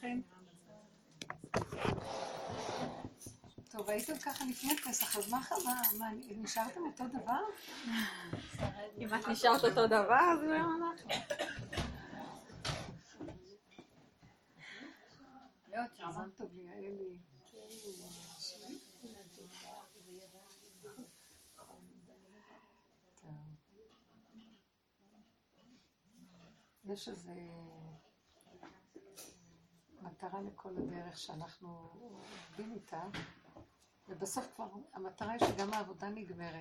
שלומכם? טוב, הייתם ככה לפני פסח, אז מה, נשארתם אותו דבר? אם את נשארת אותו דבר, אז לא אנחנו. מזל טוב לי, אלי. יש איזו מטרה לכל הדרך שאנחנו עובדים איתה, ובסוף כבר המטרה היא שגם העבודה נגמרת.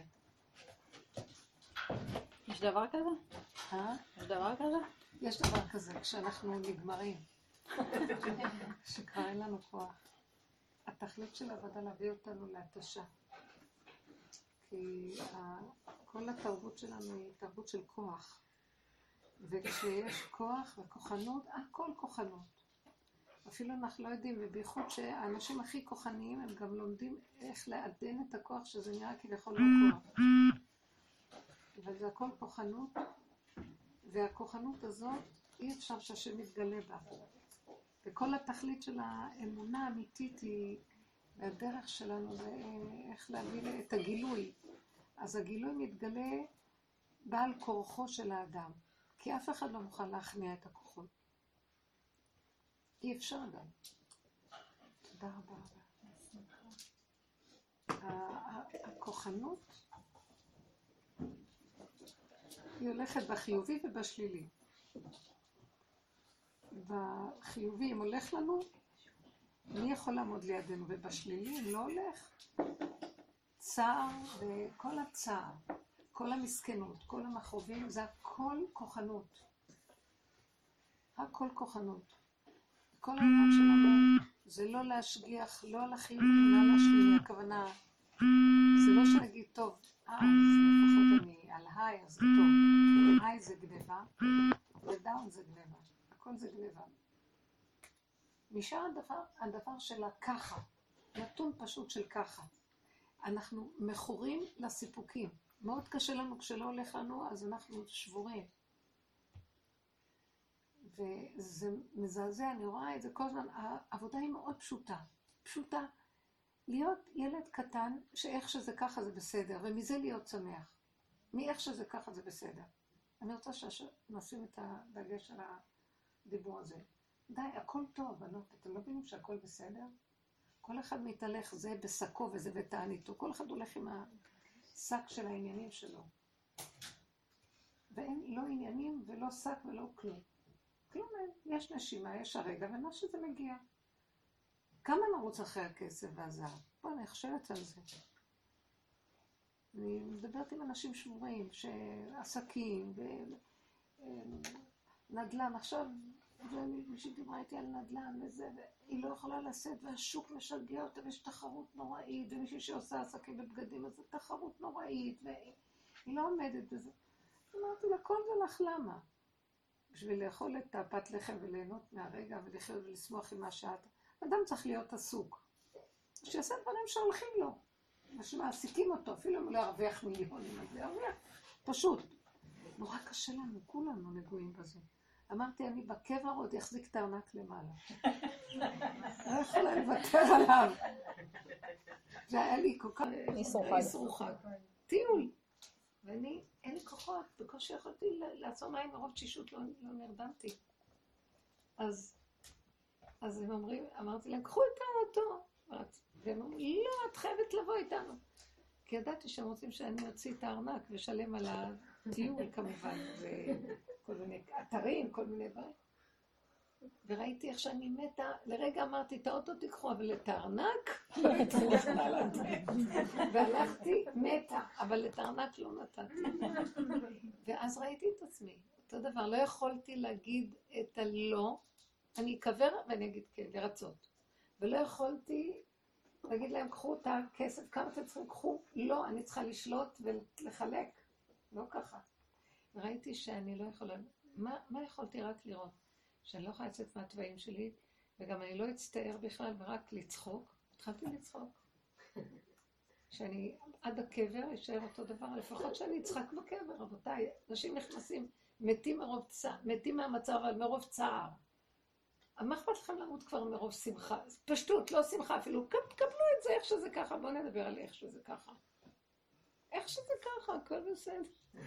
יש דבר כזה? יש דבר כזה? יש דבר כזה, כשאנחנו נגמרים. שכבר אין לנו כוח. התכלית של העבודה להביא אותנו להתשה. כי כל התרבות שלנו היא תרבות של כוח. וכשיש כוח וכוחנות, הכל כוחנות. אפילו אנחנו לא יודעים, ובייחוד שהאנשים הכי כוחניים הם גם לומדים איך לעדן את הכוח, שזה נראה כביכול לא כוח. אבל זה הכל כוחנות, והכוחנות הזאת אי אפשר שהשם יתגלה בה. וכל התכלית של האמונה האמיתית היא, והדרך שלנו זה איך להביא את הגילוי. אז הגילוי מתגלה בעל כורחו של האדם. כי אף אחד לא מוכן להכניע את הכוחות. אי אפשר גם. תודה רבה רבה. הכוחנות היא הולכת בחיובי ובשלילי. בחיובי אם הולך לנו, מי יכול לעמוד לידינו? ובשלילי אם לא הולך, צער וכל הצער. כל המסכנות, כל המחרובים, זה הכל כוחנות. הכל כוחנות. כל העניין שלנו זה לא להשגיח, לא על החיוב, לא על השלילי. הכוונה, זה לא שנגיד, טוב, אז לפחות אני על היי, אז זה טוב. היי זה גניבה, ודאון זה גניבה. הכל זה גניבה. נשאר הדבר של הככה, נתון פשוט של ככה. אנחנו מכורים לסיפוקים. מאוד קשה לנו כשלא הולך לנו, אז אנחנו שבורים. וזה מזעזע, אני רואה את זה כל הזמן. העבודה היא מאוד פשוטה. פשוטה. להיות ילד קטן, שאיך שזה ככה זה בסדר, ומזה להיות שמח. מאיך שזה ככה זה בסדר. אני רוצה שנשים את הדגש על הדיבור הזה. די, הכל טוב, אתם לא מבינים שהכל בסדר? כל אחד מתהלך, זה בסקו וזה בתעניתו. כל אחד הולך עם שק של העניינים שלו. ואין לא עניינים ולא שק ולא כלום. כלום אין. יש נשימה, יש הרגע, ומה שזה מגיע. כמה נרוץ אחרי הכסף והזהב? בוא, אני חושבת על זה. אני מדברת עם אנשים שבורים, שעסקים ונדל"ן. עכשיו, מישהי דיברה איתי על נדל"ן וזה, והיא לא יכולה לשאת, והשוק משגע אותה, ויש תחרות נוראית, ומישהי שעושה עסקים בבגדים, אז זו תחרות נוראית, והיא לא עומדת בזה. אמרתי לה, כל זה לך למה? בשביל לאכול את הפת לחם וליהנות מהרגע, ולחיות ולשמוח עם מה שאת. אדם צריך להיות עסוק. שיעשה דברים שהולכים לו, ושמעסיקים אותו, אפילו אם לא ירוויח מיליונים, אז ירוויח. פשוט. נורא קשה לנו, כולנו נגועים בזה. אמרתי, אני בקבר עוד יחזיק את הארנק למעלה. לא יכולה לוותר עליו. זה היה לי כל כך מסרוחק. טיול. ואני, אין לי כוחות, בקושי יכולתי לעצור מים מרוב תשישות, לא נרדמתי. אז הם אומרים, אמרתי להם, קחו את האוטו. והם אומרים, לא, את חייבת לבוא איתנו. כי ידעתי שהם רוצים שאני אוציא את הארנק ושלם על הטיול כמובן. כל מיני אתרים, כל מיני דברים. וראיתי איך שאני מתה, לרגע אמרתי, את האוטו תיקחו, אבל את הארנק לא התחלך מעלת. והלכתי מתה, אבל את הארנק לא נתתי. ואז ראיתי את עצמי, אותו דבר, לא יכולתי להגיד את הלא, אני אקבר ואני אגיד כן, לרצות. ולא יכולתי להגיד להם, קחו את הכסף, כמה אתם צריכים, קחו, לא, אני צריכה לשלוט ולחלק. לא ככה. ראיתי שאני לא יכולה, מה יכולתי רק לראות? שאני לא יכולה לצאת מהטבעים שלי, וגם אני לא אצטער בכלל, ורק לצחוק. התחלתי לצחוק. שאני עד הקבר אשאר אותו דבר, לפחות שאני אצחק בקבר, רבותיי. אנשים נכנסים, מתים מהמצב, אבל מרוב צער. מה אכפת לכם למות כבר מרוב שמחה? פשטות, לא שמחה אפילו, קבלו את זה איך שזה ככה, בואו נדבר על איך שזה ככה. איך שזה ככה, הכל בסדר.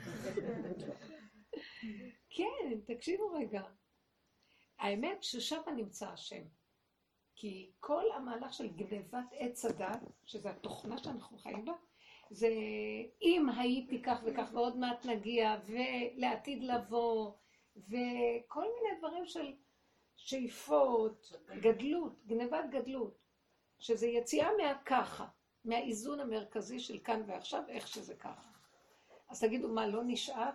כן, תקשיבו רגע. האמת ששם נמצא השם. כי כל המהלך של גנבת עץ הדת, שזה התוכנה שאנחנו חיים בה, זה אם הייתי כך וכך ועוד מעט נגיע, ולעתיד לבוא, וכל מיני דברים של שאיפות, גדלות, גנבת גדלות, שזה יציאה מהככה, מהאיזון המרכזי של כאן ועכשיו, איך שזה ככה. אז תגידו, מה, לא נשאף?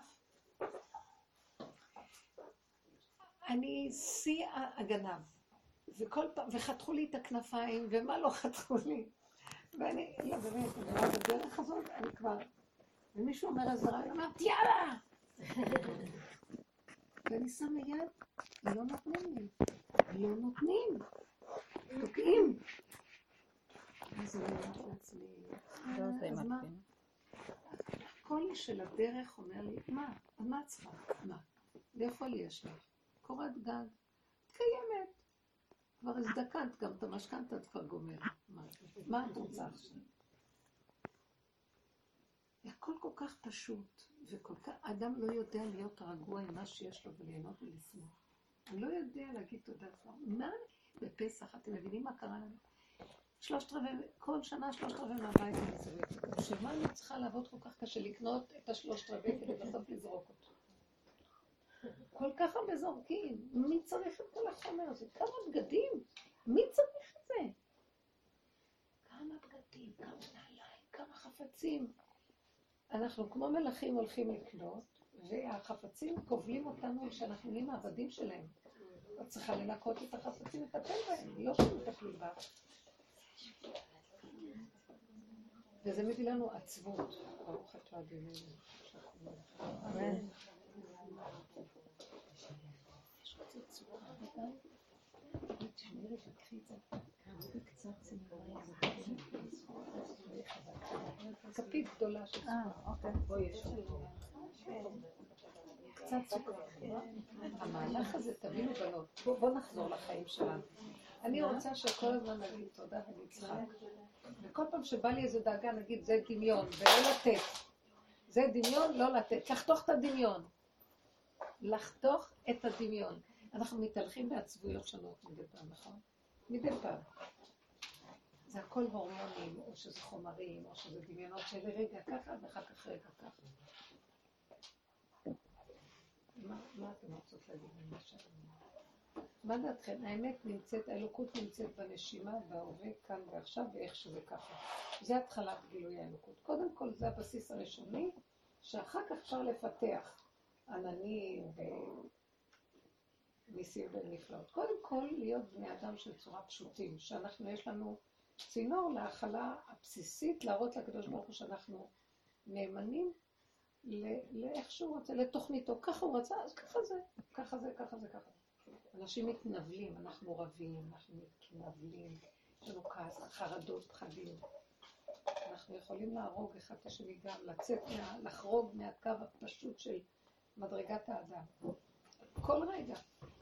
אני שיא הגנב, וחתכו לי את הכנפיים, ומה לא חתכו לי? ואני, לא באמת, אני רואה בדרך הזאת, אני כבר, ומישהו אומר איזה רעי, אמרת, יאללה! ואני שמה יד, לא נותנים לי, לא נותנים, תוקעים. אז אני אומרת לעצמי, אז מה? הקול של הדרך אומר לי, מה את צריכה? מה? לאכול יש לך, קורת גג, קיימת. כבר הזדקנת, גם את המשכנתה את כבר גומרת. מה את רוצה עכשיו? הכל כל כך פשוט, אדם לא יודע להיות רגוע עם מה שיש לו וליהנות ולשמוח. אני לא יודע להגיד תודה כבר. מה? בפסח, אתם מבינים מה קרה לנו? כל שנה 3/4 מהבית נצרית. שמה אני צריכה לעבוד כל כך קשה לקנות את 3/4 כדי בסוף לזרוק אותו? כל כך הרבה זורקים. מי צריך את כל החומר הזה? כמה בגדים? מי צריך את זה? כמה בגדים, כמה נעליים, כמה חפצים. אנחנו כמו מלאכים הולכים לקנות, והחפצים קובלים אותנו שאנחנו נהיים העבדים שלהם. את צריכה לנקות את החפצים לטפל בהם, לא שמטפלים בה. וזה מביא לנו עצבות. ברוך אתה אדוננו. אמן. יש קצת צורה, אבל תשמעי ותקחי את זה. קצת צמאורי, כפית גדולה של סוכר. בואי ישור. קצת סוכר. המהלך הזה, תבינו בנות, בואו נחזור לחיים שלנו. אני רוצה שכל הזמן נגיד תודה ונצחק. וכל פעם שבא לי איזו דאגה, נגיד זה דמיון, ולא לתת. זה דמיון, לא לתת. לחתוך את הדמיון. לחתוך את הדמיון. אנחנו מתהלכים בעצבויות שונות מדי פעם, נכון? מדי פעם. זה הכל הורמונים, או שזה חומרים, או שזה דמיונות של רגע ככה, ואחר כך רגע ככה. מה אתם רוצות להגיד ממה שאני אומרת? מה דעתכם? האמת נמצאת, האלוקות נמצאת בנשימה, בהווה, כאן ועכשיו, ואיך שזה ככה. זה התחלת גילוי האלוקות. קודם כל זה הבסיס הראשוני, שאחר כך אפשר לפתח עננים וניסים ונפלאות. קודם כל להיות בני אדם של צורה פשוטים, שאנחנו יש לנו צינור להאכלה הבסיסית, להראות לקדוש ברוך הוא שאנחנו נאמנים לאיך שהוא רוצה, לתוכניתו. ככה הוא רצה, אז ככה זה, ככה זה, ככה זה, ככה. אנשים מתנבלים, אנחנו רבים, אנחנו מתנבלים, יש לנו כעס, חרדות, פחדים. אנחנו יכולים להרוג אחד את השני גם, לצאת, לחרוג מהקו הפשוט של מדרגת האדם. כל רגע.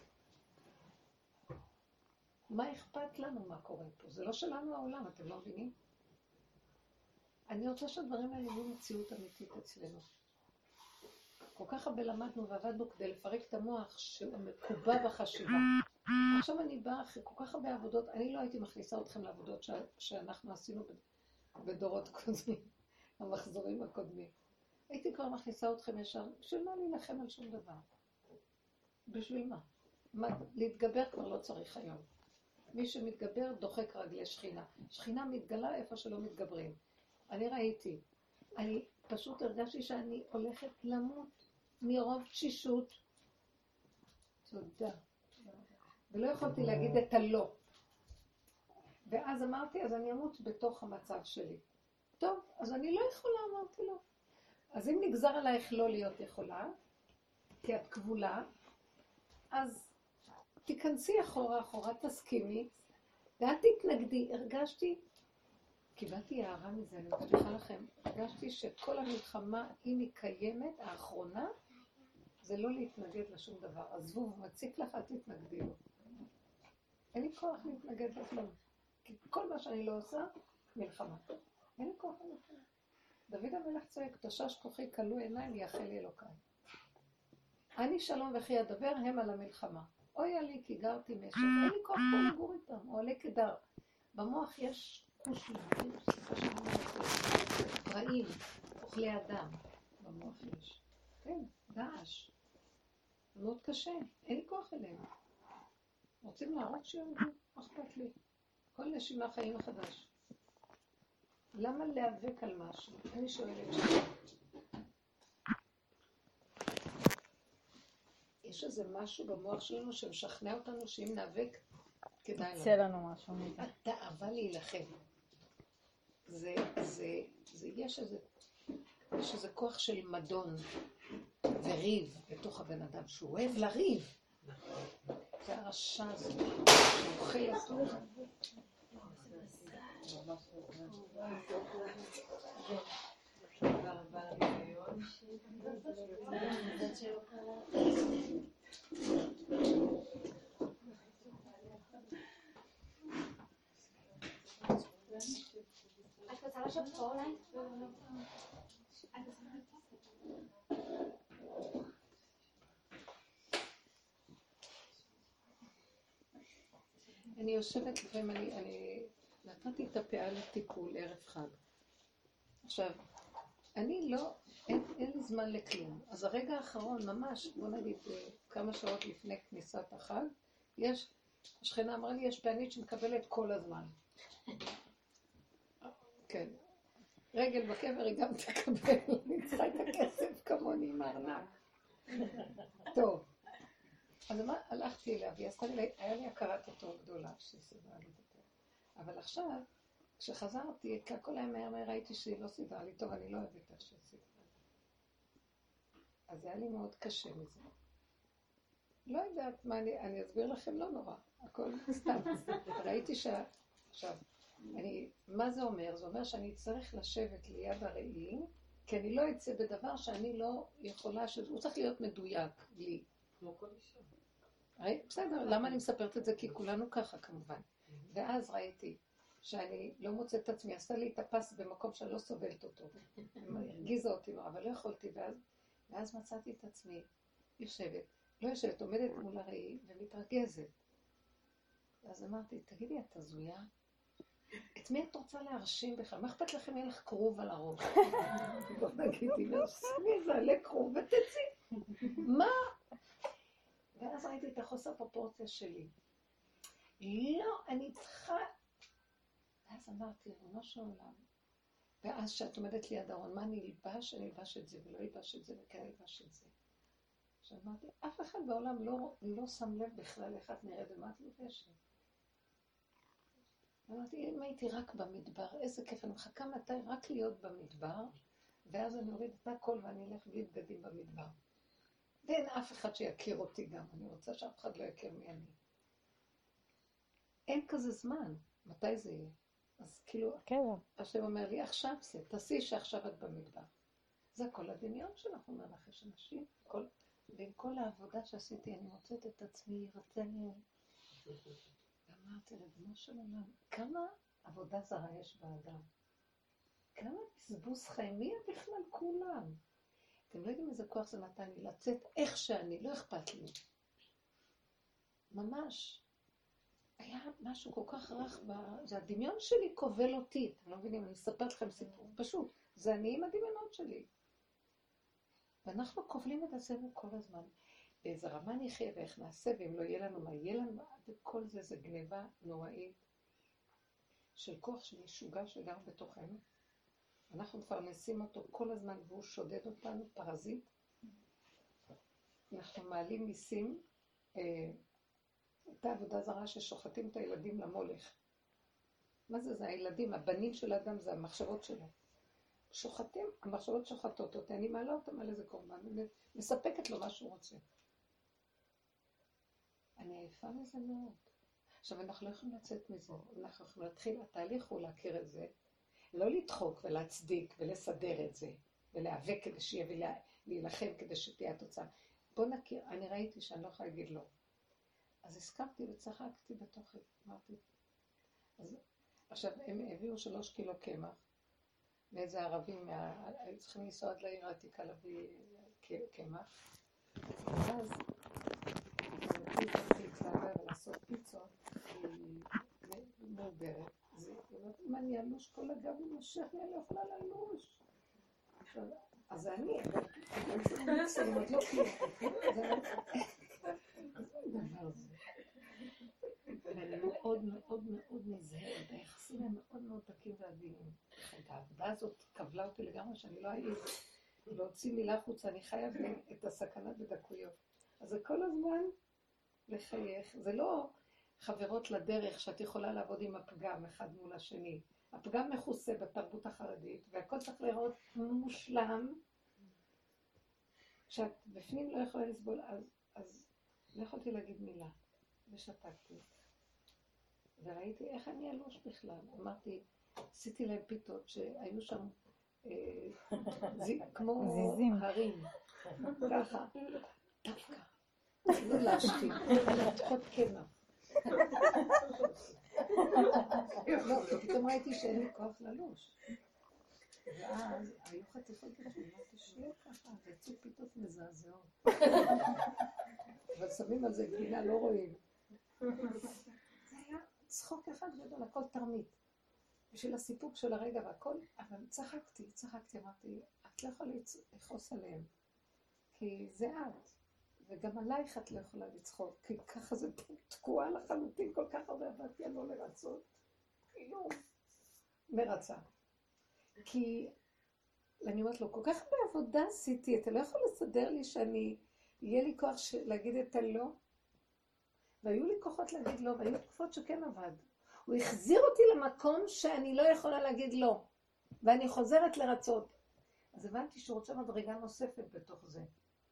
מה אכפת לנו מה קורה פה? זה לא שלנו העולם, אתם לא מבינים? אני רוצה שהדברים האלה יהיו מציאות אמיתית אצלנו. כל כך הרבה למדנו ועבדנו כדי לפרק את המוח שהוא מקובע בחשיבה. עכשיו אני באה אחרי כל כך הרבה עבודות, אני לא הייתי מכניסה אתכם לעבודות שאנחנו עשינו בדורות קודמים, המחזורים הקודמים. הייתי כבר מכניסה אתכם ישר, בשביל מה להילחם על שום דבר? בשביל מה? להתגבר כבר לא צריך היום. מי שמתגבר דוחק רגלי שכינה. שכינה מתגלה איפה שלא מתגברים. אני ראיתי, אני פשוט הרגשתי שאני הולכת למות מרוב תשישות. תודה. ולא יכולתי להגיד את הלא. ואז אמרתי, אז אני אמות בתוך המצב שלי. טוב, אז אני לא יכולה, אמרתי לו. אז אם נגזר עלייך לא להיות יכולה, כי את כבולה, אז תיכנסי אחורה, תסכימי, ואל תתנגדי. הרגשתי, קיבלתי הערה מזה, אני מבטיחה לכם, הרגשתי שכל המלחמה, אם היא קיימת, האחרונה, זה לא להתנגד לשום דבר. עזבו, מציק לך, אל תתנגדי לו. אין לי כוח להתנגד לכלום. כי כל מה שאני לא עושה, מלחמה. אין לי כוח למלחמה. דוד המלך צועק, תשש כוחי כלו עיניי ויחל לי אלוקיי. אני שלום וכי אדבר הם על המלחמה. אוי לי כי גרתי משך, אין לי כוח פה לגור איתם, או עלי כדר. במוח יש חוש לבדים, סליחה שאומרת, פראים, אוכלי אדם, במוח יש. כן, דעש. מאוד קשה, אין לי כוח אליהם. רוצים להרוג שירדו, אכפת לי. כל נשימה חיים מחדש. למה להיאבק על משהו? אני שואלת שאלה. יש איזה משהו במוח שלנו שמשכנע אותנו שאם נאבק, כדאי לנו. יצא לנו משהו מזה. התאווה להילחם. יש איזה כוח של מדון וריב בתוך הבן אדם, שהוא אוהב לריב. זה הרשע הזה, שהוא אוכל אותו. את רוצה לשבת פה אולי? אני יושבת לפעמים, אני נתתי את הפאה לטיפול ערב חג. עכשיו, אני לא, אין לי זמן לכלום. אז הרגע האחרון, ממש, בוא נגיד, כמה שעות לפני כניסת החג, השכנה אמרה לי, יש פענית שמקבלת כל הזמן. כן. רגל בקבר היא גם תקבל, אני צריכה את הכסף כמוני עם הארנק. טוב. אז הלכתי אליה, והיא עשתה לי, היה לי הכרת הטוב גדולה, שסידרה לי את הטוב. אבל עכשיו, כשחזרתי, הכל היה מהר, ראיתי שהיא לא סידרה לי טוב, אני לא אוהבת איך שהיא סידרה לי. אז היה לי מאוד קשה מזה. לא יודעת מה אני אסביר לכם, לא נורא, הכל סתם. ראיתי עכשיו, מה זה אומר? זה אומר שאני צריך לשבת ליד הראי, כי אני לא אצא בדבר שאני לא יכולה, הוא צריך להיות מדויק לי. כמו כל אישה. בסדר, למה אני מספרת את זה? כי כולנו ככה כמובן. ואז ראיתי שאני לא מוצאת את עצמי, עשה לי את הפס במקום שאני לא סובלת אותו. הרגיזה אותי, אבל לא יכולתי, ואז מצאתי את עצמי יושבת, לא יושבת, עומדת מול הראי ומתרגזת. אז אמרתי, תגידי, את הזויה? את מי את רוצה להרשים בכלל? מה אכפת לכם יהיה לך קרוב על הראש? לא תגידי, מי זה עלה קרוב ותצאי? מה? ואז ראיתי את החוסר פרופורציה שלי. לא, אני צריכה... ואז אמרתי, ריבונו של עולם. ואז כשאת עומדת ליד ארון, מה אני אלבש? אני אלבש את זה ולא אלבש את זה וכן אלבש את זה. עכשיו אמרתי, אף אחד בעולם לא שם לב בכלל איך את נראית ומה את לובשת. אמרתי, אם הייתי רק במדבר, איזה כיף, אני מחכה מתי רק להיות במדבר, ואז אני אוריד את הכל ואני אלך בלי בגדים במדבר. ואין אף אחד שיכיר אותי גם, אני רוצה שאף אחד לא יכיר מי אני. אין כזה זמן, מתי זה יהיה? אז כאילו, השם אומר לי, עכשיו זה, תעשי שעכשיו את במדבר. זה כל הדמיון שלך, אומר לך, יש אנשים, ועם כל העבודה שעשיתי, אני מוצאת את עצמי, רצני. ואמרתי, ריבונו של עולם, כמה עבודה זרה יש באדם? כמה בזבוז חיים, מי בכלל כולם? אתם לא יודעים איזה כוח זה נתן לי לצאת איך שאני, לא אכפת לי. ממש. היה משהו כל כך רך, זה הדמיון שלי כובל אותי. אתם לא מבינים, אני אספר לכם סיפור פשוט. זה אני עם הדמיונות שלי. ואנחנו כובלים את עצמנו כל הזמן. באיזה רמה נחיה ואיך נעשה, ואם לא יהיה לנו מה יהיה לנו, וכל זה זה גניבה נוראית של כוח של משוגע שגר בתוכנו. אנחנו מפרנסים אותו כל הזמן והוא שודד אותנו, פרזיט. אנחנו מעלים מיסים, את העבודה זרה ששוחטים את הילדים למולך. מה זה? זה הילדים, הבנים של האדם, זה המחשבות שלו. שוחטים, המחשבות שוחטות אותי, אני מעלה אותם על איזה קורבן, מספקת לו מה שהוא רוצה. אני עייפה מזה מאוד. עכשיו, אנחנו לא יכולים לצאת מזה, אנחנו יכולים להתחיל, התהליך הוא להכיר את זה, לא לדחוק ולהצדיק ולסדר את זה, ולהיאבק כדי שיהיה ולהילחם כדי שתהיה התוצאה. בוא נכיר, אני ראיתי שאני לא יכולה להגיד לא. אז הסכמתי וצחקתי בתוכי, אמרתי. אז עכשיו הם הביאו 3 קילו קמח, ואיזה ערבים, היו צריכים לנסוע עד לעיר העתיקה להביא קמח. ואז רציתי להתלהבה ולעשות פיצות, היא מעוברת. אם אני אלוש כל הגב מושך לי, אני לא יכולה ללוש. אז אני, אני עוד לא כלום. דבר זה. ואני מאוד מאוד מאוד נזהרת, היחסים הם מאוד מאוד דקים ועדינים. העבודה הזאת קבלה אותי לגמרי שאני לא אעיד להוציא מילה חוצה, אני חיה את הסכנה בדקויות. אז זה כל הזמן לחייך, זה לא חברות לדרך שאת יכולה לעבוד עם הפגם אחד מול השני. הפגם מכוסה בתרבות החרדית, והכל צריך לראות מושלם, כשאת בפנים לא יכולה לסבול, אז לא יכולתי להגיד מילה, ושתקתי. וראיתי איך אני אלוש בכלל. אמרתי, עשיתי להם פיתות שהיו שם כמו הרים, ככה, דווקא, לא להשתים, להתחות קמח. לא, פתאום ראיתי שאין לי כוח ללוש. ואז היו חתיכות ככה, אמרתי שיהיה ככה, ויצאו פיתות מזעזעות. אבל שמים על זה גבינה, לא רואים. זה היה צחוק אחד גדול, הכל תרמית. בשביל הסיפוק של הרגע והכל, אבל צחקתי, אמרתי, את לא יכולה לחוס עליהם, כי זה את, וגם עלייך את לא יכולה לצחוק, כי ככה זה תקועה לחלוטין, כל כך הרבה עבדתי על לא לרצות, כאילו מרצה. כי אני אומרת לו, כל כך הרבה עבודה עשיתי, אתה לא יכול לסדר לי שאני, יהיה לי כוח להגיד את הלא, והיו לי כוחות להגיד לא, והיו תקופות שכן עבד. הוא החזיר אותי למקום שאני לא יכולה להגיד לא, ואני חוזרת לרצות. אז הבנתי שהוא רוצה מדרגה נוספת בתוך זה.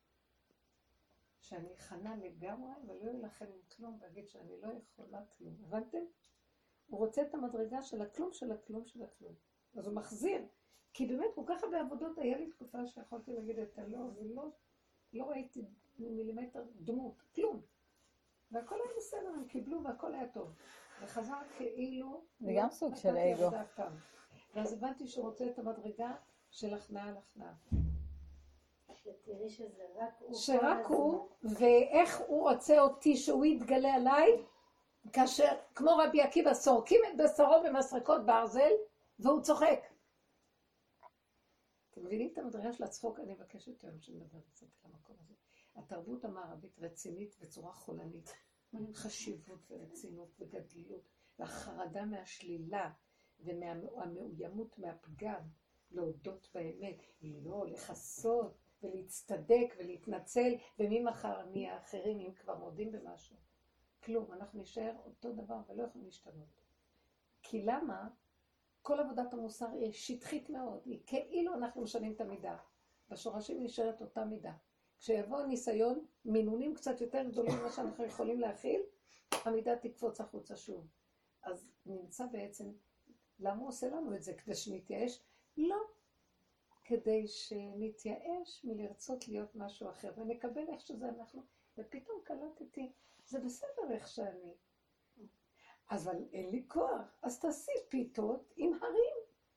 שאני חנה לגמרי ולא ילחם עם כלום, ואגיד שאני לא יכולה כלום. הבנתם? הוא רוצה את המדרגה של הכלום, של הכלום, של הכלום. אז הוא מחזיר. כי באמת כל כך הרבה עבודות, היה לי תקופה שיכולתי להגיד את הלא, ולא ראיתי מילימטר דמות, כלום. והכל היה בסדר, הם קיבלו והכל היה טוב. וחזר כאילו... זה גם סוג של אגו. ואז הבנתי שהוא רוצה את המדרגה של הכנעה על הכנעה. שתראי שזה רק הוא. שרק הוא, ואיך הוא רוצה אותי שהוא יתגלה עליי, כאשר, כמו רבי עקיבא, סורקים את בשרו במסרקות ברזל, והוא צוחק. אתם מבינים את המדרגה של הצחוק? אני מבקשת היום שנדבר קצת על המקום הזה. התרבות המערבית רצינית בצורה חולנית. חשיבות ורצינות וגדלות, והחרדה מהשלילה והמאוימות מהפגם, להודות באמת, לא לחסות ולהצטדק ולהתנצל, ומי מחר נהיה אחרים אם כבר מודים במשהו. כלום, אנחנו נשאר אותו דבר ולא יכולים להשתנות. כי למה? כל עבודת המוסר היא שטחית מאוד, היא כאילו אנחנו משנים את המידה. בשורשים נשארת אותה מידה. כשיבוא ניסיון, מינונים קצת יותר גדולים ממה שאנחנו יכולים להכיל, המידה תקפוץ החוצה שוב. אז נמצא בעצם, למה הוא עושה לנו את זה? כדי שנתייאש? לא. כדי שנתייאש מלרצות להיות משהו אחר, ונקבל איך שזה אנחנו, ופתאום קלטתי, זה בסדר איך שאני. אבל אין לי כוח, אז תעשי פיתות עם הרים.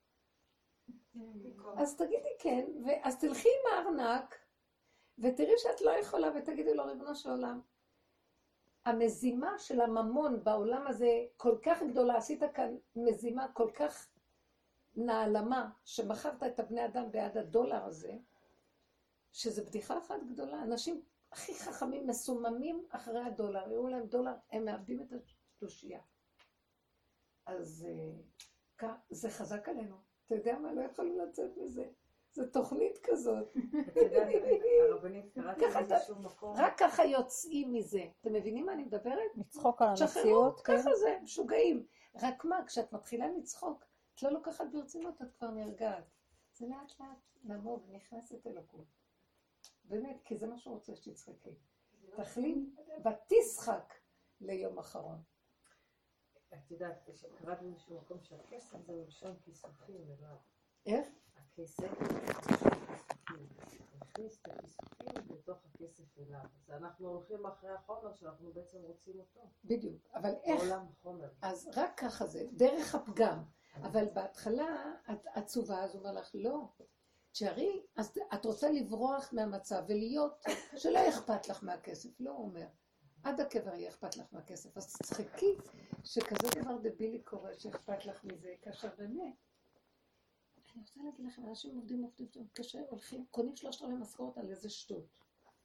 אז תגידי כן, ואז תלכי עם הארנק, ותראי שאת לא יכולה, ותגידי לו, ריבונו של עולם, המזימה של הממון בעולם הזה כל כך גדולה, עשית כאן מזימה כל כך נעלמה, שמכרת את הבני אדם בעד הדולר הזה, שזה בדיחה אחת גדולה. אנשים הכי חכמים מסוממים אחרי הדולר, יראו להם דולר, הם מאבדים את התושייה. אז זה חזק עלינו. אתה יודע מה? לא יכולים לצאת מזה. זו תוכנית כזאת. אתה יודע, הרבנית, קראתי באיזשהו מקום. רק ככה יוצאים מזה. אתם מבינים מה אני מדברת? לצחוק על המציאות. ככה זה, משוגעים. רק מה, כשאת מתחילה לצחוק, את לא לוקחת ברצינות, את כבר נרגעת. זה לאט לאט נמוג, נכנסת אלוקות. באמת, כי זה מה שהוא רוצה שתצחקי. תחלים ותשחק ליום אחרון. את יודעת, קראתי באיזשהו מקום שהכסף זה מלשון כיסופים, ולא... איך? הכסף הכיסופים. הכניס את הכיסופים בתוך הכסף אליו. אז אנחנו הולכים אחרי החומר שאנחנו בעצם רוצים אותו. בדיוק. אבל איך? בעולם חומר. אז רק ככה זה, דרך הפגם. אבל בהתחלה את עצובה, אז הוא אומר לך, לא. תשארי, אז את רוצה לברוח מהמצב ולהיות שלא אכפת לך מהכסף. לא, הוא אומר. עד הקבר יהיה אכפת לך מהכסף. אז תצחקי שכזה דבר דבילי קורה, שאכפת לך מזה, כאשר באמת. אני רוצה להגיד לכם, אנשים עובדים, קשה, הולכים, קונים 3,000 משכורת על איזה שטות.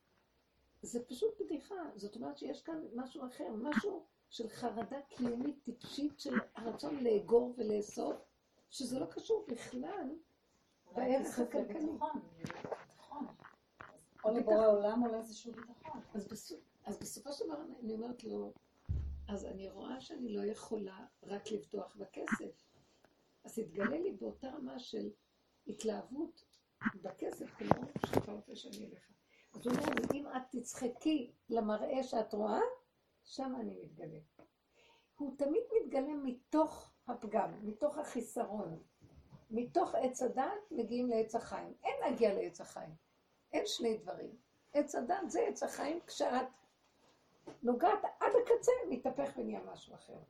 זה פשוט בדיחה. זאת אומרת שיש כאן משהו אחר, משהו של חרדה קיומית טיפשית של הרצון לאגור ולאסוף, שזה לא קשור בכלל בערך הכלכלי. ביטחון. או לבורא עולם או לאיזשהו ביטחון. אז בסופו של דבר אני אומרת לו, אז אני רואה שאני לא יכולה רק לבטוח בכסף. אז התגלה לי באותה רמה של התלהבות בכסף, כמו שאתה רוצה שאני אליך. אז הוא אומר לי, אם את תצחקי למראה שאת רואה, שם אני מתגלה. הוא תמיד מתגלה מתוך הפגם, מתוך החיסרון. מתוך עץ הדת מגיעים לעץ החיים. אין להגיע לעץ החיים. אין שני דברים. עץ הדת זה עץ החיים, כשאת נוגעת עד הקצה, מתהפך ונהיה משהו אחר.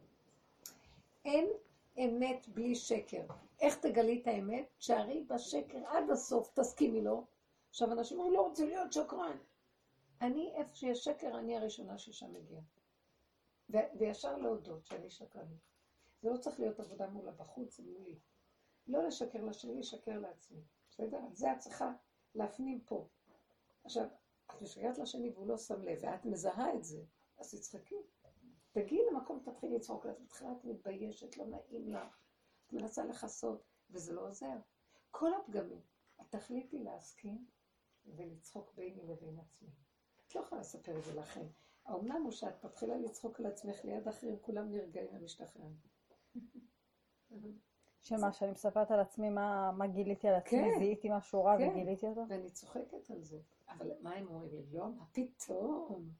אין אמת בלי שקר. איך תגלי את האמת? שערי בשקר עד הסוף, תסכימי לו. עכשיו אנשים אומרים, לא רוצה להיות שקרן. אני, איפה שיש שקר, אני הראשונה ששם מגיעה. וישר להודות שאני שקרנית. זה לא צריך להיות עבודה מולה בחוץ, זה מולי. לא לשקר לשני, לשקר לעצמי. בסדר? זה את צריכה להפנים פה. עכשיו, את משקרת לשני והוא לא שם לב, ואת מזהה את זה, אז תצחקי. תגיעי למקום, תתחיל לצחוק, את מתחילה, את מתביישת, לא נעים לך, את מנסה לחסות, וזה לא עוזר. כל הפגמים, את תחליטי להסכים ולצחוק ביני לבין עצמי. את לא יכולה לספר את זה לכם. האומנם הוא שאת מתחילה לצחוק על עצמך ליד אחרים, כולם נרגעים ומשתחררים. שמה, שאני מספרת על עצמי, מה גיליתי על עצמי, כן. זיהיתי משהו רע כן. וגיליתי אותו? ואני צוחקת על זה. אבל מה הם אומרים לי? לא, מה פתאום?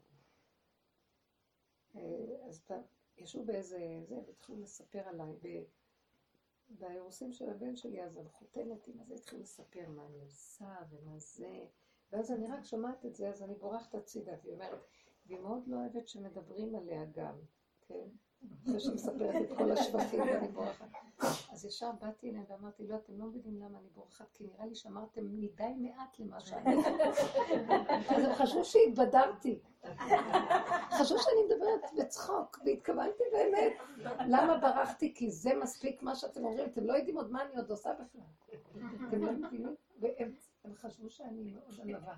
אז ישבו באיזה זה, והתחילו לספר עליי. באירוסים של הבן שלי, אז אני חותנת עם זה, התחילו לספר מה אני עושה ומה זה. ואז אני רק שומעת את זה, אז אני בורחת הצידה, והיא אומרת, והיא מאוד לא אוהבת שמדברים עליה גם, כן? אחרי שהיא מספרת את כל השבחים ואני בורחת. אז ישר באתי אליהם ואמרתי, לא, אתם לא מבינים למה אני בורחת, כי נראה לי שאמרתם מדי מעט למה שאני. אז הם חשבו שהתבדרתי. חשבו שאני מדברת בצחוק, והתכוונתי באמת. למה ברחתי? כי זה מספיק מה שאתם אומרים, אתם לא יודעים עוד מה אני עוד עושה בכלל. אתם לא מבינים? והם חשבו שאני מאוד ענווה.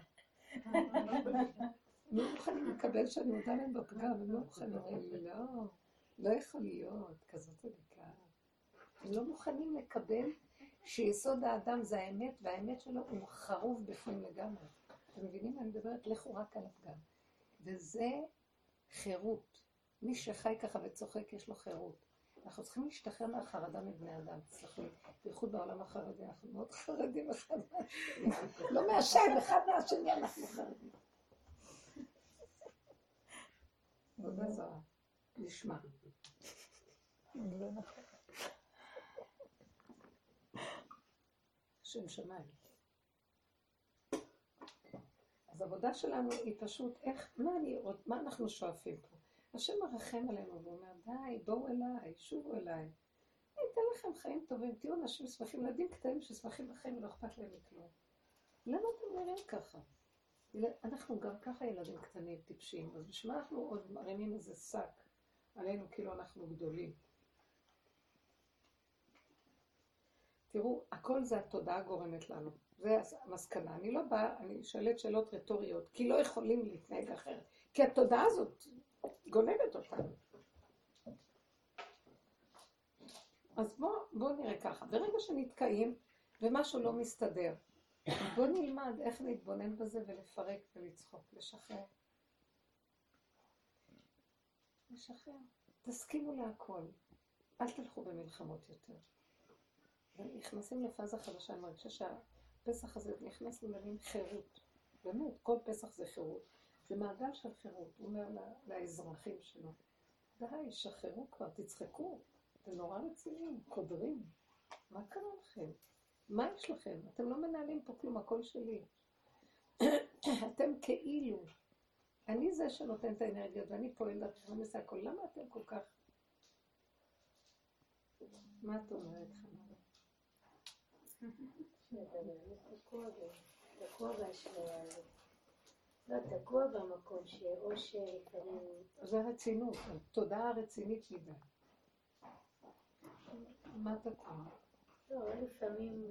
הם לא מוכנים לקבל שאני מודה להם בפגם, הם לא מוכנים, לא, לא יכול להיות, כזאת צדיקה. הם לא מוכנים לקבל שיסוד האדם זה האמת, והאמת שלו הוא חרוב בפנים לגמרי. אתם מבינים? אני מדברת, לכו רק על הפגם. וזה חירות. מי שחי ככה וצוחק יש לו חירות. אנחנו צריכים להשתחרר מהחרדה מבני אדם, תסלחו לי, בייחוד בעולם החרדי, אנחנו מאוד חרדים אחד מהשני. לא מהשם, אחד מהשני אנחנו חרדים. עבודה זרה, נשמע. שם שמיים. אז העבודה שלנו היא פשוט, מה אנחנו שואפים פה? השם מרחם עלינו ואומר, די, בואו אליי, שובו אליי. אני אתן לכם חיים טובים, תהיו אנשים שמחים, ילדים קטנים ששמחים בחיים ולא אכפת להם מכלום. למה אתם נראים ככה? אנחנו גם ככה ילדים קטנים, טיפשים, אז בשביל מה אנחנו עוד מרימים איזה שק עלינו כאילו אנחנו גדולים? תראו, הכל זה התודעה גורמת לנו. זה המסקנה. אני לא באה, אני שואלת שאלות רטוריות, כי לא יכולים להתנהג אחרת. כי התודעה הזאת גונבת אותנו. אז בואו נראה ככה. ברגע שנתקעים ומשהו לא מסתדר, בואו נלמד איך להתבונן בזה ולפרק ולצחוק, לשחרר. לשחרר. תסכימו להכל. אל תלכו במלחמות יותר. ונכנסים לפאזה חדשה, אני מרגישה שהפסח הזה נכנס למין חירות. באמת, כל פסח זה חירות. זה מעגל של חירות. הוא אומר לאזרחים שלו, די, שחררו כבר, תצחקו. אתם נורא רציניים, קודרים. מה קרה לכם? מה יש לכם? אתם לא מנהלים פה כלום, הכל שלי. אתם כאילו. אני זה שנותן את האנרגיות, ואני פועל לכם וזה הכל. למה אתם כל כך? מה את אומרת, חמדה? שאתה באמת תקוע באשליה הזאת. לא, תקוע במקום שאו שלפעמים... זה רצינות, התודעה הרצינית מדי. מה אתה קורא? לא, לפעמים...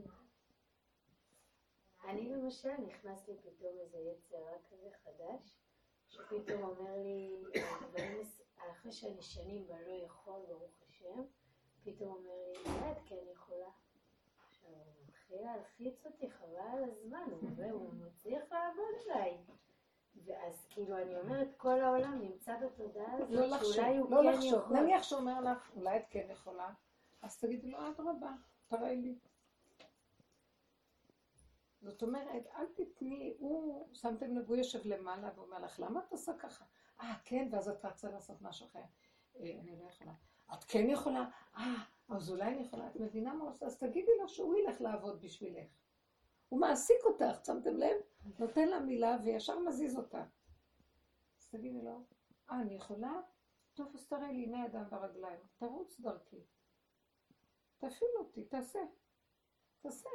אני למשל נכנס לי פתאום איזה יצר רע כזה חדש, שפתאום אומר לי, אחרי שאני שנים בלא יכול, ברוך השם, פתאום אומר לי, מיד כן יכולה. עכשיו, הוא מתחיל להלחיץ אותי, חבל על הזמן, הוא מצליח לעבוד עליי. ואז כאילו אני אומרת, כל העולם נמצא בתודעה הזאת, שאולי הוא כן יכול. נניח שאומר לך, אולי את כן יכולה, אז תגידי לו, אדרבה, תראה לי. זאת אומרת, אל תתני, הוא, שמתם לב, הוא יושב למעלה ואומר לך, למה את עושה ככה? כן, ואז את רצה לעשות משהו אחר. אני לא יכולה. את כן יכולה? אז אולי אני יכולה. את מבינה מה עושה? אז תגידי לו שהוא ילך לעבוד בשבילך. הוא מעסיק אותך, שמתם לב? נותן לה מילה וישר מזיז אותה. אז תגידי לו, אני יכולה? טוב, אז תראה לי, הנה ידיים ברגליים. תרוץ דרכי. תפעיל אותי, תעשה. תעשה.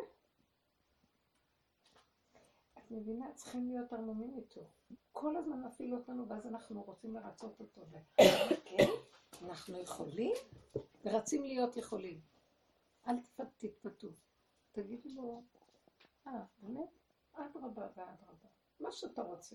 את מבינה, צריכים להיות הרמומים איתו. כל הזמן מפעיל אותנו, ואז אנחנו רוצים לרצות אותו. כן, אנחנו יכולים, ורצים להיות יכולים. אל תתפתו. תגידי לו, באמת? אדרבה ואדרבה. מה שאתה רוצה.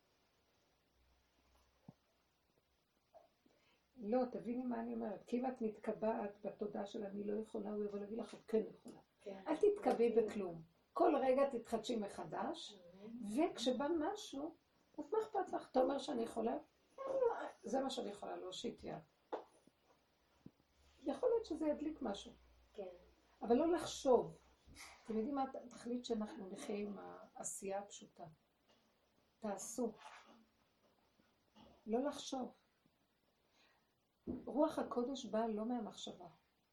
לא, תביני מה אני אומרת. כי אם את מתקבעת בתודעה של אני לא יכולה, הוא יבוא להגיד לך, את כן יכולה. אל תתקבעי בכלום. כל רגע תתחדשי מחדש, וכשבא משהו, אז מה אכפת לך? אתה אומר שאני יכולה? זה מה שאני יכולה, להושיט יד. יכול להיות שזה ידליק משהו. כן. אבל לא לחשוב. אתם יודעים מה התכלית שאנחנו נחיה עם העשייה הפשוטה? תעשו. לא לחשוב. רוח הקודש באה לא מהמחשבה.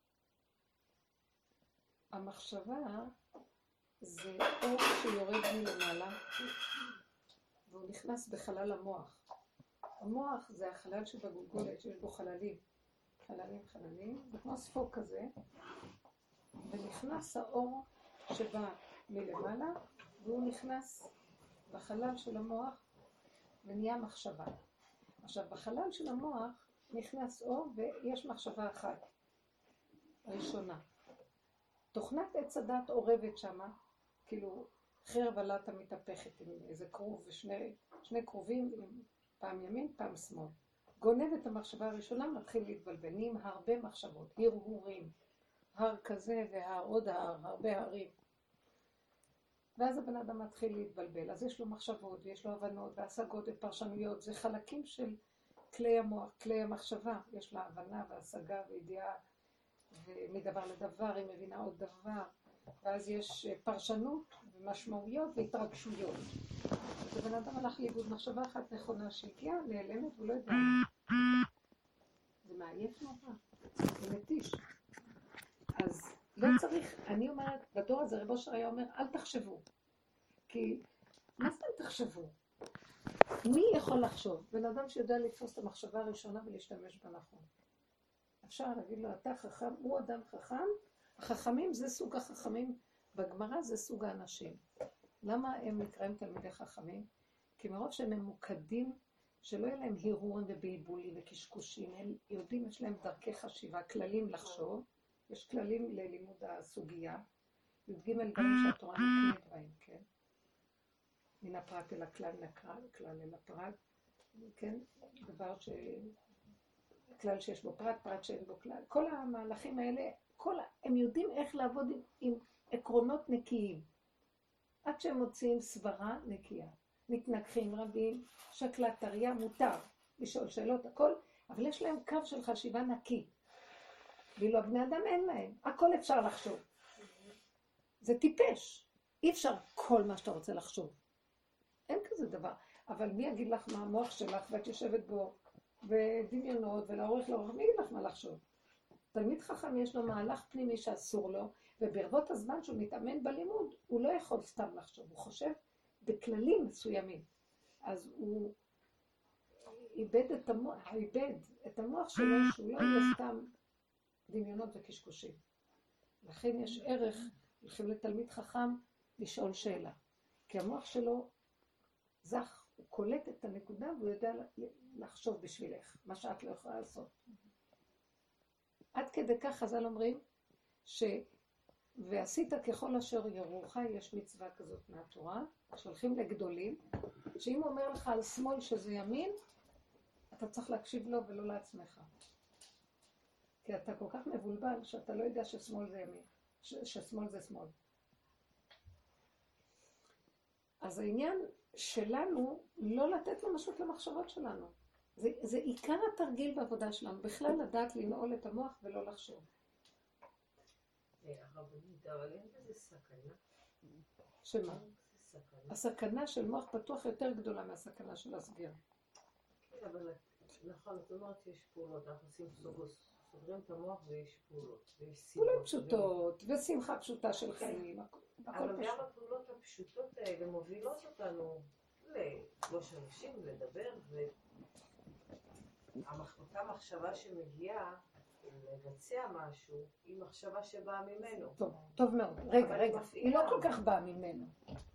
המחשבה זה אור שיורד מלמעלה, והוא נכנס בחלל המוח. המוח זה החלל שבגולגולת, שיש בו חללים. חללים, זה כמו ספוק כזה, ונכנס האור שבא מלמעלה, והוא נכנס בחלל של המוח, ונהיה מחשבה. עכשיו, בחלל של המוח נכנס אור, ויש מחשבה אחת, ראשונה. תוכנת עץ הדת עורבת שמה, כאילו חרב עלתה מתהפכת עם איזה כרוב ושני כרובים, פעם ימין, פעם שמאל. גונב את המחשבה הראשונה, מתחיל להתבלבל, נהיים הרבה מחשבות, הרהורים, הר כזה והר, עוד הר, הרבה הרים. ואז הבן אדם מתחיל להתבלבל, אז יש לו מחשבות ויש לו הבנות והשגות ופרשנויות, זה חלקים של כלי המוח, כלי המחשבה, יש לה הבנה והשגה וידיעה, ומדבר לדבר היא מבינה עוד דבר, ואז יש פרשנות ומשמעויות והתרגשויות. אז הבן אדם הלך לאיבוד מחשבה אחת נכונה שהגיעה, נעלמת ולא יודע. זה מעייף נורא, זה מתיש. אז לא צריך, אני אומרת, בדור הזה רב אושר היה אומר, אל תחשבו. כי, מה זה אל תחשבו? מי יכול לחשוב? בן אדם שיודע לתפוס את המחשבה הראשונה ולהשתמש בה נכון. אפשר להגיד לו, אתה חכם, הוא אדם חכם, החכמים זה סוג החכמים, בגמרא זה סוג האנשים. למה הם נקראים תלמידי חכמים? כי מרוב שהם ממוקדים, שלא יהיה להם הרהורים ובלבולים וקשקושים, הם יודעים, יש להם דרכי חשיבה, כללים לחשוב, יש כללים ללימוד הסוגיה, י"ג דברים שהתורה נקנית בהם, כן? מן הפרט אל הכלל, כלל אל הפרט, כן? דבר כלל שיש בו פרט, פרט שאין בו כלל. כל המהלכים האלה, הם יודעים איך לעבוד עם עקרונות נקיים. עד שהם מוציאים סברה נקייה. מתנגחים רבים, שקלת תריה, מותר לשאול שאלות, הכל, אבל יש להם קו של חשיבה נקי. ואילו הבני אדם אין להם, הכל אפשר לחשוב. זה טיפש. אי אפשר כל מה שאתה רוצה לחשוב. אין כזה דבר. אבל מי יגיד לך מה המוח שלך ואת יושבת בו ודמיונות ולאורך לאורך, מי יגיד לך מה לחשוב? תלמיד חכם יש לו מהלך פנימי שאסור לו, וברבות הזמן שהוא מתאמן בלימוד, הוא לא יכול סתם לחשוב, הוא חושב בכללים מסוימים. אז הוא איבד את המוח שלו, שהוא לא יהיה סתם דמיונות וקשקושים. לכן יש ערך, הולכים לתלמיד חכם לשאול שאלה. כי המוח שלו זך, הוא קולט את הנקודה והוא יודע לחשוב בשבילך, מה שאת לא יכולה לעשות. עד כדי כך חז"ל אומרים ועשית ככל אשר יורוך, יש מצווה כזאת מהתורה, שהולכים לגדולים, שאם הוא אומר לך על שמאל שזה ימין, אתה צריך להקשיב לו ולא לעצמך. כי אתה כל כך מבולבל שאתה לא יודע ששמאל זה ימין, ששמאל זה שמאל. אז העניין שלנו לא לתת ממשות למחשבות שלנו. זה עיקר התרגיל בעבודה שלנו, בכלל לדעת לנעול את המוח ולא לחשוב. הרבנית, אבל אין בזה סכנה. שמה? הסכנה של מוח פתוח יותר גדולה מהסכנה של הסגר. כן, אבל נכון, זאת אומרת שיש פעולות, אנחנו סוגרים את המוח ויש פעולות, ויש סיבות. פעולות פשוטות, ושמחה פשוטה של חיים, אבל גם הפעולות הפשוטות האלה מובילות אותנו לפגוש אנשים, לדבר, ואותה מחשבה שמגיעה לבצע משהו, היא מחשבה שבאה ממנו. טוב מאוד. רגע, היא לא כל כך באה ממנו.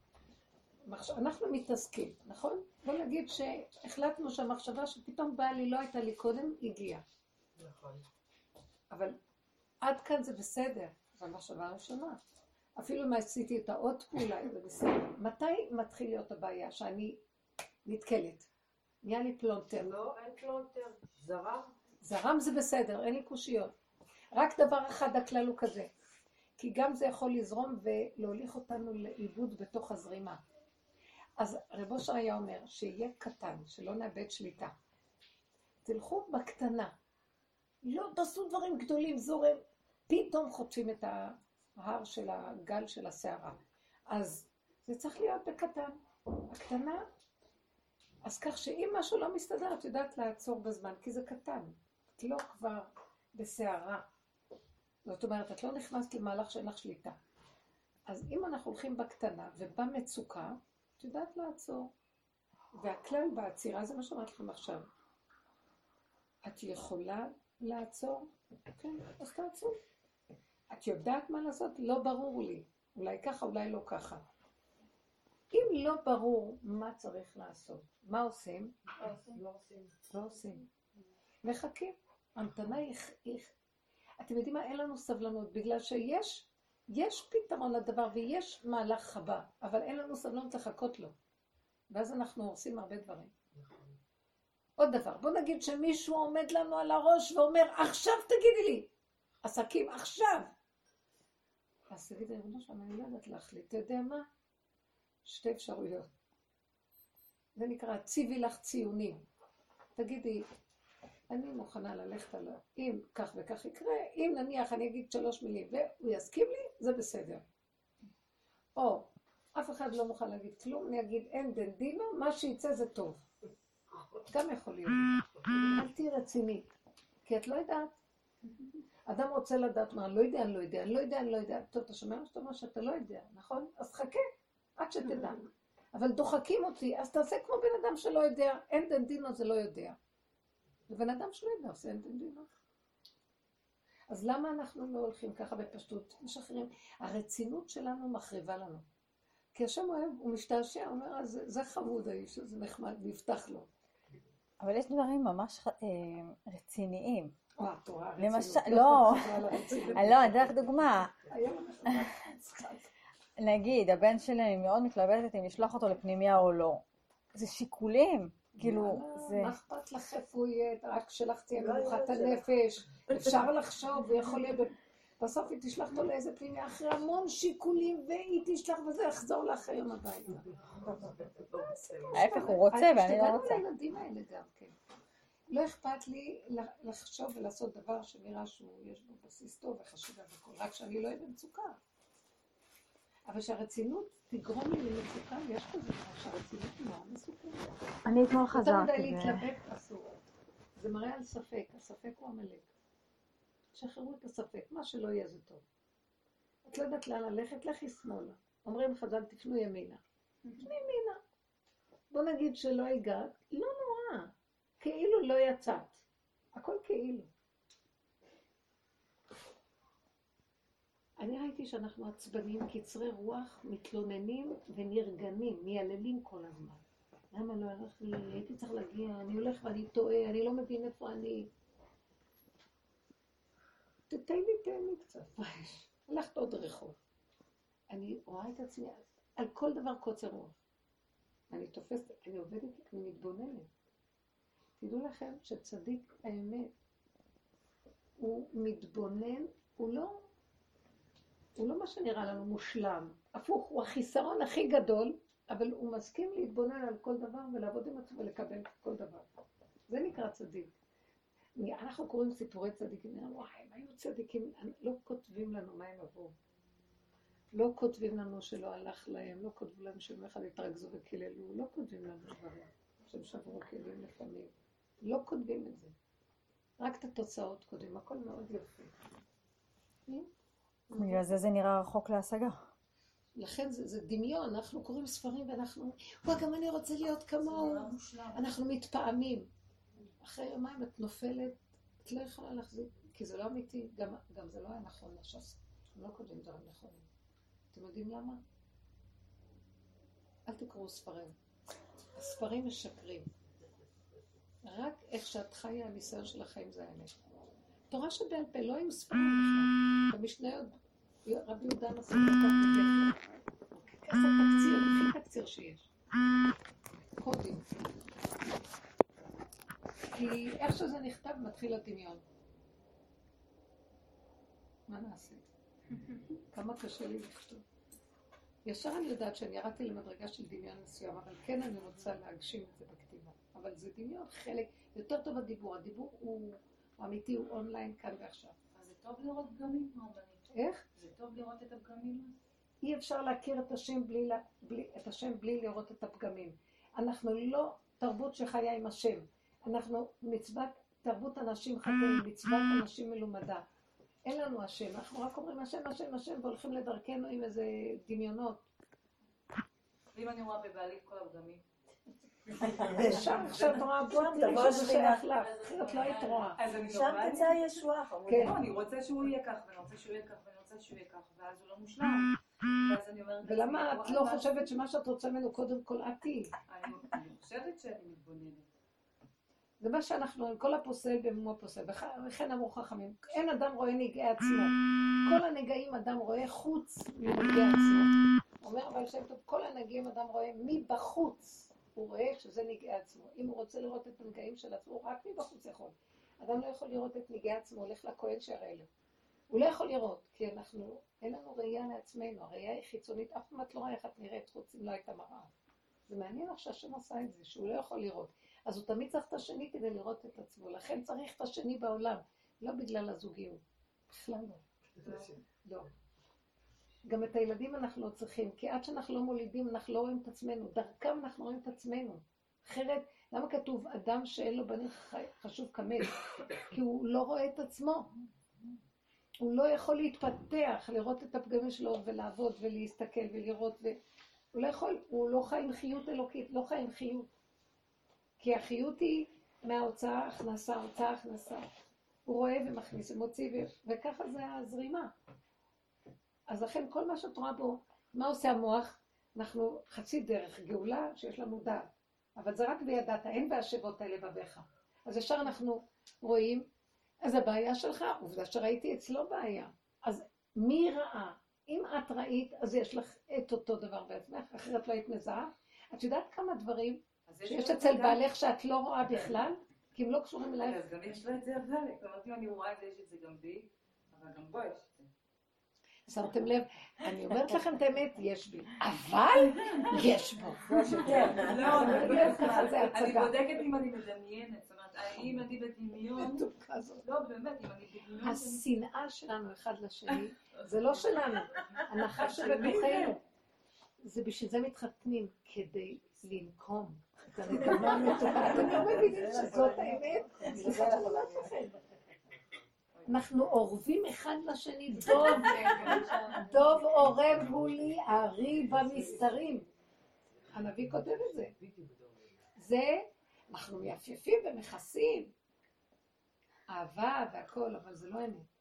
אנחנו מתעסקים, נכון? בוא נגיד שהחלטנו שהמחשבה שפתאום באה לי, לא הייתה לי קודם, הגיעה. נכון. אבל עד כאן זה בסדר, זו המחשבה הראשונה. אפילו אם עשיתי את העוד פעולה, זה בסדר. מתי מתחיל להיות הבעיה? שאני נתקלת. נהיה לי פלונטר. לא, אין פלונטר. זרם. זרם זה בסדר, אין לי קושיות. רק דבר אחד, הכלל הוא כזה. כי גם זה יכול לזרום ולהוליך אותנו לאיבוד בתוך הזרימה. אז רב אושר היה אומר שיהיה קטן, שלא נאבד שליטה. תלכו בקטנה. לא תעשו דברים גדולים, זורם. פתאום חוטפים את ההר של הגל של הסערה. אז זה צריך להיות בקטן. הקטנה, אז כך שאם משהו לא מסתדר, את יודעת לעצור בזמן, כי זה קטן. את לא כבר בסערה. זאת אומרת, את לא נכנסת למהלך שאין לך שליטה. אז אם אנחנו הולכים בקטנה ובמצוקה, את יודעת לעצור. והכלל בעצירה, זה מה שאומרת לכם עכשיו. את יכולה לעצור? כן, אז תעצור. את יודעת מה לעשות? לא ברור לי. אולי ככה, אולי לא ככה. אם לא ברור מה צריך לעשות, מה עושים? לא עושים. מחכים. המתנה היא... אתם יודעים מה? אין לנו סבלנות, בגלל יש פתרון לדבר ויש מהלך הבא, אבל אין לנו סבלנות לחכות לו. ואז אנחנו עושים הרבה דברים. עוד דבר, בוא נגיד שמישהו עומד לנו על הראש ואומר, עכשיו תגידי לי, עסקים עכשיו. אז תגידי, ריבונו שלום, אני לא יודעת להחליט, אתה יודע מה? שתי אפשרויות. זה נקרא, ציבי לך ציונים. תגידי, אני מוכנה ללכת עליו, אם כך וכך יקרה, אם נניח אני אגיד 3 מילים והוא יסכים לי, זה בסדר. או, אף אחד לא מוכן להגיד כלום, אני אגיד אין דין דינו, מה שיצא זה טוב. גם יכול להיות. אל תהי רצינית, כי את לא יודעת. אדם רוצה לדעת מה, לא יודע, אני לא יודע. טוב, אתה שומע שאתה אומר שאתה לא יודע, נכון? אז חכה, עד שתדע. אבל דוחקים אותי, אז תעשה כמו בן אדם שלא יודע, אין דין דינו זה לא יודע. ובן אדם שלא יודע, עושה אין דין דינו. אז למה אנחנו לא הולכים ככה בפשטות? משחררים. הרצינות שלנו מחריבה לנו. כי השם אוהב, הוא משתעשע, הוא אומר, זה חמוד האיש, זה נחמד, ויפתח לו. אבל יש דברים ממש רציניים. התורה למשל, הרצינות. לא, אני אתן לך דוגמה. נגיד, הבן שלי, אני מאוד מתלבטת אם לשלוח אותו לפנימיה או לא. זה שיקולים, כאילו, זה... מה אכפת לך איפה הוא יהיה, רק שלך תהיה מנוחת הנפש, אפשר לחשוב, ויכול להיות... בסוף היא תשלח אותו לאיזה פנימיה אחרי המון שיקולים, והיא תשלח וזה יחזור לך היום הביתה. ההפך, הוא רוצה ואני לא רוצה. השתגענו לילדים האלה גם כן. לא אכפת לי לחשוב ולעשות דבר שנראה שיש בו בסיס טוב וחשיבה וכל, רק שאני לא אהיה במצוקה. אבל שהרצינות תגרום לי למצוקה, יש כזה דבר שהרצינות היא מאוד מסוכנת. אני אתמול חזרתי. יותר מדי להתלבט אסור. זה מראה על ספק, הספק הוא המלך. שחררו את הספק, מה שלא יהיה זה טוב. את לא יודעת לאן ללכת, לכי שמאלה. אומרים חז"ל, תפנו ימינה. תפנו ימינה. בוא נגיד שלא הגעת, לא נורא. כאילו לא יצאת. הכל כאילו. אני ראיתי שאנחנו עצבנים, קצרי רוח, מתלוננים ונרגנים, מייללים כל הזמן. למה לא הלך לי? הייתי צריך להגיע, אני הולך ואני טועה, אני לא מבין איפה אני. תתן לי קצת. הלכת עוד רחוב. אני רואה את עצמי על כל דבר קוצר רוח. אני תופסת, אני עובדת, אני מתבוננת. תדעו לכם שצדיק האמת, הוא מתבונן, הוא לא מה שנראה לנו מושלם. הפוך, הוא החיסרון הכי גדול, אבל הוא מסכים להתבונן על כל דבר ולעבוד עם עצמו ולקבל כל דבר. זה נקרא צדיק. אנחנו קוראים סיפורי צדיקים, וואי, הם היו צדיקים, לא כותבים לנו מה הם עברו. לא כותבים לנו שלא הלך להם, לא כותבו להם שהם אחד התרכזו וקיללו, לא כותבים לנו דברים שהם שברו כלים לפעמים. לא כותבים את זה. רק את התוצאות כותבים, הכל מאוד יפה. בגלל זה נראה רחוק להשגה. לכן זה דמיון, אנחנו קוראים ספרים ואנחנו, גם אני רוצה להיות כמוהו. אנחנו מתפעמים. אחרי יומיים את נופלת, את לא יכולה להחזיק, כי זה לא אמיתי, גם זה לא היה נכון לש"ס. הם לא כותבים דברים נכונים. אתם יודעים למה? אל תקראו ספרים. הספרים משקרים. רק איך שאת חיה, הניסיון של החיים זה האמת. תורה שבעל פה לא עם ספרים בכלל. במשניות, רבי יהודה מספיק אותם בגפר. ככה תקציר, הכי תקציר שיש. קודים. כי איך שזה נכתב מתחיל הדמיון. מה נעשה? כמה קשה לי לכתוב. ישר אני יודעת שאני ירדתי למדרגה של דמיון מסוים, אבל כן אני רוצה להגשים את זה בכתיבה. אבל זה דמיון חלק, יותר טוב הדיבור. הדיבור הוא אמיתי, הוא אונליין כאן ועכשיו. אז זה טוב לראות פגמים, רבנית. איך? זה טוב לראות את הפגמים? אי אפשר להכיר את השם בלי לראות את הפגמים. אנחנו לא תרבות שחיה עם השם. אנחנו מצוות תרבות אנשים חטאים, מצוות אנשים מלומדה. אין לנו השם, אנחנו רק אומרים השם, השם, השם, והולכים לדרכנו עם איזה דמיונות. ואם אני רואה בבעלי את כל הפגמים? ושם עכשיו רואה בוא תראי שזה שייך לך, אחרת לא היית רואה. שם תצא הישועה. כן. אני רוצה שהוא יהיה כך, ואני רוצה שהוא יהיה כך, ואני רוצה שהוא יהיה כך, ואז הוא לא מושלם. ואז אני אומרת... ולמה את לא חושבת שמה שאת רוצה ממנו קודם כל את תהיי? אני חושבת שאני מתבוננת. זה מה שאנחנו, כל הפוסל במומו פוסל, וכן אמרו חכמים, אין אדם רואה נגעי עצמו. כל הנגעים אדם רואה חוץ מנגעי עצמו. אומר אבל שם טוב, כל הנגעים אדם רואה מבחוץ. הוא רואה שזה נגעי עצמו. אם הוא רוצה לראות את הנגעים של עצמו, רק מבחוץ יכול. אדם לא יכול לראות את נגעי עצמו, הולך לכהן שיראה לו. הוא לא יכול לראות, כי אין לנו ראייה לעצמנו. הראייה היא חיצונית, אף פעם את לא רואה איך את נראית חוץ אם לא הייתה מראה. זה מעניין איך שהשם עשה את זה, שהוא לא יכול לראות. אז הוא תמיד צריך את השני כדי לראות את עצמו. לכן צריך את השני בעולם, לא בגלל הזוגיות. בכלל לא. לא. גם את הילדים אנחנו לא צריכים, כי עד שאנחנו לא מולידים, אנחנו לא רואים את עצמנו. דרכם אנחנו רואים את עצמנו. אחרת, למה כתוב אדם שאין לו בנים חשוב כמת? כי הוא לא רואה את עצמו. הוא לא יכול להתפתח, לראות את הפגמים שלו ולעבוד ולהסתכל ולראות. הוא לא יכול, הוא לא חי עם חיות אלוקית, לא חי עם חיות. כי החיות היא מההוצאה הכנסה, הוצאה הכנסה. הוא רואה ומכניס ומוציא, וככה זה הזרימה. אז לכן כל מה שאת רואה בו, מה עושה המוח? אנחנו חצי דרך גאולה שיש לנו דעת. אבל זה רק בידעת, אין בהשבות האלה בבך. אז ישר אנחנו רואים, אז הבעיה שלך, עובדה שראיתי אצלו בעיה. אז מי ראה? אם את ראית, אז יש לך את אותו דבר בעצמך, אחרת לא היית מזהה. את יודעת כמה דברים שיש אצל בעלך שאת לא רואה בכלל? כי הם לא קשורים אלייך. אז גם יש לו את זה אבל, זאת אומרת, אם אני רואה את זה, יש את זה גם בי, אבל גם בו יש את זה. שמתם לב, אני אומרת לכם את האמת, יש בי, אבל יש בו. לא, אני בודקת אם אני מדמיינת, זאת אומרת, האם אני בדמיון, לא באמת, אם אני בדמיון. השנאה שלנו אחד לשני, זה לא שלנו, הנחה שבתוכנו. זה בשביל זה מתחתנים, כדי לנקום. את הנקמה המתוקה, אתם לא מבינים שזאת האמת? סליחה שאני אומרת לכם. אנחנו אורבים אחד לשני, דוב אורב הוא לי, הארי במסתרים. הנביא כותב את זה. זה, אנחנו מייפייפים ומכסים. אהבה והכל, אבל זה לא אמת.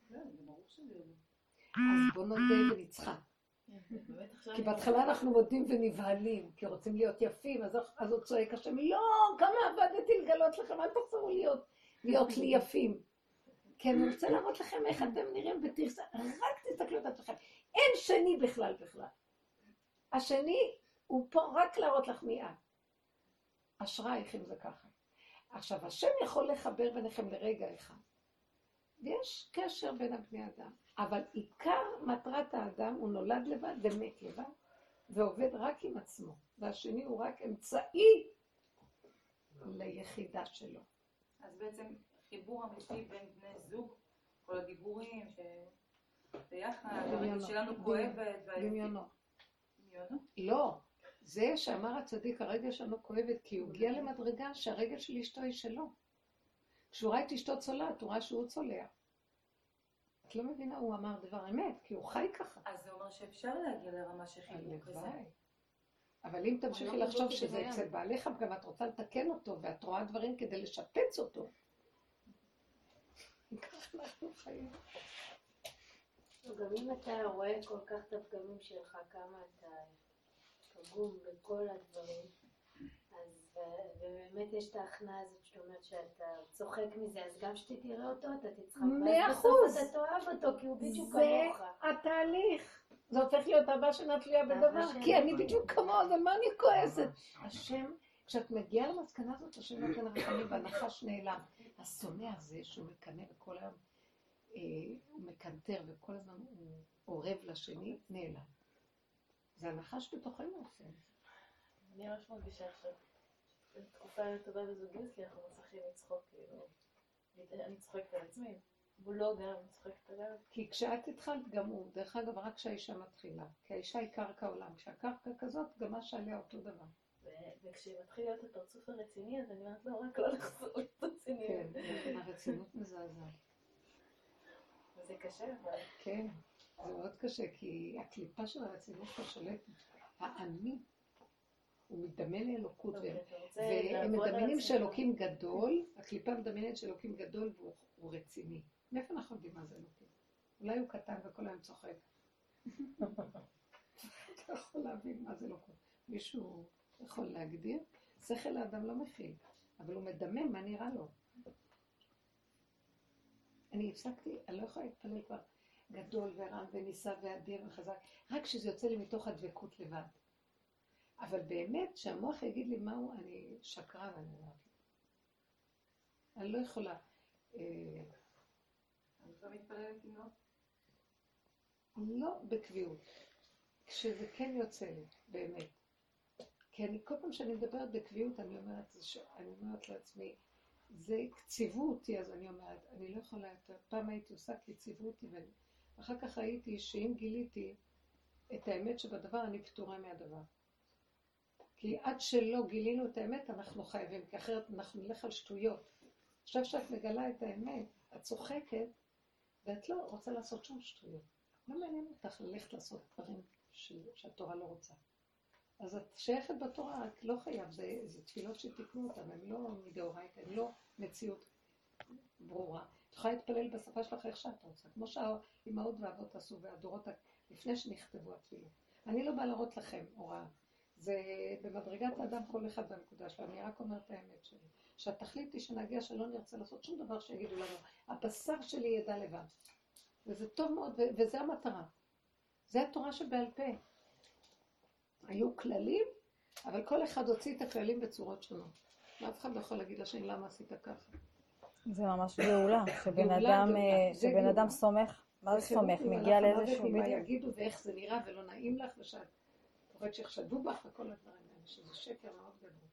אז בוא נודה ונצחק. כי בהתחלה אנחנו מודים ונבהלים, כי רוצים להיות יפים, אז הוא צועק השם, לא, כמה עבדתי לגלות לכם, אל תחזרו להיות לי יפים. כי אני רוצה להראות לכם איך אתם נראים רק תסתכלו את עצמכם. אין שני בכלל. השני הוא פה רק להראות לך מי את. אשרייך אם זה ככה. עכשיו, השם יכול לחבר ביניכם לרגע אחד. ויש קשר בין הבני אדם. אבל עיקר מטרת האדם הוא נולד לבד ומת לבד, ועובד רק עם עצמו. והשני הוא רק אמצעי ליחידה שלו. אז בעצם חיבור אמיתי בין בני זוג, כל הדיבורים שביחד, הרגל שלנו כואבת. דמיונו. לא. זה שאמר הצדיק, הרגל שלנו כואבת, כי הוא הגיע למדרגה שהרגל של אשתו היא שלו. כשהוא ראה את אשתו צולעת, הוא ראה שהוא צולע. את לא מבינה, הוא אמר דבר אמת, כי הוא חי ככה. אז זה אומר שאפשר להגיע לרמה של חיבור כזה. אבל אם תמשיכי לחשוב שזה אצל בעליך, גם את רוצה לתקן אותו, ואת רואה דברים כדי לשפץ אותו. ככה אנחנו חיים. גם אם אתה רואה כל כך את הפגמים שלך, כמה אתה פגום בכל הדברים, אז באמת יש את ההכנעה הזאת שאתה אומרת שאתה צוחק מזה, אז גם שתראה אותו, אתה תצחק. 100%. בסוף אתה תאהב אותו, כי הוא בדיוק כמוך. זה התהליך. זה הופך להיות אהבה שאינה תלויה בדבר, כי אני בדיוק כמוה, אבל מה אני כועסת? השם, כשאת מגיעה למסקנה הזאת, השם נותן רחמים והנחש נעלם. השונא הזה שהוא מקנא וכל היום, הוא מקנטר וכל הזמן הוא עורב לשני, נעלם. זה הנחש בתוכנו עושה. אני ממש מרגישה עכשיו, תקופה טובה בזוגיות, כי אנחנו מצליחים לצחוק, כאילו, אני צוחקת על עצמי, הוא לא גם צוחקת עליו. כי כשאת התחלת גם הוא, דרך אגב, רק כשהאישה מתחילה, כי האישה היא קרקע עולם, כשהקרקע כזאת, גם מה שעליה אותו דבר. וכשמתחיל להיות הפרצוף הרציני, אז אני אומרת לו, רק לא לחזור להיות רציני. כן, הרצינות מזעזעת. וזה קשה, אבל... כן, זה מאוד קשה, כי הקליפה של הרצינות השולטת, האני, הוא מתדמה לאלוקות, והם מדמיינים שאלוקים גדול, הקליפה מדמיינת שאלוקים גדול והוא רציני. מאיפה אנחנו יודעים מה זה אלוקים? אולי הוא קטן וכל היום צוחק. אתה יכול להבין מה זה אלוקות. מישהו יכול להגדיר? שכל האדם לא מכיל, אבל הוא מדמם מה נראה לו. אני הפסקתי, אני לא יכולה להתפלל כבר גדול ורם וניסה ואדיר וחזק, רק שזה יוצא לי מתוך הדבקות לבד. אבל באמת, שהמוח יגיד לי מהו, אני שקרה ואני אומרת לי. אני לא יכולה. אני לא מתפללת אם לא? לא בקביעות. כשזה כן יוצא לי, באמת. כי אני, כל פעם שאני מדברת בקביעות, אני אומרת לעצמי, זה קציבו אותי, אז אני אומרת, אני לא יכולה יותר. פעם הייתי עושה כי ציוו אותי, ואחר כך ראיתי שאם גיליתי את האמת שבדבר, אני פטורה מהדבר. כי עד שלא גילינו את האמת, אנחנו חייבים, כי אחרת אנחנו נלך על שטויות. עכשיו שאת מגלה את האמת, את צוחקת, ואת לא רוצה לעשות שום שטויות. לא מעניין אותך ללכת לעשות דברים שהתורה לא רוצה. אז את שייכת בתורה, את לא חייב, זה תפילות שתקנו אותם, הן לא מדאורייתא, הן לא מציאות ברורה. את יכולה להתפלל בשפה שלך איך שאת רוצה, כמו שהאימהות והאבות עשו, והדורות לפני שנכתבו התפילות. אני לא באה להראות לכם הוראה. זה במדרגת האדם כל אחד בנקודה שלו, אני רק אומרת את האמת שלי. שהתכלית היא שנגיע שלא נרצה לעשות שום דבר שיגידו לנו, הבשר שלי ידע לבד. וזה טוב מאוד, וזה המטרה. זה התורה שבעל פה. היו כללים, אבל כל אחד הוציא את הכללים בצורות שונות. ואף אחד לא יכול להגיד לשני למה עשית ככה. זה ממש גאולה, שבן אדם סומך. מה זה סומך? מגיע לאיזשהו בדיוק. מה יגידו ואיך זה נראה ולא נעים לך, ושאת קוראת שיחשדו בך וכל הדברים האלה, שזה שקר מאוד גדול.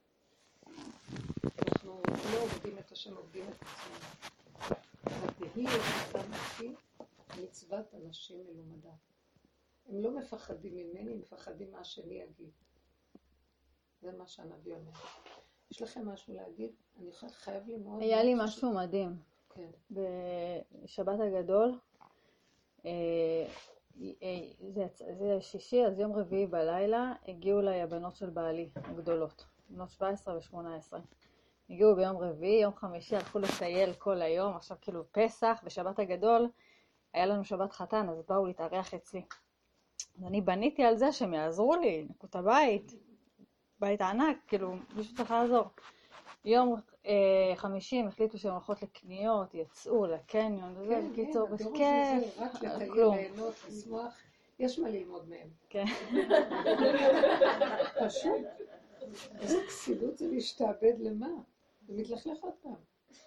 אנחנו לא עובדים את השם, עובדים את עצמנו. ותהי את אנשים, מצוות אנשים מלומדה. הם לא מפחדים ממני, הם מפחדים מה השני יגיד. זה מה שהנביא אומר. יש לכם משהו להגיד? אני חייב לי מאוד... היה לי משהו מדהים. כן. בשבת הגדול, זה שישי, אז יום רביעי בלילה הגיעו אליי הבנות של בעלי, הגדולות, בנות 17 ו-18. הגיעו ביום רביעי, יום חמישי הלכו לטייל כל היום, עכשיו כאילו פסח, בשבת הגדול היה לנו שבת חתן, אז באו להתארח אצלי. אז אני בניתי על זה שהם יעזרו לי, נקו את הבית, בית ענק, כאילו מישהו צריך לעזור. יום חמישי הם החליטו שהם הולכות לקניות, יצאו לקניון, וזה בקיצור בכיף, רק לטייל, כלום. ליהנות, לשמוח, יש מה ללמוד מהם. כן. פשוט, איזה כסילות זה להשתעבד למה? ומתלכלך עוד פעם.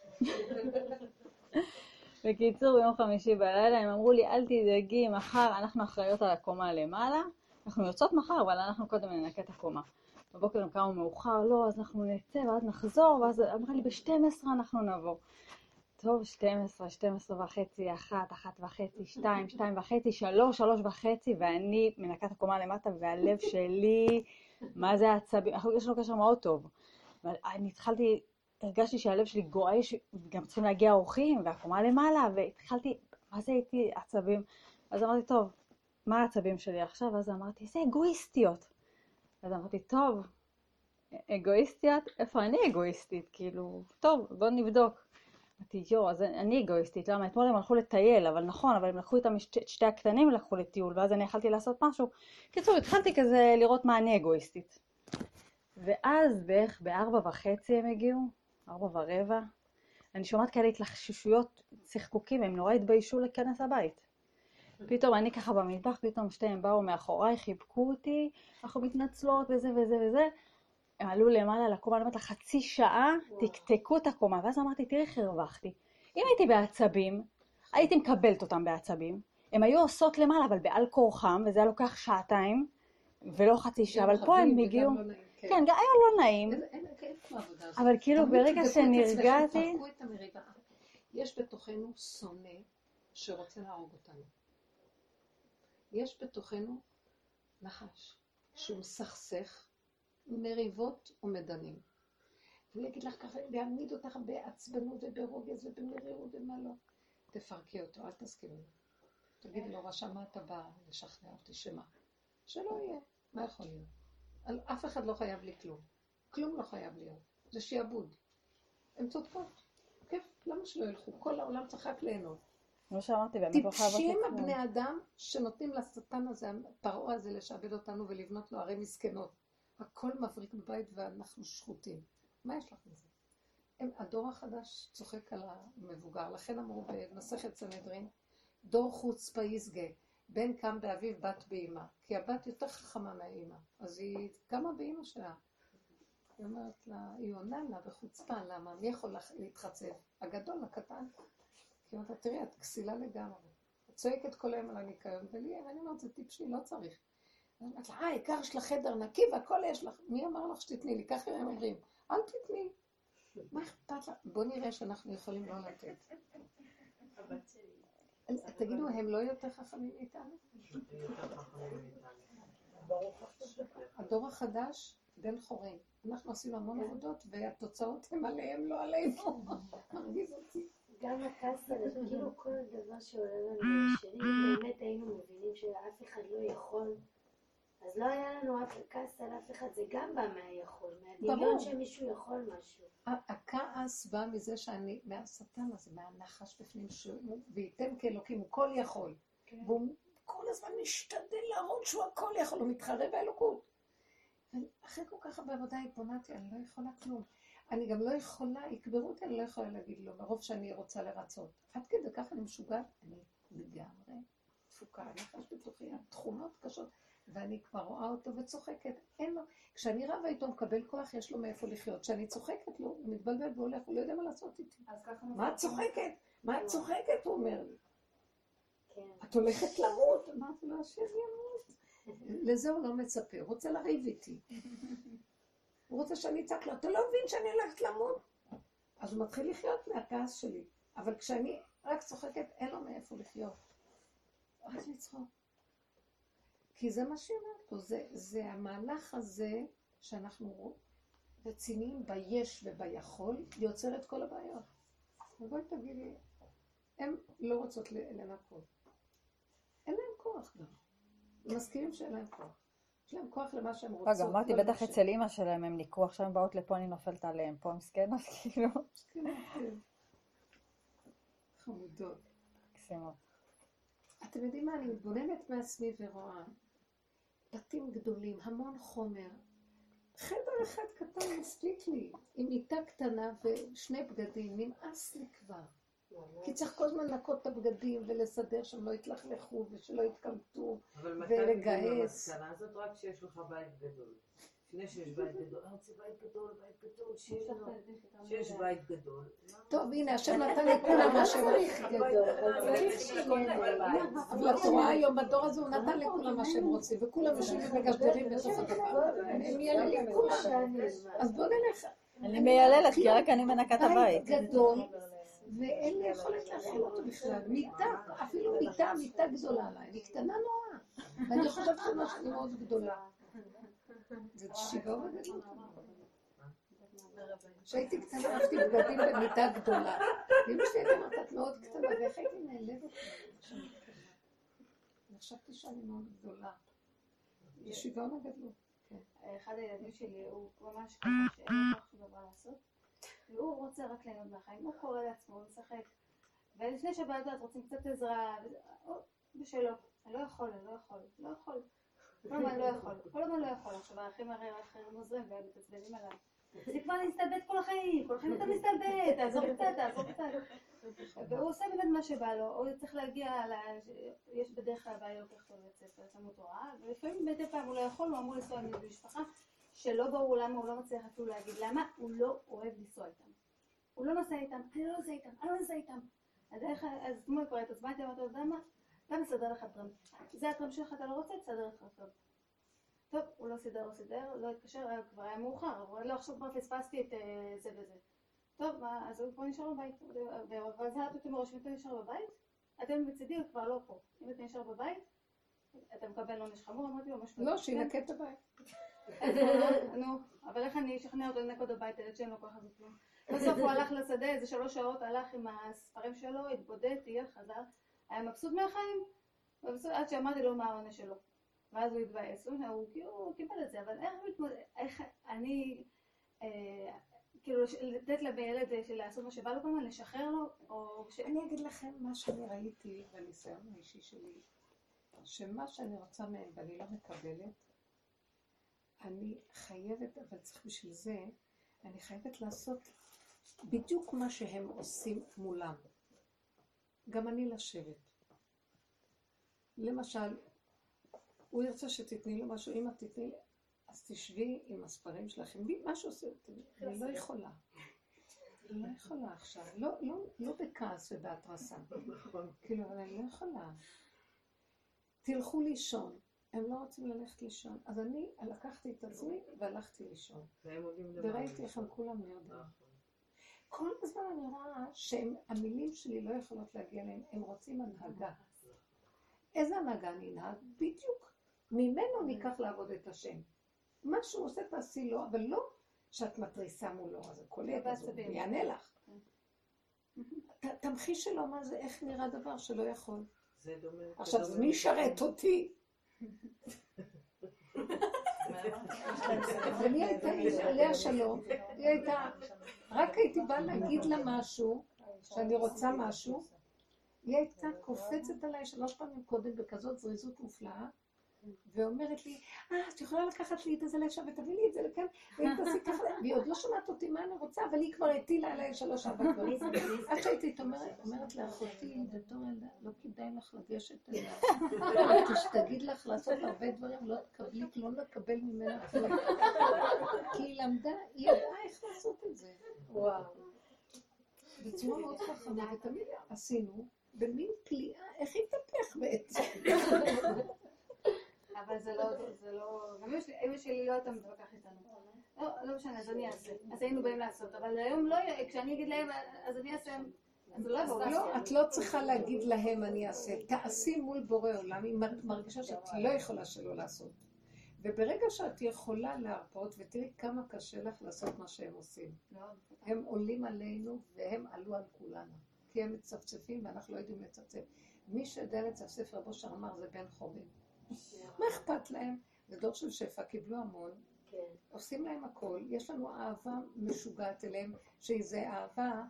בקיצור, יום חמישי בלילה הם אמרו לי, אל תדאגי, מחר אנחנו אחראיות על הקומה למעלה, אנחנו יוצאות מחר, אבל אנחנו קודם ננקה את הקומה. בבוקר הם קמו מאוחר, לא, אז אנחנו נצא ואז נחזור, ואז אמרה לי, ב-12 אנחנו נבוא. טוב, 12, 12 וחצי, 1, 1 וחצי, 2, 2 וחצי, 3, 3 וחצי, ואני מנקה את הקומה למטה, והלב שלי, מה זה העצבים? יש לו קשר מאוד טוב. אני הרגשתי שהלב שלי גועש, גם צריכים להגיע אורחים, והקומה למעלה, והתחלתי, מה זה הייתי עצבים? אז אמרתי, טוב, מה העצבים שלי עכשיו? אז אמרתי, זה אגואיסטיות. אז אמרתי, טוב, אגואיסטיות? איפה אני אגואיסטית? כאילו, טוב, בוא נבדוק. אמרתי, אז אני אגואיסטית, למה? אתמול הם הלכו לטייל, אבל נכון, אבל הם לקחו איתם את שתי הקטנים ולקחו לטיול, ואז אני יכלתי לעשות משהו. קיצור, התחלתי כזה לראות מה אני אגואיסטית. ואז בערך ב4:30 הם הגיעו, 4:15, אני שומעת כאלה התלחשושויות, צחקוקים, הם נורא התביישו להיכנס הבית. פתאום אני ככה במטבח, פתאום שתיהם באו מאחוריי, חיבקו אותי, אנחנו מתנצלות וזה וזה וזה. הם עלו למעלה לקומה, למטה חצי שעה, תקתקו את הקומה, ואז אמרתי, תראי איך הרווחתי. אם הייתי בעצבים, הייתי מקבלת אותם בעצבים. הם היו עושות למעלה, אבל בעל כורחם, וזה היה לוקח שעתיים, ולא חצי שעה, אבל פה הם הגיעו. כן, גם היה לא נעים. אבל כאילו ברגע שנרגעתי... יש בתוכנו שונא שרוצה להרוג אותנו. יש בתוכנו נחש שהוא מסכסך מריבות ומדנים. הוא יגיד לך ככה, להעמיד אותך בעצבנות וברוגז ובמרירות ומה לא. תפרקי אותו, אל תסכימי. תגידי לו, רשע, מה אתה בא לשכנע אותי? שמה? שלא יהיה. מה יכול להיות? אף אחד לא חייב לי כלום. כלום לא חייב להיות. זה שיעבוד. הם צודקות. כיף, למה שלא ילכו? כל העולם צריך רק ליהנות. כמו שאמרתי, באמת לא חייבות טיפשים הבני אדם שנותנים לשטן הזה, הפרעה הזה, לשעבד אותנו ולבנות לו ערי מסכנות. הכל מבריק בבית ואנחנו שחוטים. מה יש לך מזה? הדור החדש צוחק על המבוגר. לכן אמרו במסכת סנהדרין, דור חוצפה יסגה. בן קם באביו, בת באמא. כי הבת יותר חכמה מהאמא. אז היא קמה באמא שלה. היא אומרת לה, היא עונה לה בחוצפה, למה? מי יכול להתחצב? הגדול, הקטן. כי היא אומרת, תראי, את כסילה לגמרי. את צועקת כל היום על הניקיון, ואני אומרת, זה טיפשי, לא צריך. אני אומרת לה, העיקר יש לך חדר נקי והכל יש לך. מי אמר לך שתתני לי? ככה הם אומרים, אל תתני. מה אכפת לך? בוא נראה שאנחנו יכולים לא לתת. תגידו, הם לא יותר חכמים מאיתנו? הדור החדש, בן חורין. אנחנו עושים המון עבודות, והתוצאות הן עליהם, לא עלינו. מרגיז אותי. גם הכעס הזה, כאילו כל דבר שעולה לנו שני, באמת היינו מבינים שאף אחד לא יכול, אז לא היה לנו רק כעס על אף אחד, זה גם בא מהיכול, מהדמיון שמישהו יכול משהו. הכעס בא מזה שאני, מהשטן הזה, מהנחש בפנים, וייתן כאלוקים, הוא כל יכול. והוא כל הזמן משתדל להראות שהוא הכל יכול, הוא מתחרה באלוקות. אחרי כל כך בעבודה התבוננתי, אני לא יכולה כלום. אני גם לא יכולה, יקברו אותי, אני לא יכולה להגיד לו, מרוב שאני רוצה לרצות. עד כדי כך אני משוגעת, אני לגמרי תפוקה, אני חש בתוכי, תכונות קשות, ואני כבר רואה אותו וצוחקת. אין לו, כשאני רבה איתו מקבל כוח, יש לו מאיפה לחיות. כשאני צוחקת לו, הוא מתבלבל והולך, הוא לא יודע מה לעשות איתי. מה את צוחקת? מה את צוחקת? הוא אומר לי. את הולכת למות. אמרתי לו, השם ימות. לזה הוא לא מצפה, הוא רוצה לריב איתי. הוא רוצה שאני אצעק לו, אתה לא מבין שאני הולכת למות? אז הוא מתחיל לחיות מהכעס שלי. אבל כשאני רק צוחקת, אין לו מאיפה לחיות. רק לצחוק. כי זה מה שהיא אומרת פה, זה המהלך הזה שאנחנו רציניים ביש וביכול, יוצר את כל הבעיות. ובואי תגידי, הם לא רוצות לנקות. אין להם כוח גם. הם מסכימים שאין להם כוח. יש להם כוח למה שהם רוצות. רגע, אמרתי, בטח אצל אמא שלהם הם ניקו, עכשיו הם באות לפה, אני נופלת עליהם. פה מסכנות, כאילו. חמודות. מקסימות. אתם יודעים מה? אני מתבוננת מעצמי ורואה בתים גדולים, המון חומר. חדר אחד קטן מספיק לי, עם מיטה קטנה ושני בגדים, נמאס לי כבר. כי צריך כל הזמן לנקות את הבגדים ולסדר שהם לא יתלכלכו ושלא יתקלטו ולגייס. המסקנה הזאת רק שיש לך בית גדול. לפני שיש בית גדול, אני רוצה בית גדול, שיש בית גדול. טוב, הנה, השם נתן לכולם מה שהם רוצים. אבל את רואה היום בדור הזה, הוא נתן לכולם מה שהם רוצים, וכולם יושבים ומגשדרים בסוף הדבר. הם יללים כולם. אז בואו נלך. אני מייללת, כי רק אני מנקה את הבית. בית גדול, ואין לי יכולת להכיל אותו בכלל. מיטה, אפילו מיטה גדולה עליי. היא קטנה נורא. ואני חושבת שאני מאוד גדולה. זה שיגעון הגדול. כשהייתי קטנה, אהבתי בגדים במיטה גדולה. ואמא שלי הייתה אמרת, את מאוד קטנה, ואיך הייתי נעלבת? אני חשבתי שאני מאוד גדולה. זה שיגעון הגדול. אחד הילדים שלי, הוא ממש ככה שאין לו כוח שום דבר לעשות. והוא רוצה רק ליהנות מהחיים, הוא קורא לעצמו, הוא משחק. ולפני שבאמת רוצים קצת עזרה, בשלו, אני לא יכול. כל הזמן לא יכול. עכשיו האחים האחרים עוזרים והם מתעצבנים עליו. זה כבר להסתלבט כל החיים אתה מסתלבט, תעזור קצת. והוא עושה באמת מה שבא לו, הוא צריך להגיע, יש בדרך כלל בעיה לוקח לו לצאת לתלמוד תורה, ולפעמים מדי פעם הוא לא יכול, הוא אמור לנסוע עם משפחה, שלא ברור למה הוא לא מצליח אפילו להגיד למה הוא לא אוהב לנסוע איתם. הוא לא נוסע איתם, אני לא נוסע איתם. אז כמו כבר התעצבנתי, אמרתי לו, יודע מה? אתה מסדר לך טרם. זה הטרם שלך, אתה לא רוצה, תסדר לך טרם. טוב, הוא לא סידר, לא התקשר, כבר היה מאוחר, אבל לא, עכשיו כבר פספסתי את זה וזה. טוב, אז הוא כבר נשאר בבית. ואז אותי מראש, אם אתה נשאר בבית, אתם בצדי, הוא כבר לא פה. אם אתה נשאר בבית, אתה מקבל עונש חמור, אמרתי לו משהו. לא, שינקה את הבית. נו, אבל איך אני אשכנע אותו לנקות הבית, הילד שאין לו ככה וכלום. בסוף הוא הלך לשדה, איזה 3 שעות, הלך עם הספרים שלו, התבודד, טייל, חזר, היה מבסוט מהחיים, עד שאמרתי לו מה העונש שלו. ואז הוא התבאס, הוא קיבל את זה, אבל איך אני, כאילו, לתת לילד לעשות מה שבא לו כל הזמן, לשחרר לו, או אני אגיד לכם מה שאני ראיתי בניסיון האישי שלי, שמה שאני רוצה מהם ואני לא מקבלת, אני חייבת, אבל צריך בשביל זה, אני חייבת לעשות בדיוק מה שהם עושים מולם. גם אני לשבת. למשל, הוא ירצה שתתני לו משהו, אם את תתני לי, אז תשבי עם הספרים שלכם, מה שעושה אותי, אני לא יכולה. אני לא יכולה עכשיו, לא בכעס ובהתרסה. כאילו, אבל אני לא יכולה. תלכו לישון. הם לא רוצים ללכת לישון. אז אני לקחתי את עצמי והלכתי לישון. וראיתי איך הם כולם נרדים. כל הזמן אני רואה שהמילים שלי לא יכולות להגיע להם, הם רוצים הנהגה. איזה הנהגה ננהג? בדיוק. ממנו ניקח לעבוד את השם. מה שהוא עושה תעשי לו, אבל לא שאת מטריסה מולו, אז הכל הוא יענה לך. תמחיש שלו מה זה, איך נראה דבר שלא יכול. עכשיו, מי ישרת אותי? ואני הייתה עליה שלום, היא הייתה, רק הייתי באה להגיד לה משהו, שאני רוצה משהו, היא הייתה קופצת עליי 3 פעמים קודם בכזאת זריזות מופלאה, ואומרת לי, את יכולה לקחת לי את זה לשם ותביא לי את זה לכאן, והיא עוד לא שומעת אותי מה אני רוצה, אבל היא כבר הטילה עליי 3-4 דברים. עד שהייתי אומרת לאחותי, בתור ילדה, לא כדאי לך לגשת אליה. תגיד לך לעשות הרבה דברים, לא לקבל ממנה כלום. כי היא למדה, היא ידעה איך לעשות את זה. וואו. בצורה מאוד חכמה, ותמיד עשינו, במין פליאה, איך התהפך בעצם. אבל זה לא, גם אמא שלי לא הייתה מתווכח איתנו. לא משנה, אז אני אעשה. אז היינו באים לעשות, אבל היום לא, כשאני אגיד להם, אז אני אעשה, אז לא יבואו. לא, את לא צריכה להגיד להם אני אעשה. תעשי מול בורא עולם, אם את מרגישה שאת לא יכולה שלא לעשות. וברגע שאת יכולה להרפות, ותראי כמה קשה לך לעשות מה שהם עושים. הם עולים עלינו והם עלו על כולנו. כי הם מצפצפים ואנחנו לא יודעים לצפצף. מי שיודע לצפצף, רבו שר אמר, זה בן חורים. מה אכפת להם? זה דור של שפע, קיבלו המון. עושים להם הכל. יש לנו אהבה משוגעת אליהם, שזה אהבה,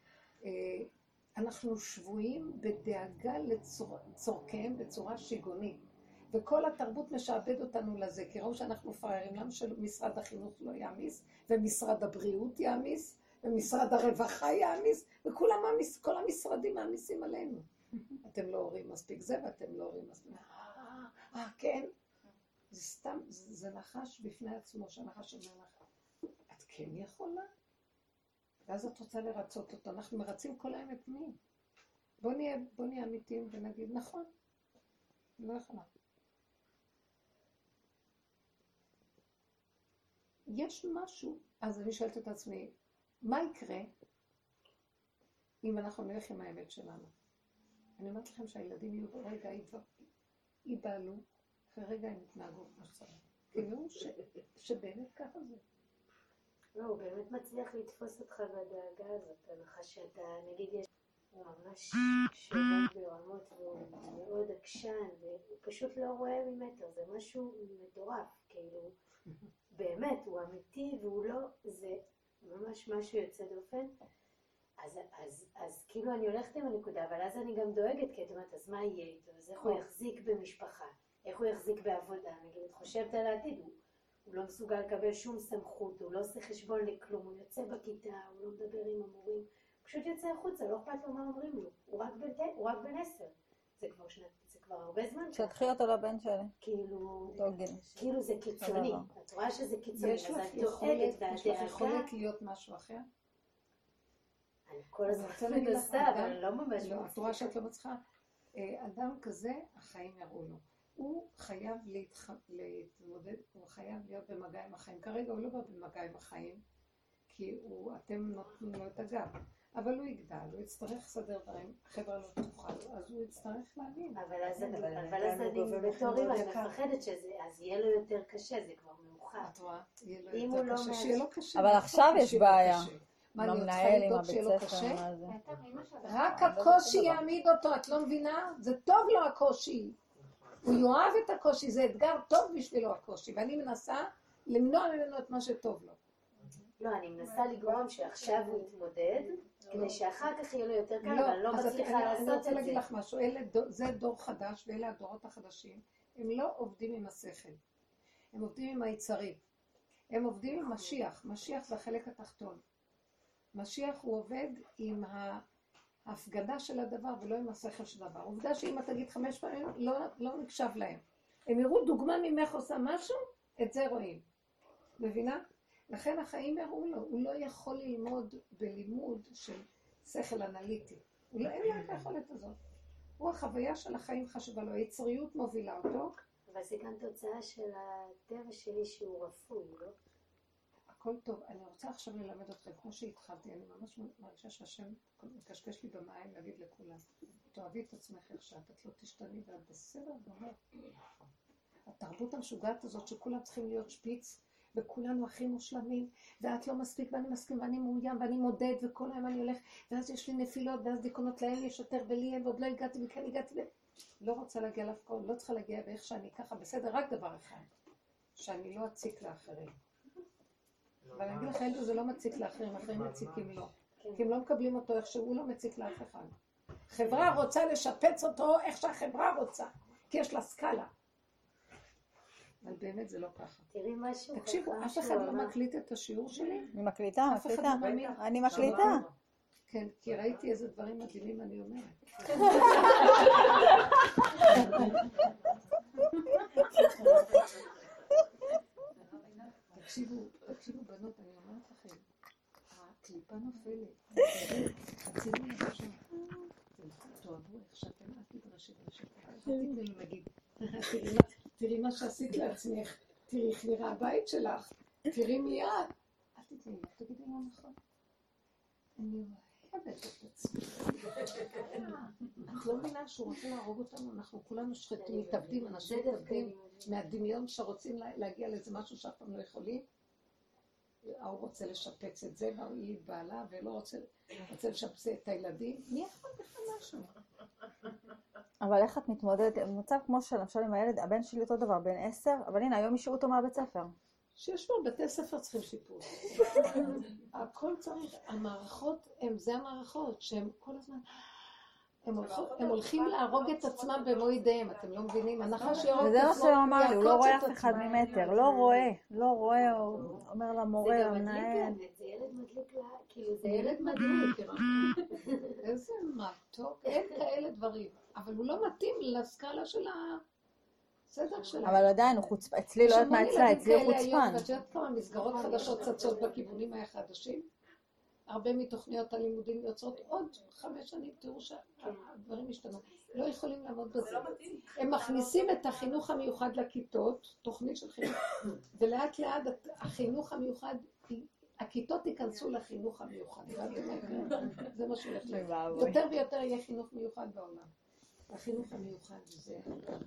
אנחנו שבויים בדאגה לצורכיהם בצורה שיגונית. וכל התרבות משעבד אותנו לזה, כי ראו שאנחנו פריירים, למה שמשרד החינוך לא יעמיס, ומשרד הבריאות יעמיס, ומשרד הרווחה יעמיס, וכולם מעמיס, כל המשרדים מעמיסים עלינו. אתם לא הורים מספיק זה, ואתם לא הורים מספיק. כן? זה סתם, זה נחש בפני עצמו, שהנחש אומר לך, את כן יכולה? ואז את רוצה לרצות אותו, אנחנו מרצים כל היום את מי? בוא נהיה אמיתיים ונגיד, נכון, לא יכולה. יש משהו, אז אני שואלת את עצמי, מה יקרה אם אנחנו נלך עם האמת שלנו? אני אומרת לכם שהילדים יהיו ברגע, ייבעלו, אחרי רגע הם יתנהגו כמו שצריך. כאילו שבאמת ככה זה. לא, הוא באמת מצליח לתפוס אותך בדאגה הזאת, הנחה שאתה, נגיד, הוא ממש שורד ברמות והוא מאוד עקשן, והוא פשוט לא רואה ממטר, זה משהו מטורף, כאילו, באמת, הוא אמיתי והוא לא, זה ממש משהו יוצא דופן. אז כאילו אני הולכת עם הנקודה, אבל אז אני גם דואגת, כי את אומרת, אז מה יהיה איתו? אז איך הוא יחזיק במשפחה? איך הוא יחזיק בעבודה? נגיד, את חושבת על העתיד, הוא לא מסוגל לקבל שום סמכות, הוא לא עושה חשבון לכלום, הוא יוצא בכיתה, הוא לא מדבר עם המורים, הוא פשוט יוצא החוצה, לא אכפת לו מה אומרים לו, הוא רק בן 10. זה כבר הרבה זמן. שתחי אותו לבן שלי. כאילו זה קיצוני. את רואה שזה קיצוני, אז את דואגת והדאגה. יש לך יכולת להיות משהו אחר? אני כל הזמן מנסה, אבל אני לא ממש מצליחה. את רואה שאת לא מצליחה? אדם כזה, החיים יראו לו. הוא חייב להתמודד, הוא חייב להיות במגע עם החיים. כרגע הוא לא בא במגע עם החיים, כי אתם נותנים לו את הגב. אבל הוא יגדל, הוא יצטרך לסדר דברים, החברה לא תוכל, אז הוא יצטרך להבין. אבל אז אני בתור אימא, אני מפחדת שזה, אז יהיה לו יותר קשה, זה כבר מאוחר. את רואה? יהיה לו יותר קשה, שיהיה לו קשה. אבל עכשיו יש בעיה. מה, אני צריכה לדאוג שיהיה לו קשה? רק הקושי יעמיד אותו, את לא מבינה? זה טוב לו הקושי. הוא יאהב את הקושי, זה אתגר טוב בשבילו הקושי, ואני מנסה למנוע ממנו את מה שטוב לו. לא, אני מנסה לגרום שעכשיו הוא יתמודד, כדי שאחר כך יהיה לו יותר קל, אבל לא מצליחה לעשות את זה. אני רוצה להגיד לך משהו, זה דור חדש, ואלה הדורות החדשים, הם לא עובדים עם השכל, הם עובדים עם היצרים, הם עובדים עם משיח, משיח זה החלק התחתון. משיח הוא עובד עם ההפגדה של הדבר ולא עם השכל של הדבר. עובדה שאם אתה תגיד 5 פעמים, לא נקשב להם. הם יראו דוגמה ממך עושה משהו, את זה רואים. מבינה? לכן החיים יראו לו, הוא לא יכול ללמוד בלימוד של שכל אנליטי. אין לו את היכולת הזאת. הוא החוויה של החיים חשובה לו, היצריות מובילה אותו. אבל זה גם תוצאה של הטבע שלי שהוא רפוי, לא? הכל טוב, אני רוצה עכשיו ללמד אתכם, כמו שהתחלתי, אני ממש מרגישה שהשם מקשקש לי במים להגיד לכולם. תאהבי את עצמך איך שאת, את לא תשתני ואת בסדר גמור. התרבות המשוגעת הזאת שכולם צריכים להיות שפיץ, וכולנו הכי מושלמים, ואת לא מספיק ואני מסכים ואני מאוים ואני מודד וכל היום אני הולך, ואז יש לי נפילות ואז דיכאונות להם יש יותר ולי אין ועוד לא הגעתי וכאן הגעתי לא רוצה להגיע לאף כל, לא צריכה להגיע באיך שאני ככה בסדר, רק דבר אחד, שאני לא אציק לאחרים. אבל אני אגיד לך, זה לא מציק לאחרים, אחרים מציקים לו. כי הם לא מקבלים אותו איך שהוא לא מציק לאף אחד. חברה רוצה לשפץ אותו איך שהחברה רוצה, כי יש לה סקאלה. אבל באמת זה לא ככה. תראי משהו. תקשיבו, אף אחד לא מקליט את השיעור שלי? אני מקליטה. אני מקליטה. כן, כי ראיתי איזה דברים מדהימים אני אומרת. תקשיבו בנות, אני אומרת לכם, הקליפה נופלת, הצילי לבושה, תאהבו איך שאתם, אל תדרשי דרשת, אל תתמלו להגיד, תראי מה שעשית לעצמך, תראי איך נראה הבית שלך, תראי מיד, אל תתמלו, תגידי לא נכון, אני אוהב מוות את עצמי. את לא מבינה שהוא רוצה להרוג אותנו, אנחנו כולנו שחטים, מתאבדים, אנשים מתאבדים מהדמיון שרוצים להגיע לאיזה משהו שאף פעם לא יכולים. הוא רוצה לשפץ את זה, והיא בעלה, ולא רוצה לשפץ את הילדים. מי יכול בכלל משהו? אבל איך את מתמודדת? במצב כמו שלמשל עם הילד, הבן שלי אותו דבר, בן 10, אבל הנה, היום השאירו אותו מהבית ספר. שישבו, בתי ספר צריכים שיפור. הכל צריך, המערכות, זה המערכות, שהם כל הזמן, הם הולכים להרוג את עצמם במו ידיהם, אתם לא מבינים? הנחש יהרוג את וזה מה עצמו, שהוא אמר לי, הוא לא יעקוץ רואה את אף אחד עצמו. ממטר, לא רואה, הוא אומר למורה, למנהל. זה ילד מדליק לה, כאילו זה ילד מדליק. איזה מתוק, אין כאלה דברים. אבל הוא לא מתאים לסקאלה של הסדר שלה. אבל עדיין הוא חוצפן, אצלי לא יודעת מה אצלה, אצלי הוא חוצפן. ואת יודעת כמה מסגרות חדשות צצות בכיוונים החדשים? הרבה מתוכניות הלימודים יוצאות עוד 5 שנים, תראו שהדברים השתנו. לא יכולים לעמוד בזה. הם מכניסים את החינוך המיוחד לכיתות, תוכנית של חינוך, ולאט לאט החינוך המיוחד, הכיתות ייכנסו לחינוך המיוחד. זה מה שהולך להיות. יותר ויותר יהיה חינוך מיוחד בעולם. החינוך המיוחד זה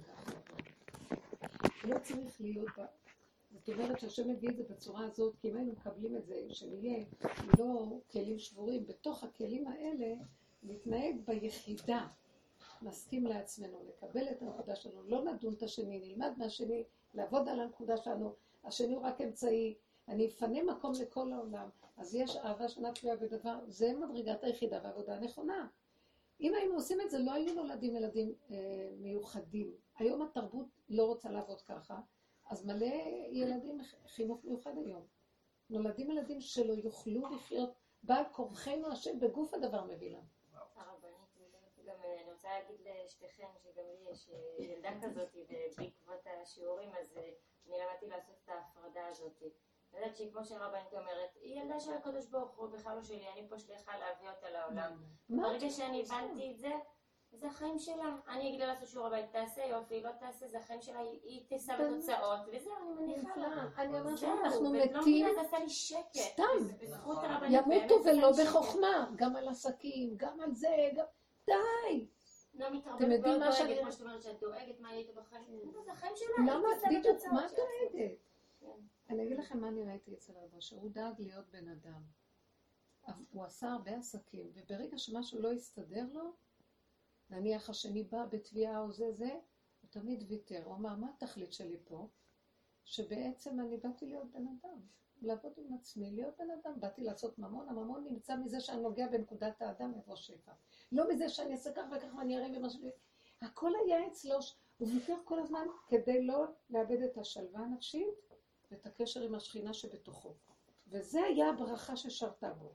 לא צריך להיות בה. זאת אומרת שהשם מביא את זה בצורה הזאת, כי אם היינו מקבלים את זה, שנהיה לא כלים שבורים, בתוך הכלים האלה, להתנהג ביחידה, נסכים לעצמנו, לקבל את הנקודה שלנו, לא נדון את השני, נלמד מהשני, לעבוד על הנקודה שלנו, השני הוא רק אמצעי, אני אפנה מקום לכל העולם, אז יש אהבה שנה תלויה בדבר, זה מדרגת היחידה והעבודה הנכונה. אם היינו עושים את זה, לא היו נולדים ילדים מיוחדים. היום התרבות לא רוצה לעבוד ככה, אז מלא ילדים חינוך מיוחד היום. נולדים ילדים שלא יוכלו לחיות, בעל כורחנו השם בגוף הדבר מביא להם. הרבנית, גם אני רוצה להגיד לשתיכן שגם לי יש ילדה כזאת, ובעקבות השיעורים אז אני למדתי לעשות את ההפרדה הזאת. אני יודעת שהיא כמו שהרבנית אומרת, היא ילדה של הקדוש ברוך הוא, בכלל לא שלי, אני פה שליחה להביא אותה לעולם. ברגע שאני הבנתי את זה, זה החיים שלה. אני אגיד לה לעשות שיעור הבית, תעשה יופי, לא תעשה, זה החיים שלה, היא תישא בתוצאות, וזהו, אני מניחה לה. אני אומרת שאנחנו מתים, ולא מבינה, זה עשה לי שקט. סתם, בזכות הרבנית, ימותו ולא בחוכמה, גם על עסקים, גם על זה, גם... די! לא מתערבבת ולא דואגת, כמו שאת אומרת שאת דואגת מה היית בחיים. זה החיים שלה, למה? היא תישא בדיוק, בתוצאות. מה את דואגת? אני אגיד לכם מה אני ראיתי אצל הרב, שהוא דאג להיות בן אדם. הוא עשה הרבה עסקים, וברגע שמשהו לא הסתדר לו, נניח השני בא בתביעה או זה, הוא תמיד ויתר. הוא אמר, מה התכלית שלי פה? שבעצם אני באתי להיות בן אדם, לעבוד עם עצמי, להיות בן אדם, באתי לעשות ממון, הממון נמצא מזה שאני נוגע בנקודת האדם יבוא שפע. לא מזה שאני אעשה כך וכך ואני אראה ומה שלי. הכל היה אצלו, הוא ויתר כל הזמן כדי לא לאבד את השלווה הנפשית ואת הקשר עם השכינה שבתוכו. וזה היה הברכה ששרתה בו.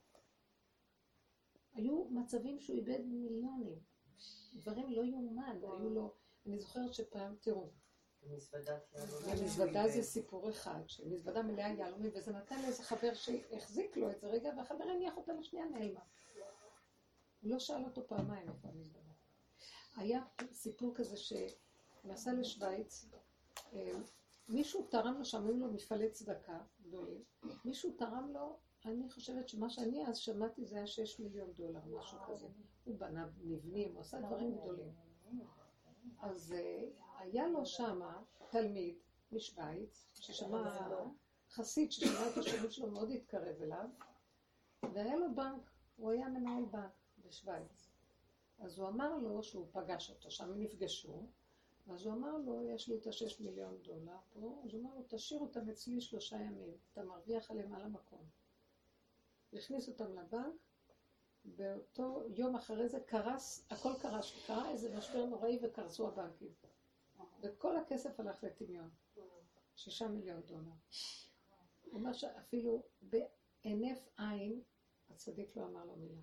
היו מצבים שהוא איבד מיליונים. דברים לא יאומן, היו לו, אני זוכרת שפעם, תראו, המזוודה זה סיפור אחד, שמזוודה מלאה יהלומים, וזה נתן לאיזה חבר שהחזיק לו את זה רגע, והחבר הניח אותה לשנייה נעלמה. הוא לא שאל אותו פעמיים איפה המזוודה. היה סיפור כזה שנסע לשוויץ, מישהו תרם לו שם, היו לו מפעלי צדקה גדולים, מישהו תרם לו, אני חושבת שמה שאני אז שמעתי זה היה $6 מיליון, משהו כזה. הוא בנה מבנים, הוא עשה דברים גדולים. אז היה לו שם תלמיד משוויץ, ששמע חסיד ששמע את השירות שלו מאוד התקרב אליו, והיה לו בנק, הוא היה מנהל בנק בשוויץ. אז הוא אמר לו שהוא פגש אותו, שם הם נפגשו, אז הוא אמר לו, יש לי את $6 מיליון פה, אז הוא אמר לו, תשאיר אותם אצלי 3 ימים, אתה מרוויח עליהם על המקום. הכניס אותם לבנק, באותו יום אחרי זה קרס, הכל קרס, קרה איזה משבר נוראי וקרסו הבנקים. וכל הכסף הלך לטמיון. $6 מיליון. הוא אומר שאפילו בהינף עין, הצדיק לא אמר לו מילה.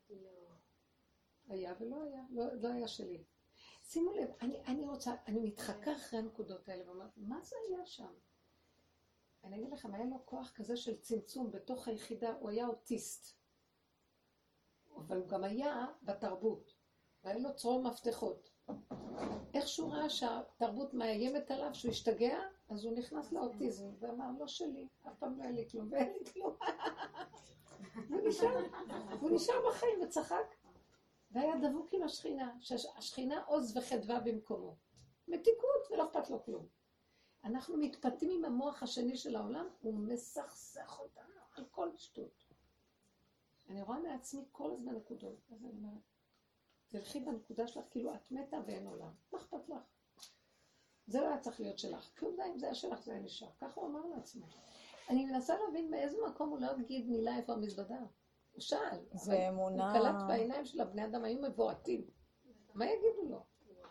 היה ולא היה, לא היה שלי. שימו לב, אני מתחקה אחרי הנקודות האלה ואומרת, מה זה היה שם? אני אגיד לכם, היה לו כוח כזה של צמצום בתוך היחידה, הוא היה אוטיסט. אבל הוא גם היה בתרבות, והיה לו צרור מפתחות. איך שהוא ראה שהתרבות מאיימת עליו, שהוא השתגע, אז הוא נכנס לאוטיזם, ואמר, לא שלי, אף פעם לא היה לי כלום, ואין לי כלום. והוא נשאר בחיים וצחק. והיה דבוק עם השכינה, שהשכינה עוז וחדווה במקומו. מתיקות ולא אכפת לו כלום. אנחנו מתפתים עם המוח השני של העולם, הוא מסכסך אותנו על כל שטות. אני רואה מעצמי כל הזמן נקודות, אז אני אומרת, תלכי בנקודה שלך כאילו את מתה ואין עולם. מה אכפת לך? זה לא היה צריך להיות שלך. כלום די, אם זה היה שלך, זה היה נשאר. ככה הוא אמר לעצמו. אני מנסה להבין באיזה מקום הוא לא יגיד מילה איפה המזוודה. הוא שאל, אבל הוא קלט בעיניים של הבני אדם, היו מבועטים. מה יגידו לו?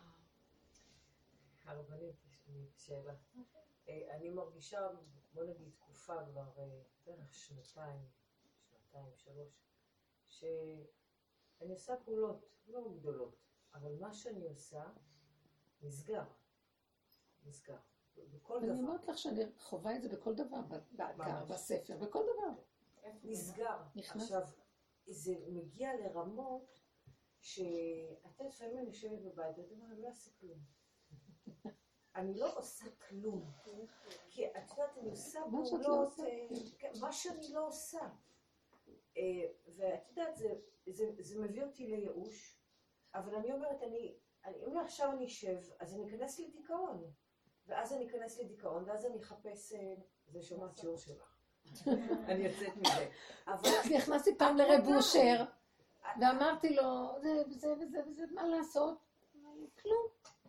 הרבנית, יש לי שאלה. אני מרגישה, בוא נגיד, תקופה כבר בערך שנתיים, שלוש, שאני עושה פעולות לא גדולות, אבל מה שאני עושה נסגר. בכל דבר. אני אומרת לך שאני חווה את זה בכל דבר, באתר, בספר, בכל דבר. נסגר. עכשיו, זה מגיע לרמות שאתה לפעמים אני יושבת בבית, ואתה אומר, אני לא אעשה כלום. אני לא עושה כלום. כי את יודעת, אני עושה פעולות, מה שאני לא עושה. ואת יודעת, זה מביא אותי לייאוש, אבל אני אומרת, אם עכשיו אני אשב, אז אני אכנס לדיכאון. ואז אני אחפש, זה שומעת שיעור שלך. אני יוצאת מזה. אבל נכנסתי פעם לרב אושר, ואמרתי לו, זה, מה לעשות? כלום.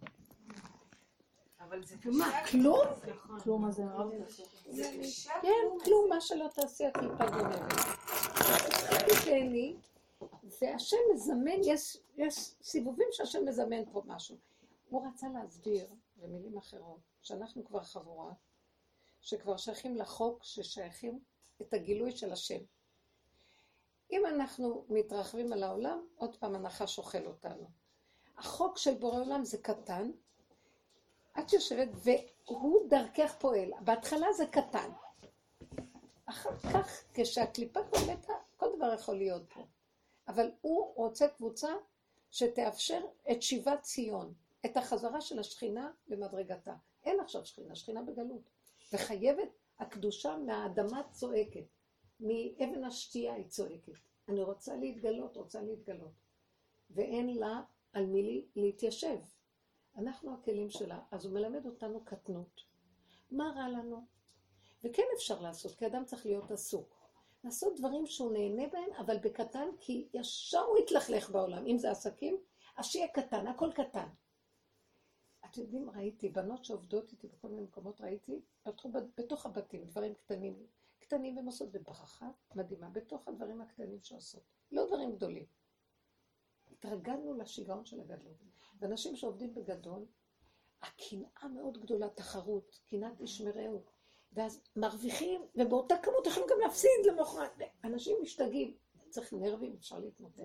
אבל זה מה, כלום? כלום הזה מאוד זה קשה. כן, כלום, מה שלא תעשי הקליפה גונבת. תתן לי, והשם מזמן, יש סיבובים שהשם מזמן פה משהו. הוא רצה להסביר, במילים אחרות, שאנחנו כבר חבורה, שכבר שייכים לחוק, ששייכים את הגילוי של השם. אם אנחנו מתרחבים על העולם, עוד פעם הנחש אוכל אותנו. החוק של בורא עולם זה קטן, את יושבת והוא דרכך פועל. בהתחלה זה קטן. אחר כך, כשהקליפה כבר מתה, כל דבר יכול להיות פה. אבל הוא רוצה קבוצה שתאפשר את שיבת ציון, את החזרה של השכינה למדרגתה. אין עכשיו שכינה, שכינה בגלות. וחייבת הקדושה מהאדמה צועקת, מאבן השתייה היא צועקת. אני רוצה להתגלות. ואין לה על מי להתיישב. אנחנו הכלים שלה, אז הוא מלמד אותנו קטנות. מה רע לנו? וכן אפשר לעשות, כי אדם צריך להיות עסוק. לעשות דברים שהוא נהנה בהם, אבל בקטן, כי ישר הוא יתלכלך בעולם. אם זה עסקים, אז שיהיה קטן, הכל קטן. אתם יודעים, ראיתי, בנות שעובדות איתי בכל מיני מקומות, ראיתי, פתחו בתוך הבתים, דברים קטנים והם עושות בברכה מדהימה, בתוך הדברים הקטנים שעושות. לא דברים גדולים. התרגלנו לשיגעון של הגדלות. ואנשים שעובדים בגדול, הקנאה מאוד גדולה, תחרות, קנאת ישמרהו. ואז מרוויחים, ובאותה כמות יכולים גם להפסיד למחרת. אנשים משתגעים. צריך נרבים, אפשר להתמוטט.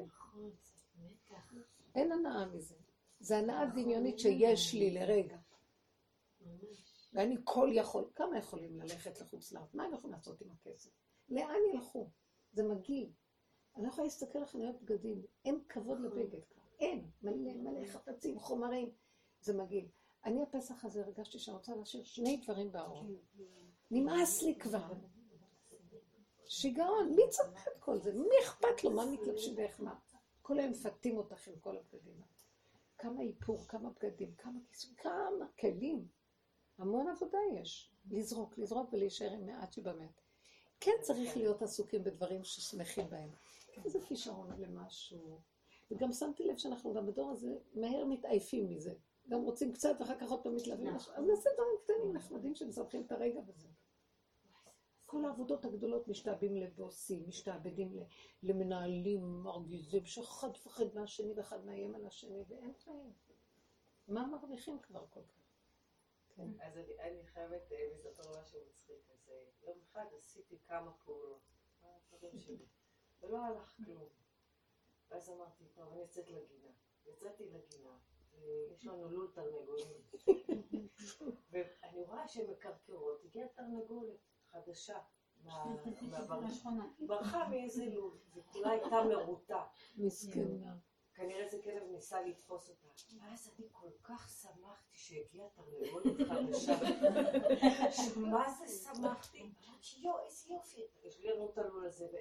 אין הנאה מזה. זה הנאה דמיונית שיש לי לרגע. ואני כל יכול. כמה יכולים ללכת לחוץ לארץ? מה הם יכולים לעשות עם הכסף? לאן ילכו? זה מגעיל. אני לא יכולה להסתכל על חנויות בגדים. אין כבוד לבגד כבר. אין. מלא חפצים, חומרים. זה מגעיל. אני הפסח הזה הרגשתי שאני רוצה להשאיר שני דברים בארון. נמאס לי כבר. שיגעון, מי צריך את כל זה? מי אכפת לו? מה מתלבשים ואיך מה? כל היום מפתים אותך עם כל הבגדים. כמה איפור, כמה בגדים, כמה כיסוי, כמה כלים. המון עבודה יש. לזרוק ולהישאר עם מעט שבאמת. כן צריך להיות עסוקים בדברים ששמחים בהם. איזה כישרון למשהו. וגם שמתי לב שאנחנו גם בדור הזה מהר מתעייפים מזה. גם רוצים קצת ואחר כך עוד פעם מתלווים. אז נעשה דברים קטנים נחמדים שמזרחים את הרגע בזה. כל העבודות הגדולות משתעבים לבוסים, משתעבדים למנהלים מרגיזים, שאחד פחד מהשני ואחד מאיים על השני, ואין חיים. מה מרוויחים כבר כל כך? כן. אז אני חייבת לספר משהו מצחיק. אז יום אחד עשיתי כמה פעולות, ולא הלך כלום. ואז אמרתי, טוב, אני יצאתי לגינה, ויש לנו לול תרנגולים. ואני רואה שהן מקרקרות, הגיעה תרנגולת חדשה מהשכונה. ברחה מאיזה לול, וכולה הייתה מרוטה. מסכנה. כנראה זה כלב ניסה לתפוס אותה. ואז אני כל כך שמחתי שהגיעה תרנגולת חדשה. מה זה שמחתי? אמרתי, איזה יופי. יש לי לנו את הלול הזה, ואין התחדשות.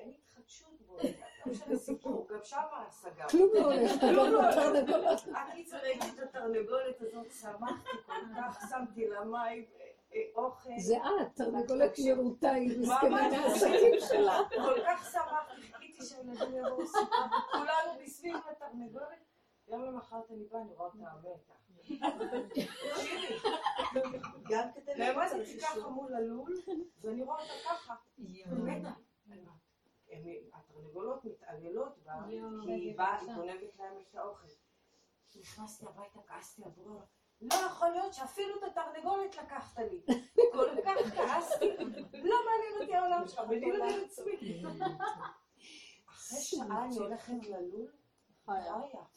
התנגשות בו, לא משנה סיפור, גם שם סגר. כלום לא הולך, כלום לא תרנגולות. הקיצר ראיתי את התרנגולת הזאת, שמחתי כל כך, שמתי לה מים, אוכל. זה את, תרנגולת ירוטה, היא מסכנה ממש. מהעסקים שלה. כל כך שמחתי, חיכיתי שהילדים יבואו סיפור, כולנו מסביב לתרנגולת. יום למחרת אני באה, אני רואה אותה מתה. תקשיבי, גם כדי נעמדתי ככה מול הלול, ואני רואה אותה ככה, מתה. התרנגולות מתעללות בה, כי היא באה, היא גונבת להם את האוכל. נכנסתי הביתה, כעסתי עבורה. לא יכול להיות שאפילו את התרנגולת לקחת לי. כל כך כעסתי, לא מעניין אותי העולם שלך, בלי לדעת עצמי. אחרי שעה אני הולכת ללול, חיה.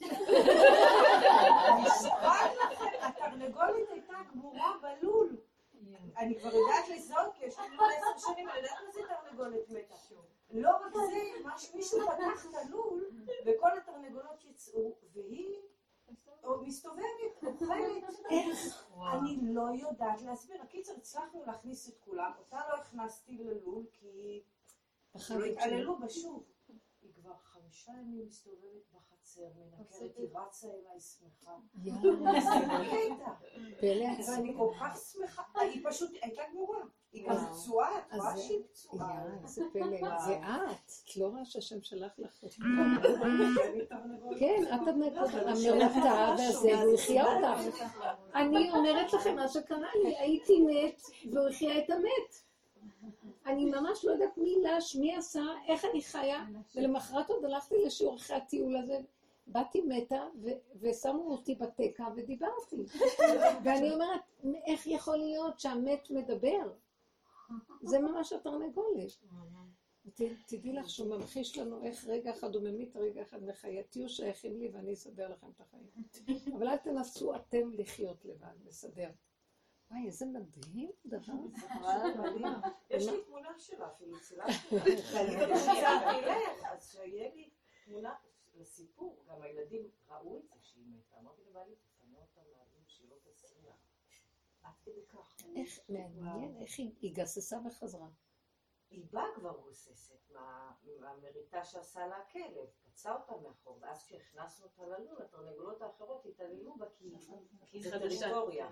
נשבעת לכם, התרנגולת הייתה גמורה בלול. אני כבר יודעת לזהות, כי יש לי 10 שנים, אני יודעת מה זה תרנגולת מתה. לא רק זה, מישהו פתח את הלול, וכל התרנגולות יצאו, והיא מסתובבת, אוכלת. איך? אני לא יודעת להסביר. הקיצר, הצלחנו להכניס את כולם, אותה לא הכנסתי ללול, כי לא התעללו בשוב. היא כבר 5 ימים מסתובבת בחצר, מנקרת, היא רצה אליי שמחה. ואני כל כך שמחה, היא פשוט הייתה גמורה. היא גם פצועה, את רואה שהיא פצועה. איזה פלא, זה את לא רואה שהשם שלח לך. כן, את המרותה והזה, והוא החיה אותך. אני אומרת לכם מה שקרה לי, הייתי מת והוא החיה את המת. אני ממש לא יודעת מי לש, מי עשה, איך אני חיה, ולמחרת עוד הלכתי לשיעור אחרי הטיול הזה, באתי מתה ושמו אותי בתקה ודיברתי. ואני אומרת, איך יכול להיות שהמת מדבר? זה ממש התרנגולת. תדעי לך שהוא ממחיש לנו איך רגע אחד הוא ממית, רגע אחד מחיה. תהיו שייכים לי ואני אסדר לכם את החיים. אבל אל תנסו אתם לחיות לבד, לסדר. וואי, איזה מדהים דבר. יש לי תמונה שלה אפילו, צילמתי. אני חשבתי לך, אז שיהיה לי תמונה לסיפור. גם הילדים ראו את זה שהיא מתה. אמרתי לבעלי, תפנה אותה מהלול שהיא לא תצליח. עד כדי כך. איך מעניין, איך היא גססה וחזרה. היא באה כבר גוססת מהמריטה שעשה לה הכלב. פצע אותה מאחור, ואז כשהכנסנו אותה ללול, התרנגולות האחרות התעללו בה כי זה טריטוריה.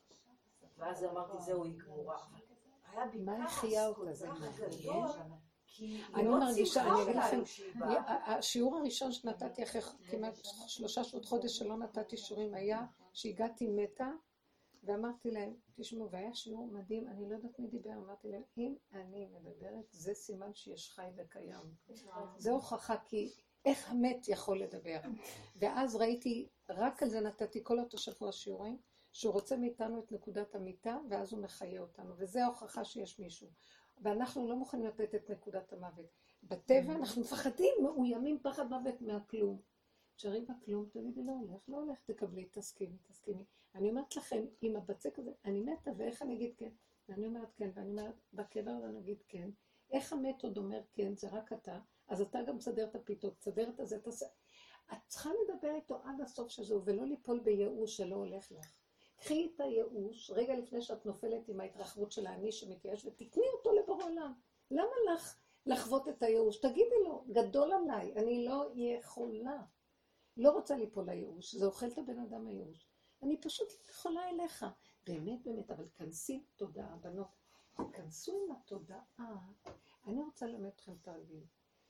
ואז אמרתי, זהו, היא גמורה. היה בי כעס כל כך גדול, כי היא לא צריכה אותנו שהיא באה. השיעור הראשון שנתתי אחרי כמעט 3 שעות חודש שלא נתתי שיעורים היה שהגעתי מתה, ואמרתי להם, תשמעו, והיה שיעור מדהים, אני לא יודעת מי דיבר, אמרתי להם, אם אני מדברת, זה סימן שיש חי וקיים. זה הוכחה, כי איך המת יכול לדבר? ואז ראיתי, רק על זה נתתי כל אותו שבוע שיעורים, שהוא רוצה מאיתנו את נקודת המיטה, ואז הוא מחיה אותנו, וזה ההוכחה שיש מישהו. ואנחנו לא מוכנים לתת את נקודת המוות. בטבע אנחנו מפחדים, מאוימים פחד מוות מהכלום. תשארי בכלום, תגידי, לא הולך, לא הולך, תקבלי, תסכימי. אני אומרת לכם, עם הבצק הזה, אני מתה, ואיך אני אגיד כן? ואני אומרת כן, ואני אומרת, בקבר אני אגיד כן. איך המת עוד אומר כן, זה רק אתה, אז אתה גם תסדר את הפיתות, תסדר את הזה, את צריכה לדבר איתו עד הסוף שזהו, ולא ליפול בייאוש שלא הולך לך. קחי את הייאוש, רגע לפני שאת נופלת עם ההתרחבות של האני שמתייאש, ותקני אותו לבורא עולם. למה לך לחוות את הייאוש? תגידי לו, גדול עליי, אני לא יכולה. לא רוצה ליפול לייאוש, זה אוכל את הבן אדם הייאוש. אני פשוט לא יכולה אליך. באמת, אבל כנסי תודעה, בנות. כנסו עם התודעה. אני רוצה ללמד אתכם תרגיל.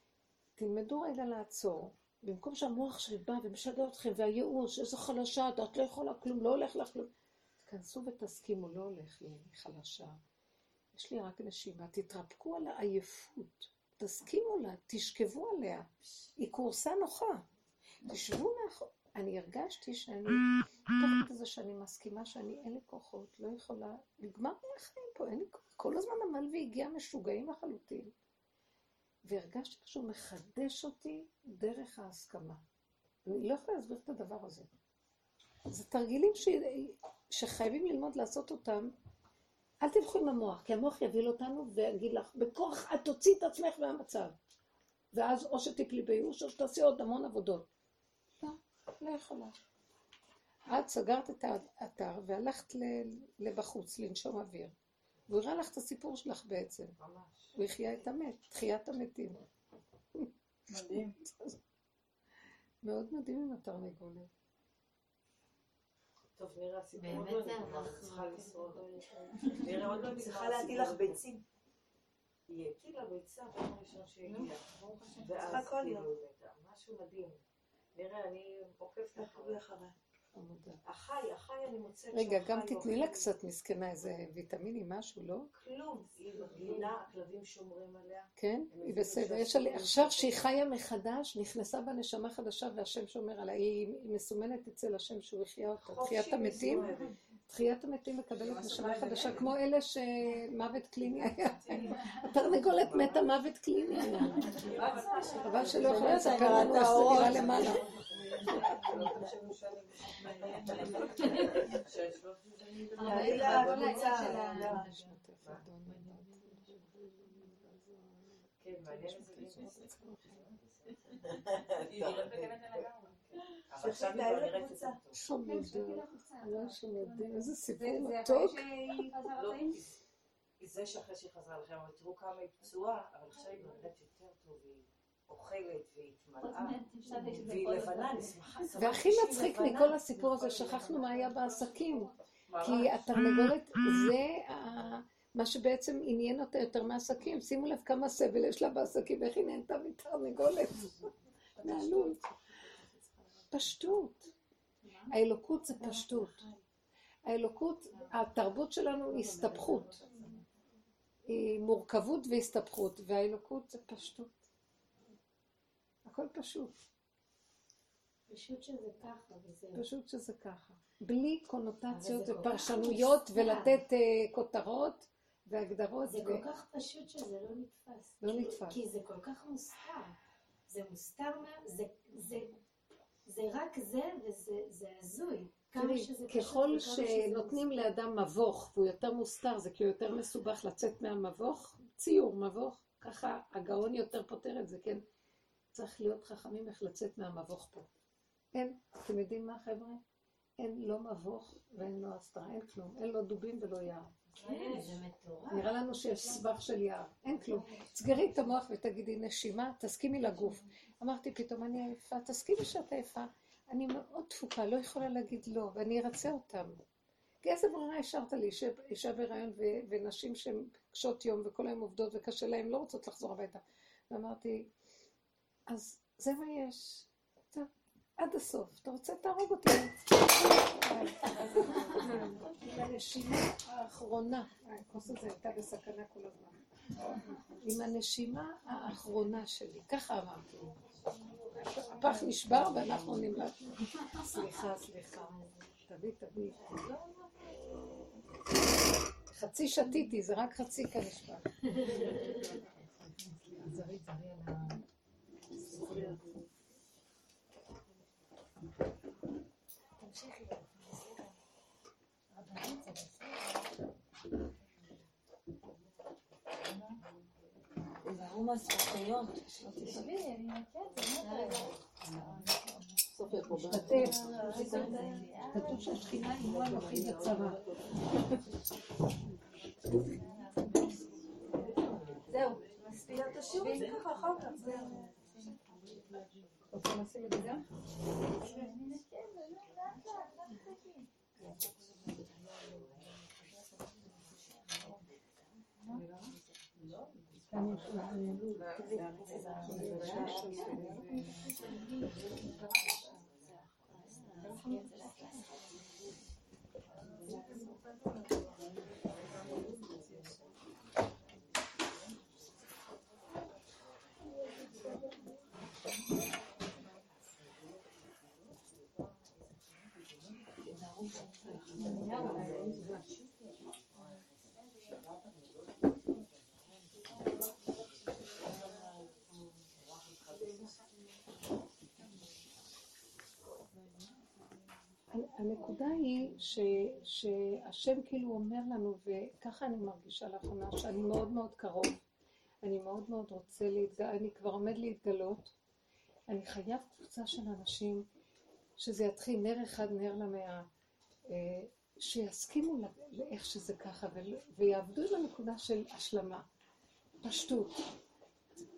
תלמדו רגע לעצור. במקום שהמוח שלי בא ומשגע אתכם, והייאוש, איזו חלשה, את לא יכולה כלום, לא הולך לך כלום. תכנסו ותסכימו, לא הולך לי, אני חלשה. יש לי רק נשימה, תתרפקו על העייפות, תסכימו לה, תשכבו עליה. היא קורסה נוחה. תשבו מאחור. אני הרגשתי שאני, תוך כזה שאני מסכימה שאני אין לי כוחות, לא יכולה, נגמר לי החיים פה, אין לי כוחות. כל הזמן עמל והגיע משוגעים לחלוטין. והרגשתי שהוא מחדש אותי דרך ההסכמה. אני לא יכולה להסביר את הדבר הזה. זה תרגילים שחייבים ללמוד לעשות אותם. אל תלכו עם המוח, כי המוח יביל אותנו ויגיד לך, בכוח את תוציא את עצמך מהמצב. ואז או שתיפלי בייאוש, או שתעשי עוד המון עבודות. לא יכולה. את סגרת את האתר והלכת לבחוץ, לנשום אוויר. והוא הראה לך את הסיפור שלך בעצם. הוא החיה את המת, תחיית המתים. מדהים. מאוד מדהים עם התרנגולת. טוב, נראה, הסיפור עוד באמת לא זה נגמר, אנחנו צריכה לשרוד. הכל נראה, עוד לא נגמר צריכה להטיל לך הסיפור. ביצים. היא הטילה ביצה ביום הראשון שהגיע. צריכה ואז כל כאילו, יום. משהו מדהים. נראה, אני עוקבת תעקבי אחריה. אחריה. עמודה. החי אני מוצאת רגע, שהחי גם תתני לה אוכל קצת מסכנה איזה ויטמינים, משהו, לא? כלום. היא בגינה, הכלבים שומרים עליה. כן? היא בסדר. יש עליה, עכשיו שהיא חיה מחדש, נכנסה בנשמה חדשה והשם שומר עליה. היא מסומנת אצל השם שהוא יחיה אותה. תחיית המתים, תחיית המתים מקבלת נשמה חדשה, כמו אלה שמוות קליני היה. התרנגולת מתה מוות קליני היה. אבל שלא יכולה לספר לנו איך זה נראה למעלה. תעלי לה קבוצה. כן, מעניין איזה אבל שלחי עכשיו את היא האלה כבר נראית לקבוצה. חמודה. ממש מדהים, איזה סיפור זה מתוק. אחרי שהיא חזרה לא, לחיים? זה שאחרי שהיא חזרה לכם, אבל תראו כמה היא פצועה, אבל עכשיו היא נראית יותר טוב, היא אוכלת והיא התמלאה, והיא לבנה, אני שמחה. והכי מצחיק מכל הסיפור הזה, שכחנו מה היה בעסקים. כי התרנגולת זה מה שבעצם עניין אותה יותר מהעסקים. שימו לב כמה סבל יש לה בעסקים, ואיך היא נהנתה מתרנגולת. מעלות. פשטות. האלוקות זה פשטות. האלוקות, התרבות שלנו היא הסתבכות. היא מורכבות והסתבכות, והאלוקות זה פשטות. הכל פשוט. פשוט שזה ככה וזה. פשוט שזה ככה. בלי קונוטציות אבל זה כל ופרשנויות כך ולתת כותרות והגדרות. זה כל כך פשוט שזה לא נתפס. לא כאילו, נתפס. כי זה כל כך מוסתר. זה מוסתר, זה רק זה וזה הזוי. כמה תראי, שזה פשוט ככל וכמה שזה שנותנים מוסתר. לאדם מבוך והוא יותר מוסתר, זה כי הוא יותר מסובך לצאת מהמבוך, ציור מבוך, ככה הגאון יותר פותר את זה, כן? צריך להיות חכמים איך לצאת מהמבוך פה. אין, אתם יודעים מה חבר'ה? אין לא מבוך ואין לא הסתרה, אין כלום, אין לא דובים ולא יער. כן, זה מטורף. נראה לנו שיש סבך של יער, אין כלום. תסגרי את המוח ותגידי נשימה, תסכימי לגוף. אמרתי פתאום, אני עייפה, תסכימי שאת עייפה. אני מאוד תפוקה, לא יכולה להגיד לא, ואני ארצה אותם. כי איזה ברירה השארת לי, אישה בהיריון ונשים שהן קשות יום וכל היום עובדות וקשה להן, לא רוצות לחזור הביתה. ואמרתי, אז זה מה יש. טוב, עד הסוף. אתה רוצה, תהרוג אותי. עם הנשימה האחרונה, הכוס הזה הייתה בסכנה כל הזמן. עם הנשימה האחרונה שלי, ככה אמרתי. הפח נשבר ואנחנו נמלטנו. סליחה. תביא. חצי שתיתי, זה רק חצי כאן נשבר. זרי על ה... תמשיכי. והוא מספריות. תשבי, אני נקט, סופר פה כתוב שהשכינה היא לא אנוכי בצבא. זהו, מספיק. תשאירו את זה ככה אחר כך. רוצה לשים את זה גם? הנקודה היא שהשם כאילו אומר לנו, וככה אני מרגישה לאחרונה, שאני מאוד מאוד קרוב, אני מאוד מאוד רוצה אני כבר עומד להתגלות, אני חייב קבוצה של אנשים שזה יתחיל נר אחד, נר למאה, שיסכימו לאיך שזה ככה, ויעבדו עם הנקודה של השלמה, פשטות.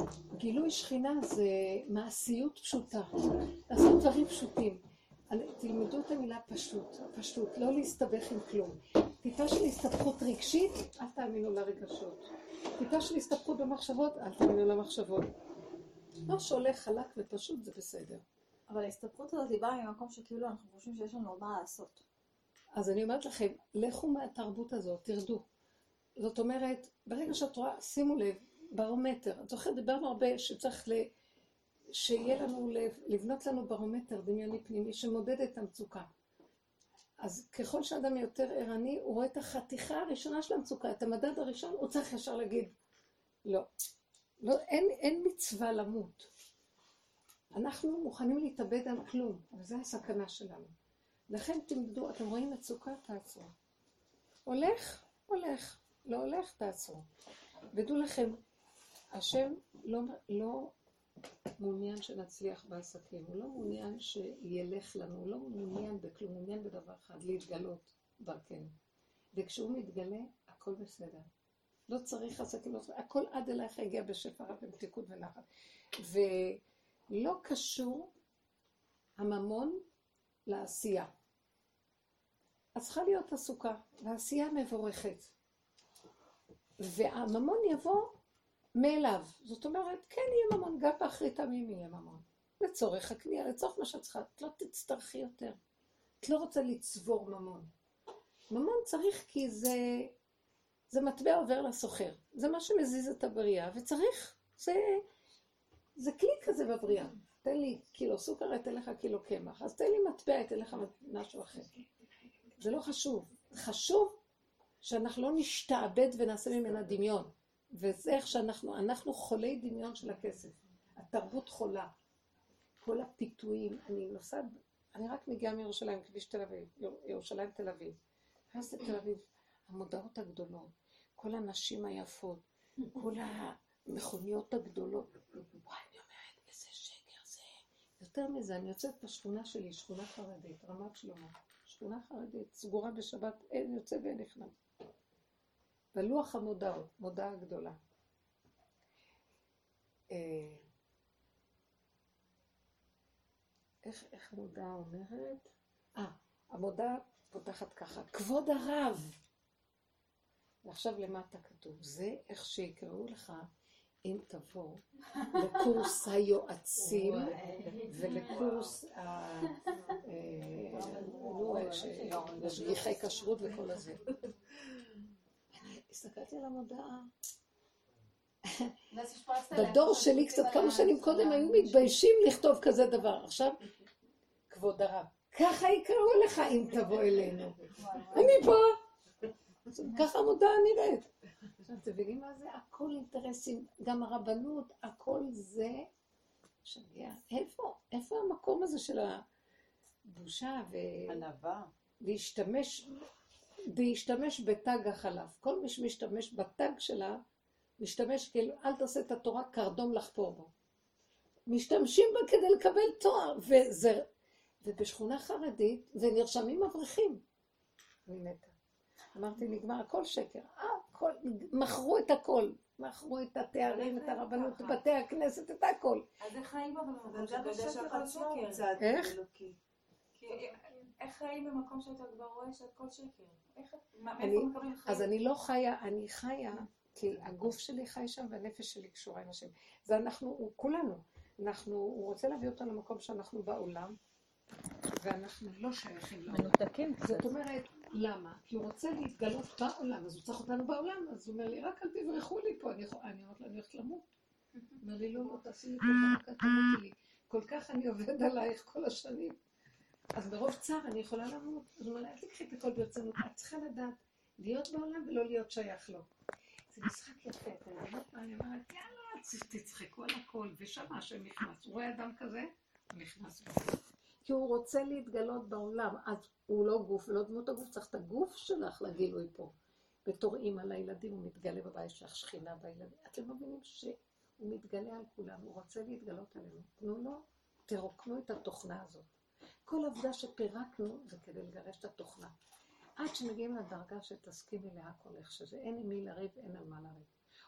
גילוי שכינה זה מעשיות פשוטה, לעשות דברים פשוטים. תלמדו את המילה פשוט, לא להסתבך עם כלום. טיפה של הסתבכות רגשית, אל תאמינו לרגשות. טיפה של הסתבכות במחשבות, אל תאמינו למחשבות. מה שהולך חלק ופשוט זה בסדר. אבל ההסתבכות הזאת היא באה ממקום שכאילו אנחנו חושבים שיש לנו מה לעשות. אז אני אומרת לכם, לכו מהתרבות הזאת, תרדו. זאת אומרת, ברגע שאת רואה, שימו לב, ברומטר. את זוכרת, דיברנו הרבה שצריך שיהיה לנו לבנות לנו ברומטר דמיוני פנימי שמודד את המצוקה. אז ככל שאדם יותר ערני, הוא רואה את החתיכה הראשונה של המצוקה, את המדד הראשון, הוא צריך ישר להגיד, לא, אין מצווה למות. אנחנו מוכנים להתאבד על כלום, אבל זו הסכנה שלנו. לכן תמדדו, אתם רואים מצוקה, תעצרו. הולך, לא הולך, תעצרו. ודעו לכם, השם לא מעוניין שנצליח בעסקים, הוא לא מעוניין שילך לנו, הוא לא מעוניין בכלום, הוא מעוניין בדבר אחד, להתגלות דרכנו. וכשהוא מתגלה, הכל בסדר. לא צריך עסקים, לא צריך, הכל עד אלייך הגיע בשפע רב ומתיקות ונחת. ולא קשור הממון לעשייה. אז צריכה להיות עסוקה, והעשייה מבורכת. והממון יבוא מאליו. זאת אומרת, כן יהיה ממון, גם באחרית הימים יהיה ממון. לצורך הקנייה, לצורך מה שאת צריכה. את לא תצטרכי יותר. את לא רוצה לצבור ממון. ממון צריך כי זה מטבע עובר לסוחר. זה מה שמזיז את הבריאה, וצריך, זה כלי כזה בבריאה. תן לי קילו סוכר, אתן לך קילו קמח. אז תן לי מטבע, אתן לך משהו אחר. זה לא חשוב. חשוב שאנחנו לא נשתעבד ונעשה ממנה דמיון. וזה איך אנחנו חולי דמיון של הכסף. התרבות חולה. כל הפיתויים. אני רק מגיעה מירושלים, כביש תל אביב, ירושלים תל אביב. אז זה תל אביב, המודעות הגדולות, כל הנשים היפות, כל המכוניות הגדולות. וואי, אני אומרת, איזה שקר זה. יותר מזה, אני יוצאת בשכונה שלי, שכונה חרדית, רמת שלמה. שכונה חרדית, סגורה בשבת, אין יוצא ואין נכנס. בלוח המודעות, מודעה גדולה. איך מודעה אומרת? המודעה פותחת ככה, כבוד הרב. ועכשיו למטה כתוב, זה איך שיקראו לך אם תבוא לקורס היועצים ולקורס משגיחי כשרות וכל הזה. הסתכלתי על המודעה. בדור שלי קצת כמה שנים קודם היו מתביישים לכתוב כזה דבר. עכשיו, כבוד הרב, ככה יקראו לך אם תבוא אלינו. אני פה. ככה המודעה נראית. עכשיו, תבינים מה זה? הכל אינטרסים, גם הרבנות, הכל זה שגיע. איפה המקום הזה של הבושה ענווה? להשתמש בתג החלף. כל מי שמשתמש בתג שלה, משתמש כאילו, אל תעשה את התורה קרדום לחפור בו. משתמשים בה כדי לקבל תואר, ובשכונה חרדית, ונרשמים אברכים. אני מתה. אמרתי, נגמר הכל שקר. מכרו את הכל. מכרו את התארים, את הרבנות, את בתי הכנסת, את הכל. אז איך חיים במקום שאתה כבר שקר? איך? איך חיים במקום שאתה כבר רואה שהכל שקר? מאיפה מקבלים חיים? אז אני לא חיה, אני חיה, כי הגוף שלי חי שם והנפש שלי קשורה עם השם. זה אנחנו, כולנו. הוא רוצה להביא אותנו למקום שאנחנו בעולם, ואנחנו לא שייכים לעולם. מנותקים קצת. זאת אומרת, למה? כי הוא רוצה להתגלות בעולם, אז הוא צריך אותנו בעולם, אז הוא אומר לי, רק אל תברחו לי פה, אני אומרת לו, אני הולכת למות. הוא אומר לי, לא, תעשי לי פה, רק תמותי לי. כל כך אני עובד עלייך כל השנים. אז ברוב צער אני יכולה למות. אז הוא אומר לי, אל תקחי את הכל ברצינות, את צריכה לדעת להיות בעולם ולא להיות שייך לו. זה משחק יפה, אתה יודע, אני אומרת, יאללה, תצחקו על הכל, ושם השם נכנס. הוא רואה אדם כזה, הוא נכנס בו. כי הוא רוצה להתגלות בעולם, אז הוא לא גוף, ולא דמות הגוף, צריך את הגוף שלך לגילוי פה. בתור אימא לילדים, הוא מתגלה בבית שלך, שכינה בילדים. אתם מבינים שהוא מתגלה על כולם, הוא רוצה להתגלות עלינו. תנו לו, תרוקנו את התוכנה הזאת. כל עבודה שפירקנו זה כדי לגרש את התוכנה. עד שמגיעים לדרגה שתסכימי להכל איך שזה, אין עם מי לריב, אין על מה לריב.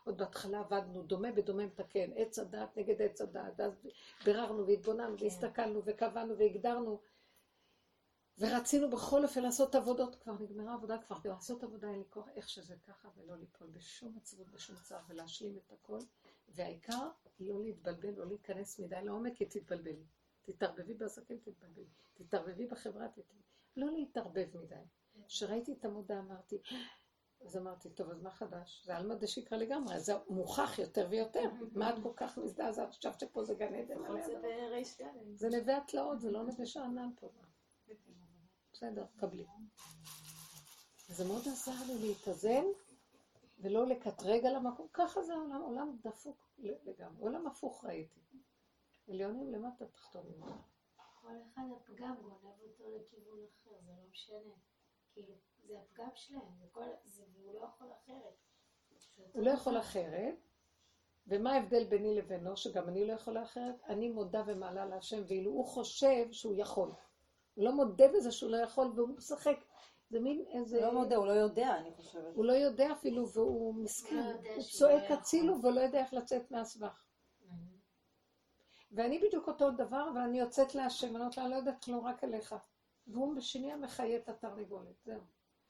עוד בהתחלה עבדנו, דומה בדומה מתקן, עץ הדעת נגד עץ הדעת, אז ביררנו והתבוננו והסתכלנו וקבענו והגדרנו, ורצינו בכל אופן לעשות עבודות, כבר נגמרה עבודה, כבר לעשות עבודה, אין לי כוח איך שזה ככה, ולא ליפול בשום עצבות, בשום צער, ולהשלים את הכל, והעיקר לא להתבלבל, לא להיכנס מדי לעומק, כי תתבלבלי. תתערבבי בעסקים, תתבלבלי. תתערבבי בחברה, תתבלבלי. לא להתערבב מדי. כשראיתי את המודע, אמרתי, אז אמרתי, טוב, אז מה חדש? זה אלמא דשיקרא לגמרי, אז זה מוכח יותר ויותר. מה את כל כך מזדעזעת? חשבת שפה זה גן עדן עליה? זה נווה התלאות, זה לא נווה שאנן פה. בסדר, קבלי. זה מאוד עזר לי להתאזן ולא לקטרג על המקום. ככה זה העולם, עולם דפוק לגמרי. עולם הפוך ראיתי. עליונים למטה תחתונים. כל אחד הפגם גונב אותו לכיוון אחר, זה לא משנה. כאילו, זה הפגם שלהם, והוא לא יכול אחרת. הוא לא יכול אחרת, ומה ההבדל ביני לבינו, שגם אני לא יכולה אחרת? אני מודה ומעלה להשם, ואילו הוא חושב שהוא יכול. הוא לא מודה בזה שהוא לא יכול, והוא משחק. זה מין איזה... לא מודה, הוא לא יודע, אני חושבת. הוא לא יודע אפילו, והוא מסכן. הוא צועק הצילו, והוא לא יודע איך לצאת מהסבך. ואני בדיוק אותו דבר, אבל אני יוצאת להשם, אני לא יודעת כלום, רק אליך. והוא בשנייה מחיה את התרנגולת, זהו.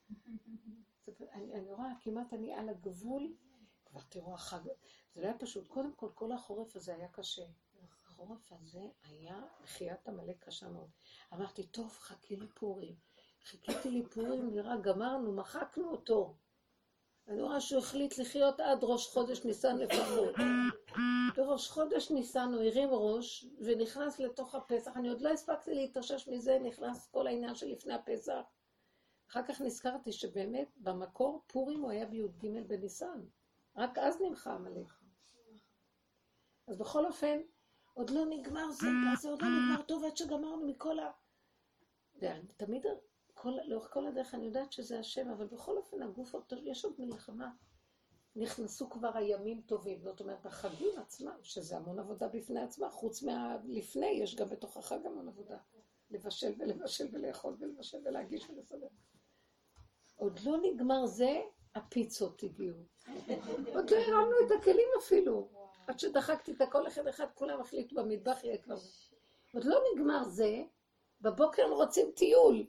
אני רואה, כמעט אני על הגבול, כבר תראו החג, זה לא היה פשוט. קודם כל, כל החורף הזה היה קשה. החורף הזה היה בחיית המלא קשה מאוד. אמרתי, טוב, חכי לפורים. חיכיתי לפורים, נראה, גמרנו, מחקנו אותו. אני רואה שהוא החליט לחיות עד ראש חודש ניסן לפחות. בראש חודש ניסן הוא הרים ראש ונכנס לתוך הפסח. אני עוד לא הספקתי להתאושש מזה, נכנס כל העניין של לפני הפסח. אחר כך נזכרתי שבאמת במקור פורים הוא היה בי"ג בניסן. רק אז נמחה המלך. אז בכל אופן, עוד לא נגמר זה, עוד לא נגמר טוב עד שגמרנו מכל ה... תמיד, לאורך כל הדרך אני יודעת שזה השם, אבל בכל אופן הגוף, יש עוד מלחמה. נכנסו כבר הימים טובים, זאת אומרת, החגים עצמם, שזה המון עבודה בפני עצמה, חוץ מהלפני, יש גם בתוך החג המון עבודה. לבשל ולבשל ולאכול ולבשל ולהגיש ולסדר. עוד לא נגמר זה, הפיצות הגיעו. עוד לא הרמנו את הכלים אפילו. עד שדחקתי את הכל אחד, כולם החליטו במטבח יהיה כבר. עוד לא נגמר זה, בבוקר הם רוצים טיול.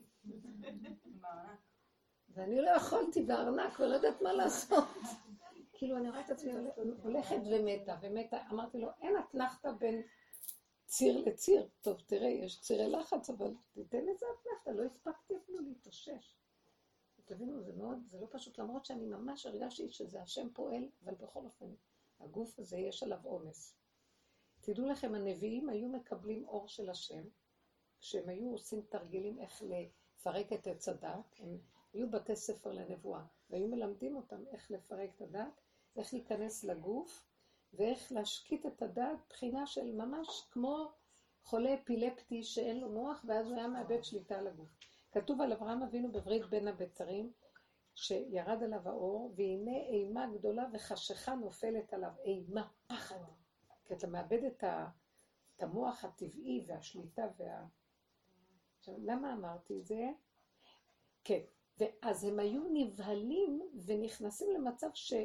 ואני לא יכולתי בארנק, ולא יודעת מה לעשות. כאילו אני רואה את עצמי הולכת ומתה. אמרתי לו, אין אתנחתה בין ציר לציר. טוב, תראה, יש צירי לחץ, אבל תיתן איזה אתנחתה, לא הספקתי אפילו להתאושש. תבינו, זה לא פשוט, למרות שאני ממש הרגשתי שזה השם פועל, אבל בכל אופן, הגוף הזה יש עליו עומס. תדעו לכם, הנביאים היו מקבלים אור של השם, כשהם היו עושים תרגילים איך לפרק את עץ הדת, הם היו בתי ספר לנבואה, והיו מלמדים אותם איך לפרק את הדת, איך להיכנס לגוף, ואיך להשקיט את הדת, בחינה של ממש כמו חולה אפילפטי שאין לו מוח, ואז הוא היה מאבד שליטה על הגוף. כתוב על אברהם אבינו בברית בין הבתרים, שירד עליו האור, והנה אימה גדולה וחשיכה נופלת עליו, אימה, פחד. כי אתה מאבד את המוח הטבעי והשליטה עכשיו, למה אמרתי את זה? כן, ואז הם היו נבהלים ונכנסים למצב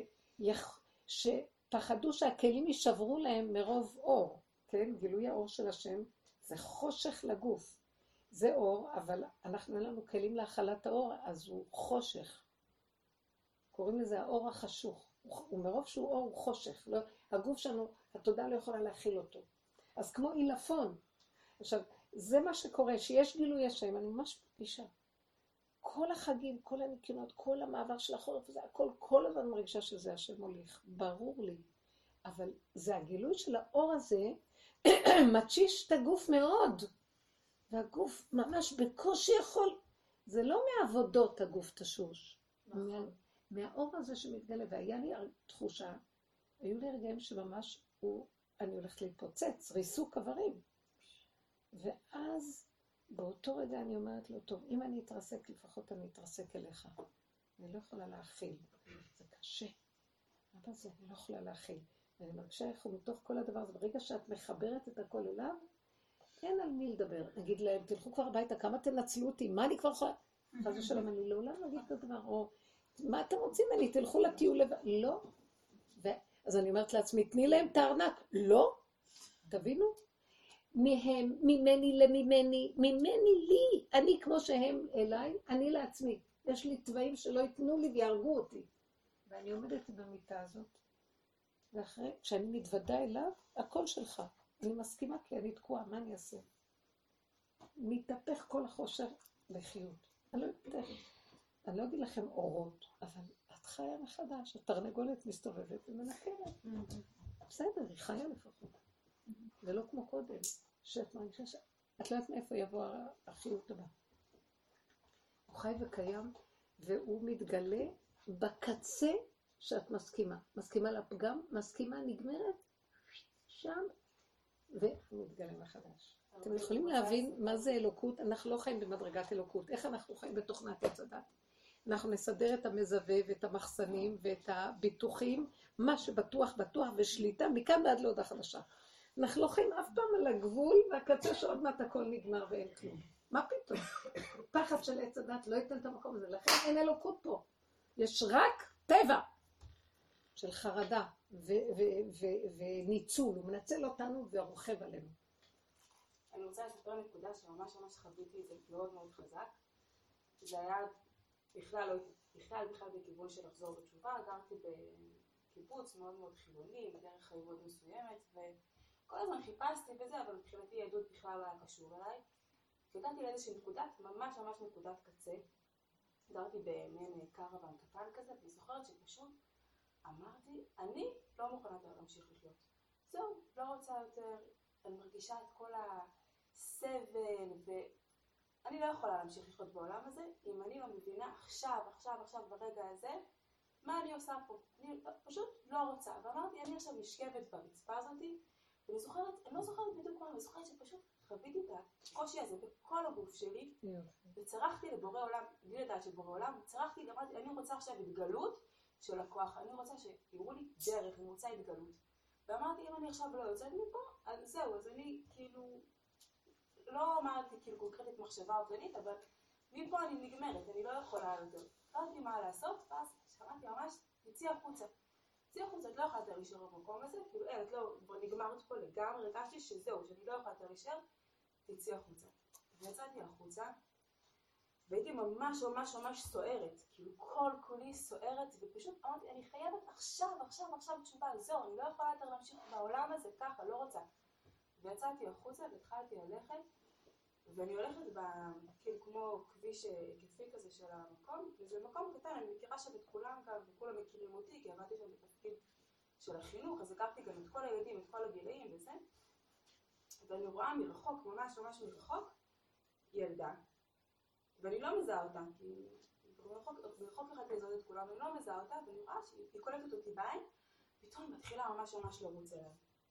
שפחדו שהכלים יישברו להם מרוב אור, כן? גילוי האור של השם זה חושך לגוף. זה אור, אבל אנחנו אין לנו כלים להכלת האור, אז הוא חושך. קוראים לזה האור החשוך. ומרוב שהוא אור הוא חושך. לא, הגוף שלנו, התודעה לא יכולה להכיל אותו. אז כמו אילפון. עכשיו, זה מה שקורה, שיש גילוי השם, אני ממש מרגישה. כל החגים, כל הניקיונות, כל המעבר של החורף, זה הכל, כל הזמן מרגישה שזה השם הוליך. ברור לי. אבל זה הגילוי של האור הזה, מתשיש את הגוף מאוד. והגוף ממש בקושי יכול, זה לא מעבודות הגוף תשוש, מהאור הזה שמתגלה, והיה לי תחושה, היו לי רגעים שממש אני הולכת להתפוצץ, ריסוק קברים, ואז באותו רגע אני אומרת לו, טוב, אם אני אתרסק, לפחות אני אתרסק אליך, אני לא יכולה להכיל, זה קשה, אבל זה אני לא יכולה להכיל, ואני מרגישה איך הוא מתוך כל הדבר הזה, ברגע שאת מחברת את הכל אליו, אין על מי לדבר. נגיד להם, תלכו כבר הביתה, כמה תנצלו אותי, מה אני כבר יכולה? חס ושלום, אני לעולם נגיד את הדבר, או מה אתם רוצים ממני, תלכו לטיול לבד. לא. אז אני אומרת לעצמי, תני להם את הארנק. לא, תבינו? מהם, ממני לממני, ממני לי. אני כמו שהם אליי, אני לעצמי. יש לי טבעים שלא ייתנו לי ויהרגו אותי. ואני עומדת במיטה הזאת, ואחרי, כשאני מתוודה אליו, הכל שלך. אני מסכימה כי אני תקועה, מה אני אעשה? מתהפך כל החושר לחיות. אני לא אגיד לכם אורות, אבל את חיה מחדש, התרנגולת מסתובבת ומנקרת. בסדר, היא חיה לפחות. ולא כמו קודם, שאת מרגישה את לא יודעת מאיפה יבוא החיות הבא. הוא חי וקיים, והוא מתגלה בקצה שאת מסכימה. מסכימה לפגם, מסכימה נגמרת, שם, והוא מתגלה מחדש. אתם יכולים להבין מה זה אלוקות? אנחנו לא חיים במדרגת אלוקות. איך אנחנו חיים בתוכנת עץ הדת? אנחנו נסדר את המזווה ואת המחסנים ואת הביטוחים, מה שבטוח בטוח ושליטה, מכאן ועד להודעה חדשה. אנחנו לא חיים אף פעם על הגבול, והקצה שעוד מעט הכל נגמר ואין כלום. מה פתאום? פחד של עץ הדת לא ייתן את המקום הזה, לכן אין אלוקות פה. יש רק טבע של חרדה וניצול, הוא מנצל אותנו ורוכב עלינו. אני רוצה לספר נקודה שממש ממש חוויתי את זה מאוד מאוד חזק. זה היה בכלל בכיוון של לחזור בתשובה, גרתי בקיבוץ מאוד מאוד חילוני, בדרך חיים מאוד מסוימת, וכל הזמן חיפשתי בזה, אבל מבחינתי יהדות בכלל לא היה קשור אליי. הגעתי לאיזושהי נקודת, ממש ממש נקודת קצה. גרתי במין קרוון קטן כזה, ואני זוכרת שפשוט אמרתי, אני לא מוכנה יותר להמשיך לחיות. זהו, לא רוצה יותר, אני מרגישה את כל הסבל, ואני לא יכולה להמשיך לחיות בעולם הזה, אם אני לא מבינה עכשיו, ברגע הזה, מה אני עושה פה. אני פשוט לא רוצה. ואמרתי, אני עכשיו נשכבת ברצפה הזאת, ואני זוכרת, אני לא זוכרת בדיוק מה, אני זוכרת שפשוט חוויתי את הקושי הזה בכל הגוף שלי, וצרחתי לבורא עולם, בלי לדעת של בורא עולם, וצרחתי, אמרתי, אני רוצה עכשיו התגלות של הכוח, אני רוצה שיראו לי דרך, אני רוצה התגלות. ואמרתי, אם אני עכשיו לא יוצאת מפה, אז זהו, אז אני כאילו, לא אמרתי כאילו קונקרטית מחשבה אובדנית, אבל מפה אני נגמרת, אני לא יכולה יותר. אמרתי מה לעשות, ואז שמעתי ממש, תצאי החוצה. את לא יכולה יותר להישאר במקום הזה, כאילו את לא, בוא נגמרת פה לגמרי, הרגשתי שזהו, שאני לא יכולה יותר להישאר, תצאי החוצה. ויצאתי החוצה, והייתי ממש סוערת, כאילו כל כולי סוערת, ופשוט אמרתי, אני חייבת עכשיו תשובה, זהו, אני לא יכולה יותר להמשיך בעולם הזה ככה, לא רוצה. ויצאתי החוצה והתחלתי ללכת, ואני הולכת כאילו כמו כביש כתפי כזה של המקום, וזה מקום קטן, אני מכירה שם את כולם גם, וכולם מכירים אותי, כי עבדתי שם בתפקיד של החינוך, אז הכרתי גם את כל הילדים, את כל הגילאים וזה, ואני רואה מרחוק, ממש מרחוק, ילדה, ואני לא מזהה אותה, כי ברחוק אחד לזהות את כולם, אני לא מזהה אותה, ואני רואה שהיא קולטת אותי בעין, פתאום מתחילה ממש לרוץ אליי.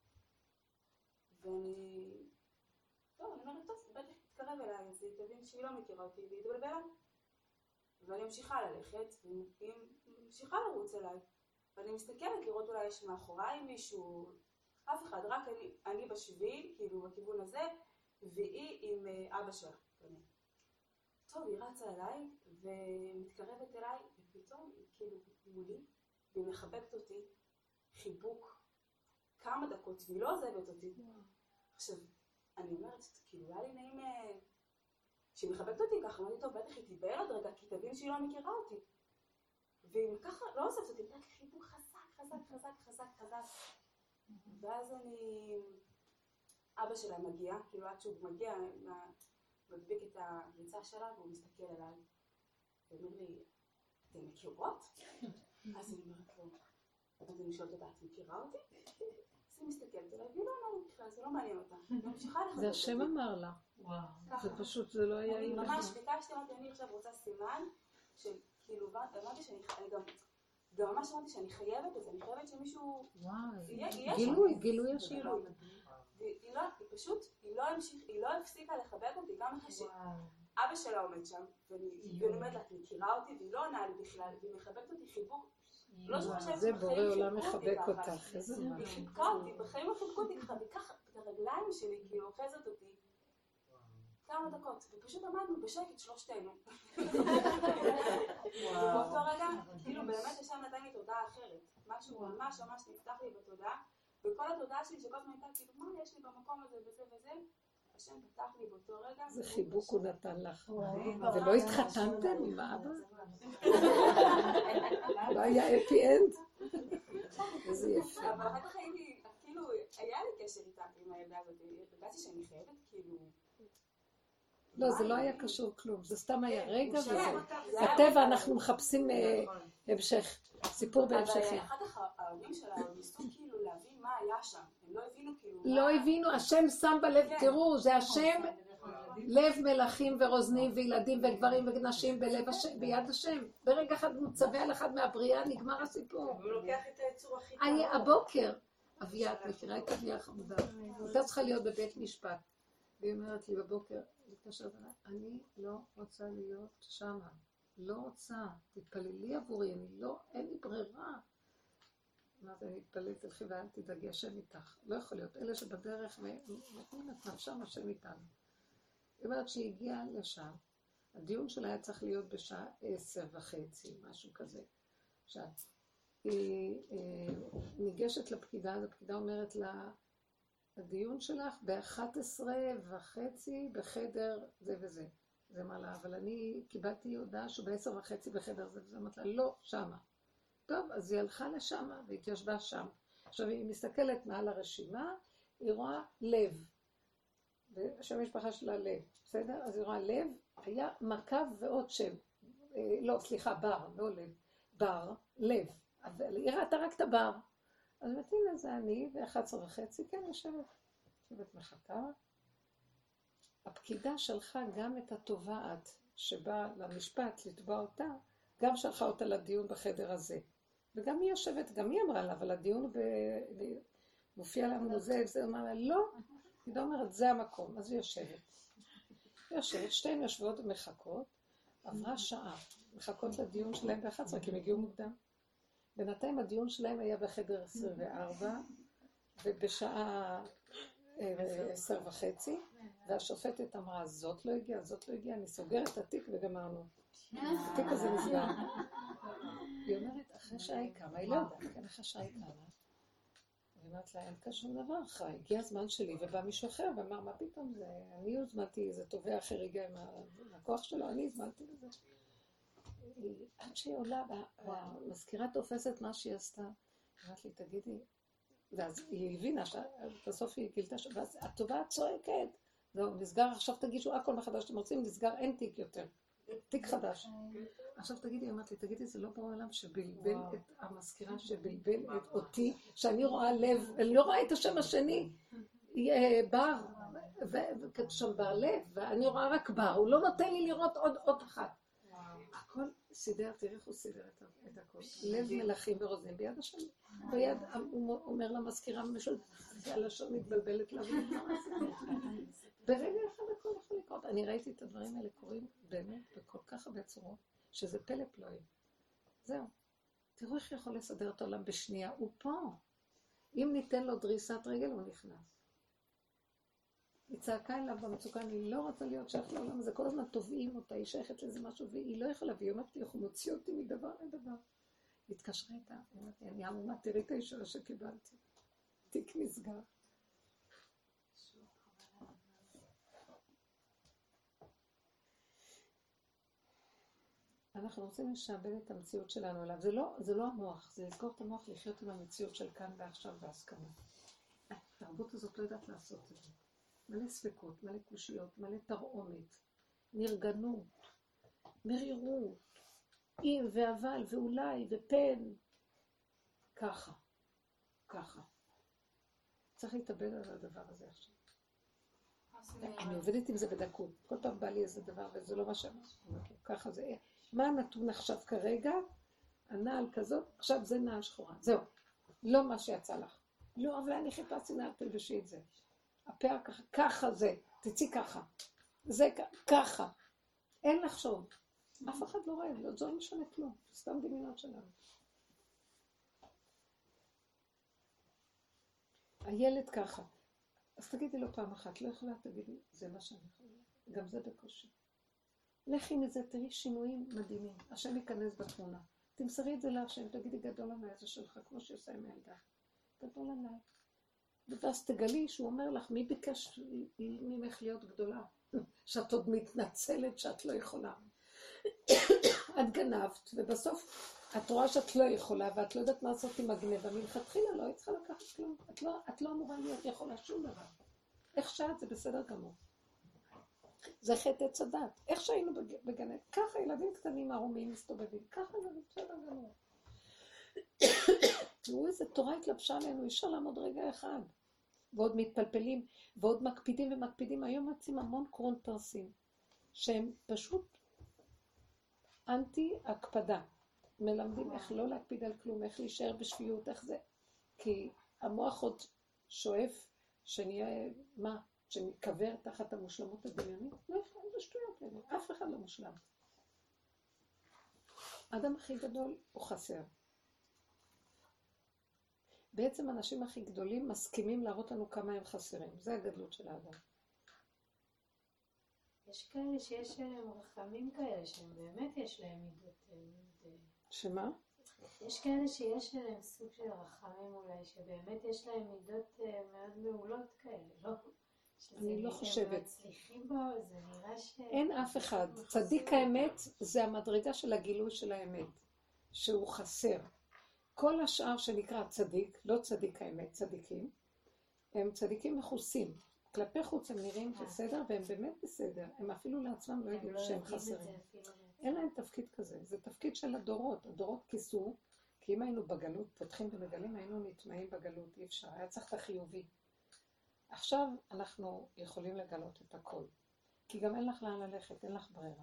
ואני... טוב, אני אומרת, טוב, בטח תתקרב אליי, אז היא תבין שהיא לא מכירה אותי, והיא תבלבלה. ואני ממשיכה ללכת, והיא ממשיכה לרוץ אליי. ואני מסתכלת לראות אולי יש מאחוריי מישהו, אף אחד, רק אני בשביל, כאילו בכיוון הזה, והיא עם אבא שלה. טוב, היא רצה אליי, ומתקרבת אליי, ופתאום היא כאילו מולי, והיא מחבקת אותי, חיבוק, כמה דקות, והיא לא עוזבת אותי. עכשיו, אני אומרת, כאילו, היה לי נעים שהיא מחבקת אותי ככה, אמרתי, טוב, בטח היא תיבהל עוד רגע, כי תבין שהיא לא מכירה אותי. והיא ככה לא עוזבת אותי, נתת לי חיבוק חזק. ואז אבא שלה מגיע, כאילו עד שהוא מגיע, מדביק את הריצה שלה, והוא מסתכל אליי, ואומר לי, אתן מכירות? אז אני אומרת לו, אז אני שואלת אותה, את מכירה אותי? אז היא מסתכלת אליי, והיא לא אמרה לי בכלל, זה לא מעניין אותה. זה השם אמר לה. זה פשוט, זה לא היה... אני ממש ביקשתי, אמרתי, אני עכשיו רוצה סימן, של כאילו, אמרתי שאני גם ממש אמרתי שאני חייבת את זה, אני חייבת שמישהו... גילוי השם. היא פשוט, היא לא הפסיקה לחבק אותי, גם אחרי שאבא שלה עומד שם, ואני אומרת לה, את מכירה אותי, והיא לא עונה לי בכלל, והיא מחבקת אותי חיבוק. זה בורא עולם מחבק אותך, איזה מה. היא חיבקה אותי, בחיים לא חיבקו אותי ככה, וככה את הרגליים שלי, כאילו, אוחזת אותי. כמה דקות, ופשוט עמדנו בשקט שלושתנו. ובאותו רגע, כאילו באמת יש שם נתן לי תודעה אחרת. משהו ממש ממש נפתח לי בתודעה, וכל התודעה שלי שכל הזמן הייתה כאילו, מה יש לי במקום הזה וזה וזה, השם פתח לי באותו רגע. זה חיבוק הוא נתן לך. ולא התחתנתם עם האבא? לא היה אפי אנד? איזה יפה. אבל אחר כך הייתי, כאילו, היה לי קשר איתה עם הילדה הזאת, הרגשתי שאני חייבת כאילו... לא, זה לא היה קשור כלום, זה סתם היה רגע וזהו. בטבע אנחנו מחפשים המשך, סיפור בהמשכים. אבל אחר כך ההורים שלה ניסו כאילו להבין מה היה שם, הם לא הבינו כאילו... לא הבינו, השם שם בלב, תראו, זה השם, לב מלכים ורוזנים וילדים וגברים ונשים ביד השם. ברגע אחד הוא צווה על אחד מהבריאה, נגמר הסיפור. הוא לוקח את היצור הכי טוב. הבוקר, אביה, את מכירה את אביה חמודה, הייתה צריכה להיות בבית משפט. והיא אומרת לי בבוקר, אני לא רוצה להיות שמה, לא רוצה, תתפללי עבורי, אין לי ברירה. אמרת, אני אתפללת אלכי ואל תדאגי, השם איתך. לא יכול להיות, אלה שבדרך נותנים את נפשם, השם איתנו. היא אומרת שהיא הגיעה לשם, הדיון שלה היה צריך להיות בשעה 10:30, משהו כזה. עכשיו, היא ניגשת לפקידה, אז הפקידה אומרת לה, הדיון שלך ב-11:30 בחדר זה וזה. זה מה לה, אבל אני קיבלתי הודעה שהוא ב-10:30 בחדר זה וזה. אמרת לה, לא, שמה. טוב, אז היא הלכה לשמה והתיישבה שם. עכשיו היא מסתכלת מעל הרשימה, היא רואה לב. שם המשפחה שלה לב, בסדר? אז היא רואה לב, היה מקו ועוד שם. לא, סליחה, בר, לא לב. בר, לב. אבל היא ראתה רק את הבר. אז הנה זה אני, ב-11:30, כן, יושבת מחכה. הפקידה שלחה גם את התובעת שבאה למשפט לתבוע אותה, גם שלחה אותה לדיון בחדר הזה. וגם היא יושבת, גם היא אמרה לה, אבל הדיון מופיע לנו זה, אמרה לה, לא. היא אומרת, זה המקום, אז היא יושבת. שתיהן יושבות ומחכות, עברה שעה, מחכות לדיון שלהם ב-11, כי הם הגיעו מוקדם. בינתיים הדיון שלהם היה בחדר 24, ובשעה 10:30, והשופטת אמרה, זאת לא הגיעה, אני סוגרת את התיק וגמרנו. התיק הזה נסגר. היא אומרת, אחרי שעה היא קמה, היא לא יודעת, כן, אחרי שעה היא קמה. היא אומרת לה, אין כאן שום דבר אחרי, הגיע הזמן שלי, ובא מישהו אחר, ואמר, מה פתאום זה? אני הזמנתי, איזה תובע אחר הגיע עם הכוח שלו, אני הזמנתי לזה. עד שהיא עולה, והמזכירה תופסת מה שהיא עשתה. אמרת לי, תגידי, ואז היא הבינה, בסוף היא גילתה, ואז התובעה צועקת, זהו, נסגר, עכשיו תגישו הכל מחדש שאתם רוצים, נסגר, אין תיק יותר, תיק חדש. עכשיו תגידי, אמרת לי, תגידי, זה לא בעולם שבלבל את המזכירה, שבלבל את אותי, שאני רואה לב, אני לא רואה את השם השני, בר, וכתוב שם בר לב, ואני רואה רק בר, הוא לא נותן לי לראות עוד אחת. הכל סידר, תראי איך הוא סידר את הכל. לב מלכים ורוזנים ביד השם. ביד, הוא אומר למזכירה משהו, הלשון מתבלבלת לה. ברגע אחד הכל יכול לקרות. אני ראיתי את הדברים האלה קורים באמת בכל כך הרבה צורות, שזה פלא פלואי. זהו. תראו איך יכול לסדר את העולם בשנייה. הוא פה. אם ניתן לו דריסת רגל, הוא נכנס. היא צעקה אליו במצוקה, אני לא רוצה להיות שייך לעולם הזה, כל הזמן תובעים אותה, היא שייכת לזה משהו, והיא לא יכולה, והיא אומרת לי, הוא מוציא אותי מדבר לדבר. היא התקשרה איתה, היא אומרת לי, אני עמומה, תראי את האישה שקיבלתי. תיק נסגר. אנחנו רוצים לשעבד את המציאות שלנו אליו, זה לא המוח, זה לזכור את המוח לחיות עם המציאות של כאן ועכשיו בהסכמה. התרבות הזאת לא יודעת לעשות את זה. מלא ספקות, מלא קושיות, מלא תרעומת, נרגנות, מרירות, אם ואבל ואולי ופן. ככה. צריך להתאבד על הדבר הזה עכשיו. אני עובדת עם זה בדקות. כל פעם בא לי איזה דבר וזה לא מה שאמרתי. ככה זה. מה הנתון עכשיו כרגע? הנעל כזאת, עכשיו זה נעל שחורה. זהו. לא מה שיצא לך. לא, אבל אני חיפשתי נעל תלבשי את זה. הפאה ככה זה, תצאי ככה, זה ככה, אין לחשוב, אף אחד לא רואה, לא זו משנה כלום, סתם דמיונות שלנו. הילד ככה, אז תגידי לו פעם אחת, לא יכולה, תגידי, זה מה שאני יכולה, גם זה בקושי. לכי מזה, תראי שינויים מדהימים, השם ייכנס בתמונה, תמסרי את זה להשם, תגידי גדול עליי זה שלך, כמו שעושה עם הילדה. גדול עליי. ואז תגלי שהוא אומר לך, מי ביקש ממך להיות גדולה? שאת עוד מתנצלת שאת לא יכולה. את גנבת, ובסוף את רואה שאת לא יכולה, ואת לא יודעת מה לעשות עם הגנבה. מלכתחילה לא היית צריכה לקחת כלום. את לא אמורה להיות יכולה שום דבר. איך שאת זה בסדר גמור. זה חטא עץ הדת. איך שהיינו בגן, ככה ילדים קטנים ערומים מסתובבים, ככה זה בסדר גמור. תראו איזה תורה התלבשה עלינו, אי אפשר לעמוד רגע אחד. ועוד מתפלפלים, ועוד מקפידים ומקפידים. היום מוצאים המון קרון פרסים, שהם פשוט אנטי הקפדה. מלמדים איך לא להקפיד על כלום, איך להישאר בשפיות, איך זה. כי המוח עוד שואף שנהיה, מה? שנקבר תחת המושלמות הדמיונית? לא יכול, זה שטויות לנו, אף אחד לא מושלם. האדם הכי גדול הוא חסר. בעצם האנשים הכי גדולים מסכימים להראות לנו כמה הם חסרים. זה הגדלות של האדם. יש כאלה שיש להם רחמים כאלה, שהם באמת יש להם מידות. שמה? יש כאלה שיש להם סוג של רחמים אולי, שבאמת יש להם מידות מאוד מעולות כאלה, לא? אני לא חושבת. הם מצליחים בו, זה נראה ש... אין אף אחד. צדיק האמת זה המדרגה של הגילוי של האמת, שהוא חסר. כל השאר שנקרא צדיק, לא צדיק האמת, צדיקים, הם צדיקים מחוסים. כלפי חוץ הם נראים בסדר, והם באמת בסדר. הם אפילו לעצמם לא יודעים שהם חסרים. אין להם תפקיד כזה. זה תפקיד של הדורות. הדורות כיסו, כי אם היינו בגלות, פותחים ומגלים, היינו נטמעים בגלות. אי אפשר. היה צריך את החיובי. עכשיו אנחנו יכולים לגלות את הכל. כי גם אין לך לאן ללכת, אין לך ברירה.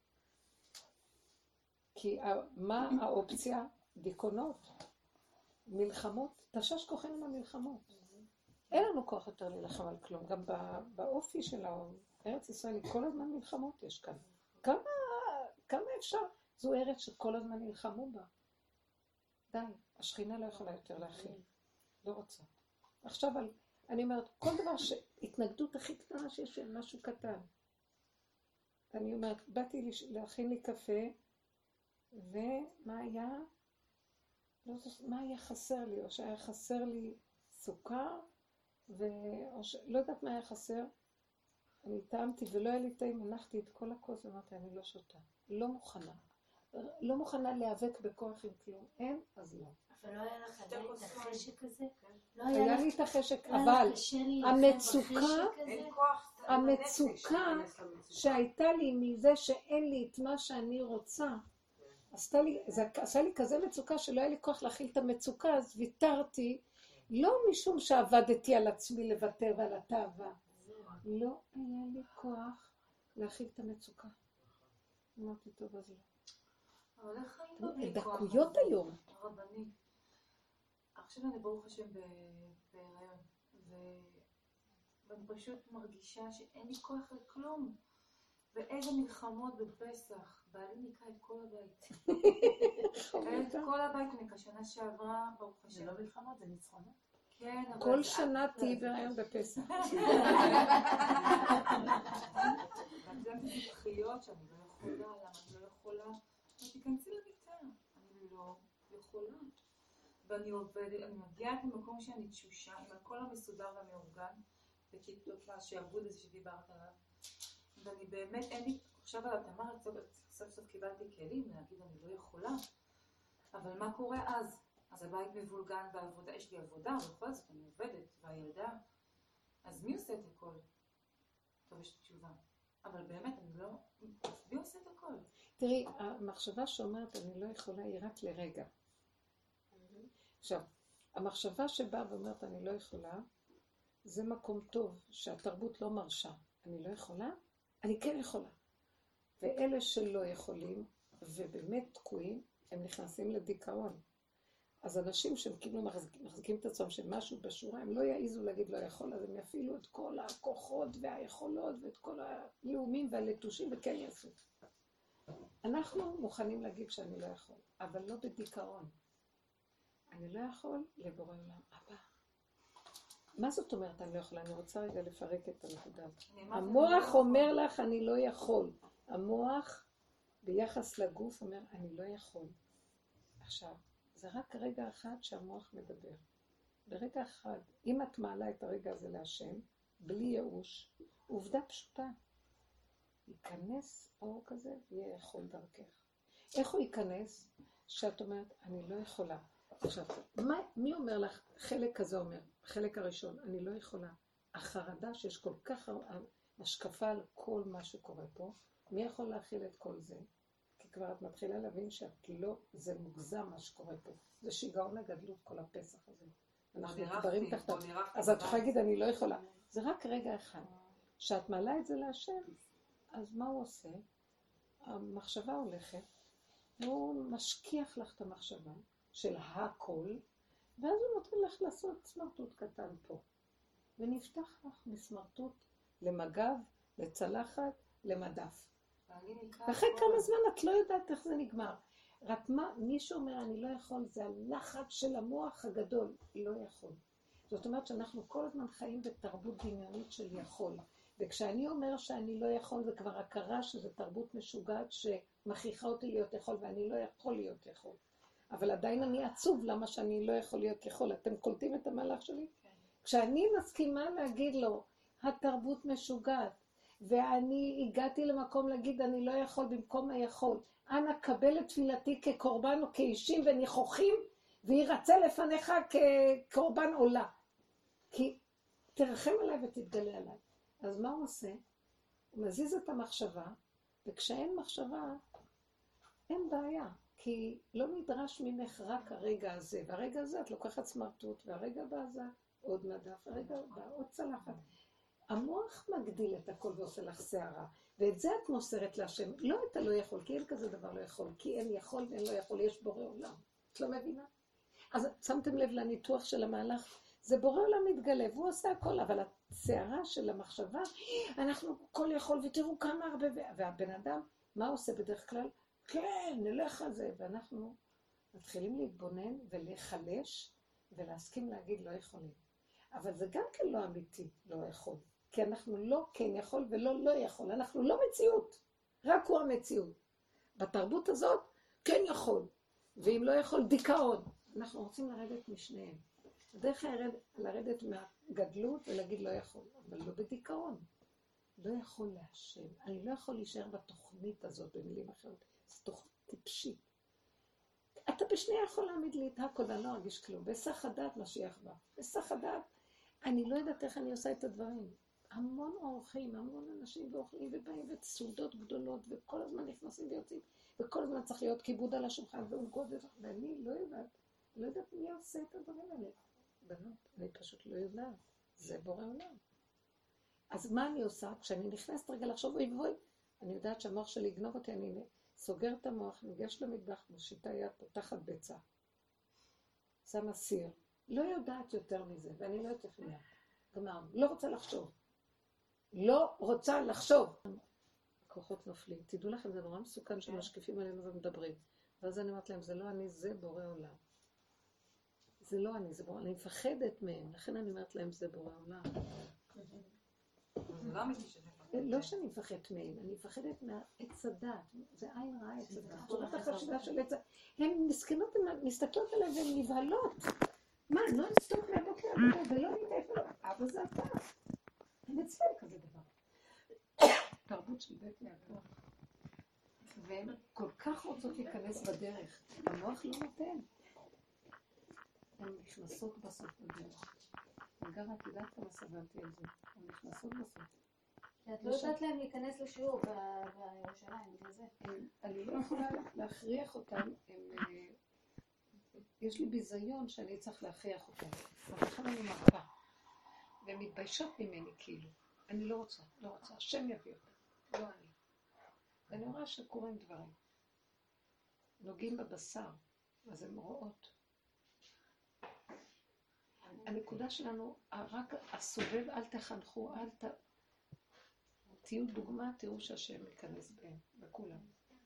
כי מה האופציה? דיכאונות, מלחמות, תשש כוחנו מהמלחמות. אין לנו כוח יותר להילחם על כלום. גם באופי של ארץ ישראל, כל הזמן מלחמות יש כאן. כמה אפשר? זו ארץ שכל הזמן נלחמו בה. די, השכינה לא יכולה יותר להכיל. לא רוצה. עכשיו, אני אומרת, כל דבר שהתנגדות הכי קטנה שיש של משהו קטן. אני אומרת, באתי להכין לי קפה, ומה היה? מה היה חסר לי? או שהיה חסר לי סוכר, לא יודעת מה היה חסר. אני טעמתי ולא היה לי טעים, הנחתי את כל הכוס ואמרתי, אני לא שותה. לא מוכנה. לא מוכנה להיאבק בכוח עם כלום. אין, אז לא. אבל לא היה לך עדיין את החשק הזה? היה לי את החשק, אבל המצוקה שהייתה לי מזה שאין לי את מה שאני רוצה, זה עשה לי כזה מצוקה שלא היה לי כוח להכיל את המצוקה, אז ויתרתי, לא משום שעבדתי על עצמי לוותר על התאווה, לא היה לי כוח להכיל את המצוקה. אמרתי, טוב, אז לא. אבל איך היית בלי כוח? דקויות היום. הרבני. עכשיו אני ברוך השם בהיריון, ואני פשוט מרגישה שאין לי כוח על כלום. ואיזה מלחמות בפסח, בעלי ניקה את כל הבית. את כל הבית ניקה, שנה שעברה, ברוך השם. זה לא מלחמות, זה ניצחונות. כן, אבל... כל שנה תהי בהיריון בפסח. זה בזכחיות שאני לא יכולה, למה אני לא יכולה? תיכנסי למיטה, אני לא יכולה. ואני עובדת, אני מגיעה למקום שאני תשושה, עם הכל המסודר והמאורגן, בכיתות לשעבוד הזה שדיברת עליו. ואני באמת, אין לי, עכשיו על התאמר, סוף סוף קיבלתי כלים להגיד אני לא יכולה, אבל מה קורה אז? אז הבית מבולגן והעבודה, יש לי עבודה, ובכל זאת אני עובדת, והילדה, אז מי עושה את הכל? טוב, יש לי תשובה. אבל באמת, אני לא, מי עושה את הכל? תראי, המחשבה שאומרת אני לא יכולה היא רק לרגע. עכשיו, המחשבה שבאה ואומרת אני לא יכולה, זה מקום טוב שהתרבות לא מרשה. אני לא יכולה, אני כן יכולה. ואלה שלא יכולים, ובאמת תקועים, הם נכנסים לדיכאון. אז אנשים שהם כאילו מחזיקים את עצמם של משהו בשורה, הם לא יעיזו להגיד לא יכול, אז הם יפעילו את כל הכוחות והיכולות ואת כל הלאומים והלטושים וכן יעשו. אנחנו מוכנים להגיד שאני לא יכול, אבל לא בדיכאון. אני לא יכול לבורא עולם. אבא. מה זאת אומרת אני לא יכולה? אני רוצה רגע לפרק את הנקודה. המוח אומר לך אני לא יכול. המוח ביחס לגוף אומר אני לא יכול. עכשיו, זה רק רגע אחד שהמוח מדבר. ברגע אחד, אם את מעלה את הרגע הזה להשם, בלי ייאוש, עובדה פשוטה. ייכנס אור כזה ויהיה יכול דרכך. איך הוא ייכנס? שאת אומרת, אני לא יכולה. עכשיו, מי אומר לך? חלק כזה אומר, חלק הראשון, אני לא יכולה. החרדה שיש כל כך השקפה על כל מה שקורה פה, מי יכול להכיל את כל זה? כי כבר את מתחילה להבין שאת לא, זה מוגזם מה שקורה פה. זה שיגעון הגדלות כל הפסח הזה. אנחנו מדברים תחתיו. אז את יכולה להגיד, אני לא יכולה. זה רק רגע אחד. כשאת מעלה את זה להשם, אז מה הוא עושה? המחשבה הולכת, והוא משכיח לך את המחשבה של הכל, ואז הוא נותן לך לעשות סמרטוט קטן פה. ונפתח לך מסמרטוט למגב, לצלחת, למדף. ואחרי כמה זמן את לא יודעת איך זה נגמר. רק מה, מי שאומר אני לא יכול, זה הלחץ של המוח הגדול, לא יכול. זאת אומרת שאנחנו כל הזמן חיים בתרבות דמיונית של יכול. וכשאני אומר שאני לא יכול, זה כבר הכרה שזה תרבות משוגעת שמכריחה אותי להיות יכול, ואני לא יכול להיות יכול. אבל עדיין אני עצוב למה שאני לא יכול להיות יכול. אתם קולטים את המהלך שלי? כן. כשאני מסכימה להגיד לו, התרבות משוגעת, ואני הגעתי למקום להגיד אני לא יכול במקום היכול, אנא קבל את תפילתי כקורבן או כאישים וניחוחים, וירצה לפניך כקורבן עולה. כי תרחם עליי ותתגלה עליי. אז מה הוא עושה? הוא מזיז את המחשבה, וכשאין מחשבה, אין בעיה. כי לא נדרש ממך רק הרגע הזה, והרגע הזה את לוקחת סמרטוט, והרגע הבא זה עוד מדף, הרגע הבא עוד צלחת. המוח מגדיל את הכל ועושה לך שערה, ואת זה את מוסרת להשם. לא את הלא יכול, כי אין כזה דבר לא יכול, כי אין יכול ואין לא יכול, יש בורא עולם. את לא מבינה? אז שמתם לב לניתוח של המהלך, זה בורא עולם מתגלה, והוא עושה הכל, אבל השערה של המחשבה, אנחנו כל יכול ותראו כמה הרבה, והבן אדם, מה עושה בדרך כלל? כן, נלך על זה, ואנחנו מתחילים להתבונן ולהיחלש, ולהסכים להגיד לא יכולים. אבל זה גם כן לא אמיתי, לא יכול. כי אנחנו לא כן יכול ולא לא יכול. אנחנו לא מציאות, רק הוא המציאות. בתרבות הזאת כן יכול, ואם לא יכול דיכאון. אנחנו רוצים לרדת משניהם. הדרך לרדת מהגדלות ולהגיד לא יכול, אבל לא בדיכאון. לא יכול להשם. אני לא יכול להישאר בתוכנית הזאת במילים אחרות. זו תוכנית טיפשית. אתה בשנייה יכול להעמיד לי את הכל ואני לא ארגיש כלום. בסך הדעת משיח בא. בסך הדעת, אני לא יודעת איך אני עושה את הדברים. המון אורחים, המון אנשים ואוכלים ובאים וסעודות גדולות וכל הזמן נכנסים ויוצאים וכל הזמן צריך להיות כיבוד על השולחן ועוגות ואני לא יודעת מי עושה את הדברים האלה. בנות, אני פשוט לא יודעת. זה בורא עולם. אז מה אני עושה? כשאני נכנסת רגע לחשוב, אוי, אני יודעת שהמוח שלי יגנוב אותי, אני סוגר את המוח, ניגש למטבח, מושיטה יד, פותחת ביצה. שמה סיר. לא יודעת יותר מזה, ואני לא יודעת מיד. גמר, לא רוצה לחשוב. לא רוצה לחשוב. הכוחות נופלים. תדעו לכם, זה נורא מסוכן שמשקיפים עלינו ומדברים. ואז אני אומרת להם, זה לא אני, זה בורא עולם. זה לא אני, זה בורא. אני מפחדת מהם, לכן אני אומרת להם, זה בורא עולם. זה לא אמיתי שזה לא שאני מפחדת מהם, אני מפחדת מהעץ הדת. זה עין רעה עץ הדת. זאת החשיבה של עץ הדת. הן מסכנות, הן מסתכלות עליהן והן נבהלות. מה, לא נסתוק מהבוקר ולא נתעף לו. אבא זה אתה. אין אצלם כזה דבר. תרבות של בית יעקב. והן כל כך רוצות להיכנס בדרך. המוח לא נותן. הן נכנסות בסוף בדרך. וגם את יודעת כמה סבלתי על זה. הן נכנסות בסוף. את לא יודעת להם להיכנס לשיעור בירושלים, בגלל זה. אני לא יכולה להכריח אותם. יש לי ביזיון שאני צריך להכריח אותם. אבל לכן אני מרפה. והן מתביישות ממני כאילו. אני לא רוצה. השם יביא אותם. לא אני. ואני רואה שקורים דברים. נוגעים בבשר. אז הן רואות. הנקודה שלנו, רק הסובב, אל תחנכו, תהיו דוגמה, תראו שהשם ייכנס בהם, בכולם.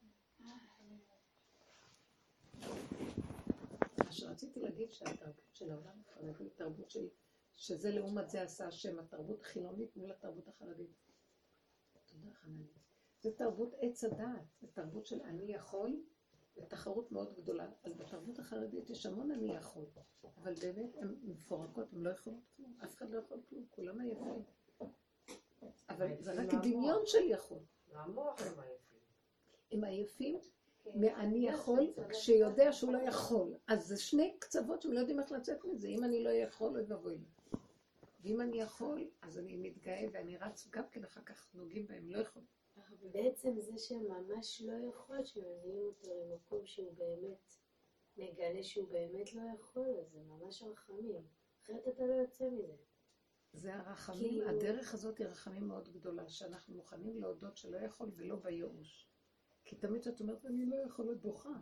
מה שרציתי להגיד שהתרבות של העולם החרדי, תרבות שזה לעומת זה עשה השם, התרבות החילונית מול התרבות החרדית. תודה חננית. זה תרבות עץ הדעת, זה תרבות של אני יכול, בתחרות מאוד גדולה. אז בתרבות החרדית יש המון אני יכול, אבל באמת הן מפורקות, הן לא יכולות כלום, אף אחד לא יכול כלום, כולם עייפים. אבל זה רק דמיון של יכול. המוח הם עייפים. הם עייפים מאני יכול, כשיודע שהוא לא יכול. אז זה שני קצוות שהם לא יודעים איך לצאת מזה. אם אני לא יכול, לא יבואי לי. ואם אני יכול, אז אני מתגאה ואני רץ, גם כן אחר כך נוגעים בהם, לא יכול. בעצם זה שממש לא יכול, שמביאים אותו למקום שהוא באמת מגלה שהוא באמת לא יכול, אז זה ממש רחמים. אחרת אתה לא יוצא מזה. זה הרחמים, הדרך הזאת היא רחמים מאוד גדולה, שאנחנו מוכנים להודות שלא יכול ולא בייאוש. כי תמיד שאת אומרת, אני לא יכול, את בוכה.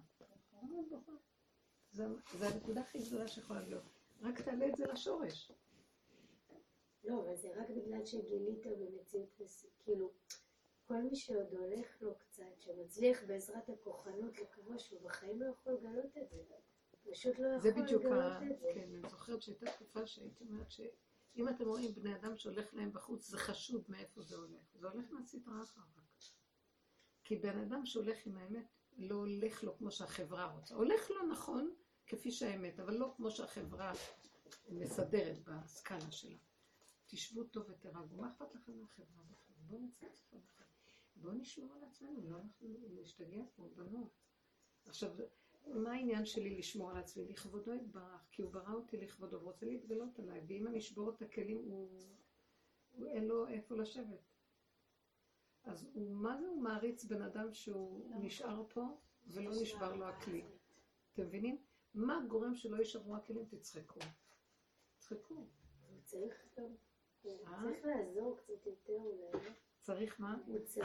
זה הנקודה הכי גדולה שיכולה להיות. רק תעלה את זה לשורש. לא, אבל זה רק בגלל שגילית במציאות, כאילו, כל מי שעוד הולך לו קצת, שמצליח בעזרת הכוחנות לקבוע שהוא בחיים לא יכול לגלות את זה. פשוט לא יכול לגלות את זה. כן, אני זוכרת שהייתה תקופה שהייתי אומרת שאם אתם רואים בני אדם שהולך להם בחוץ, זה חשוד מאיפה זה הולך. זה הולך מהסדרה אחר כך. כי בן אדם שהולך עם האמת, לא הולך לו כמו שהחברה רוצה. הולך לו נכון, כפי שהאמת, אבל לא כמו שהחברה מסדרת בסקאלה שלה. תשבו טוב ותרגעו. מה אכפת לכם מהחברה בכלל? בואו נצטרף לכם. בואו נשמור על עצמנו, לא אנחנו נשתגע פה, בנות. עכשיו, מה העניין שלי לשמור על עצמי? לכבודו יתברך, כי הוא ברא אותי לכבודו, הוא רוצה להתגלות עליי, ואם אני אשבור את הכלים, אין לו איפה לשבת. אז מה זה הוא מעריץ בן אדם שהוא נשאר פה ולא נשבר לו הכלי? אתם מבינים? מה גורם שלא יישברו הכלים? תצחקו. תצחקו. צריך לעזור קצת יותר אולי. צריך מה? הוא צריך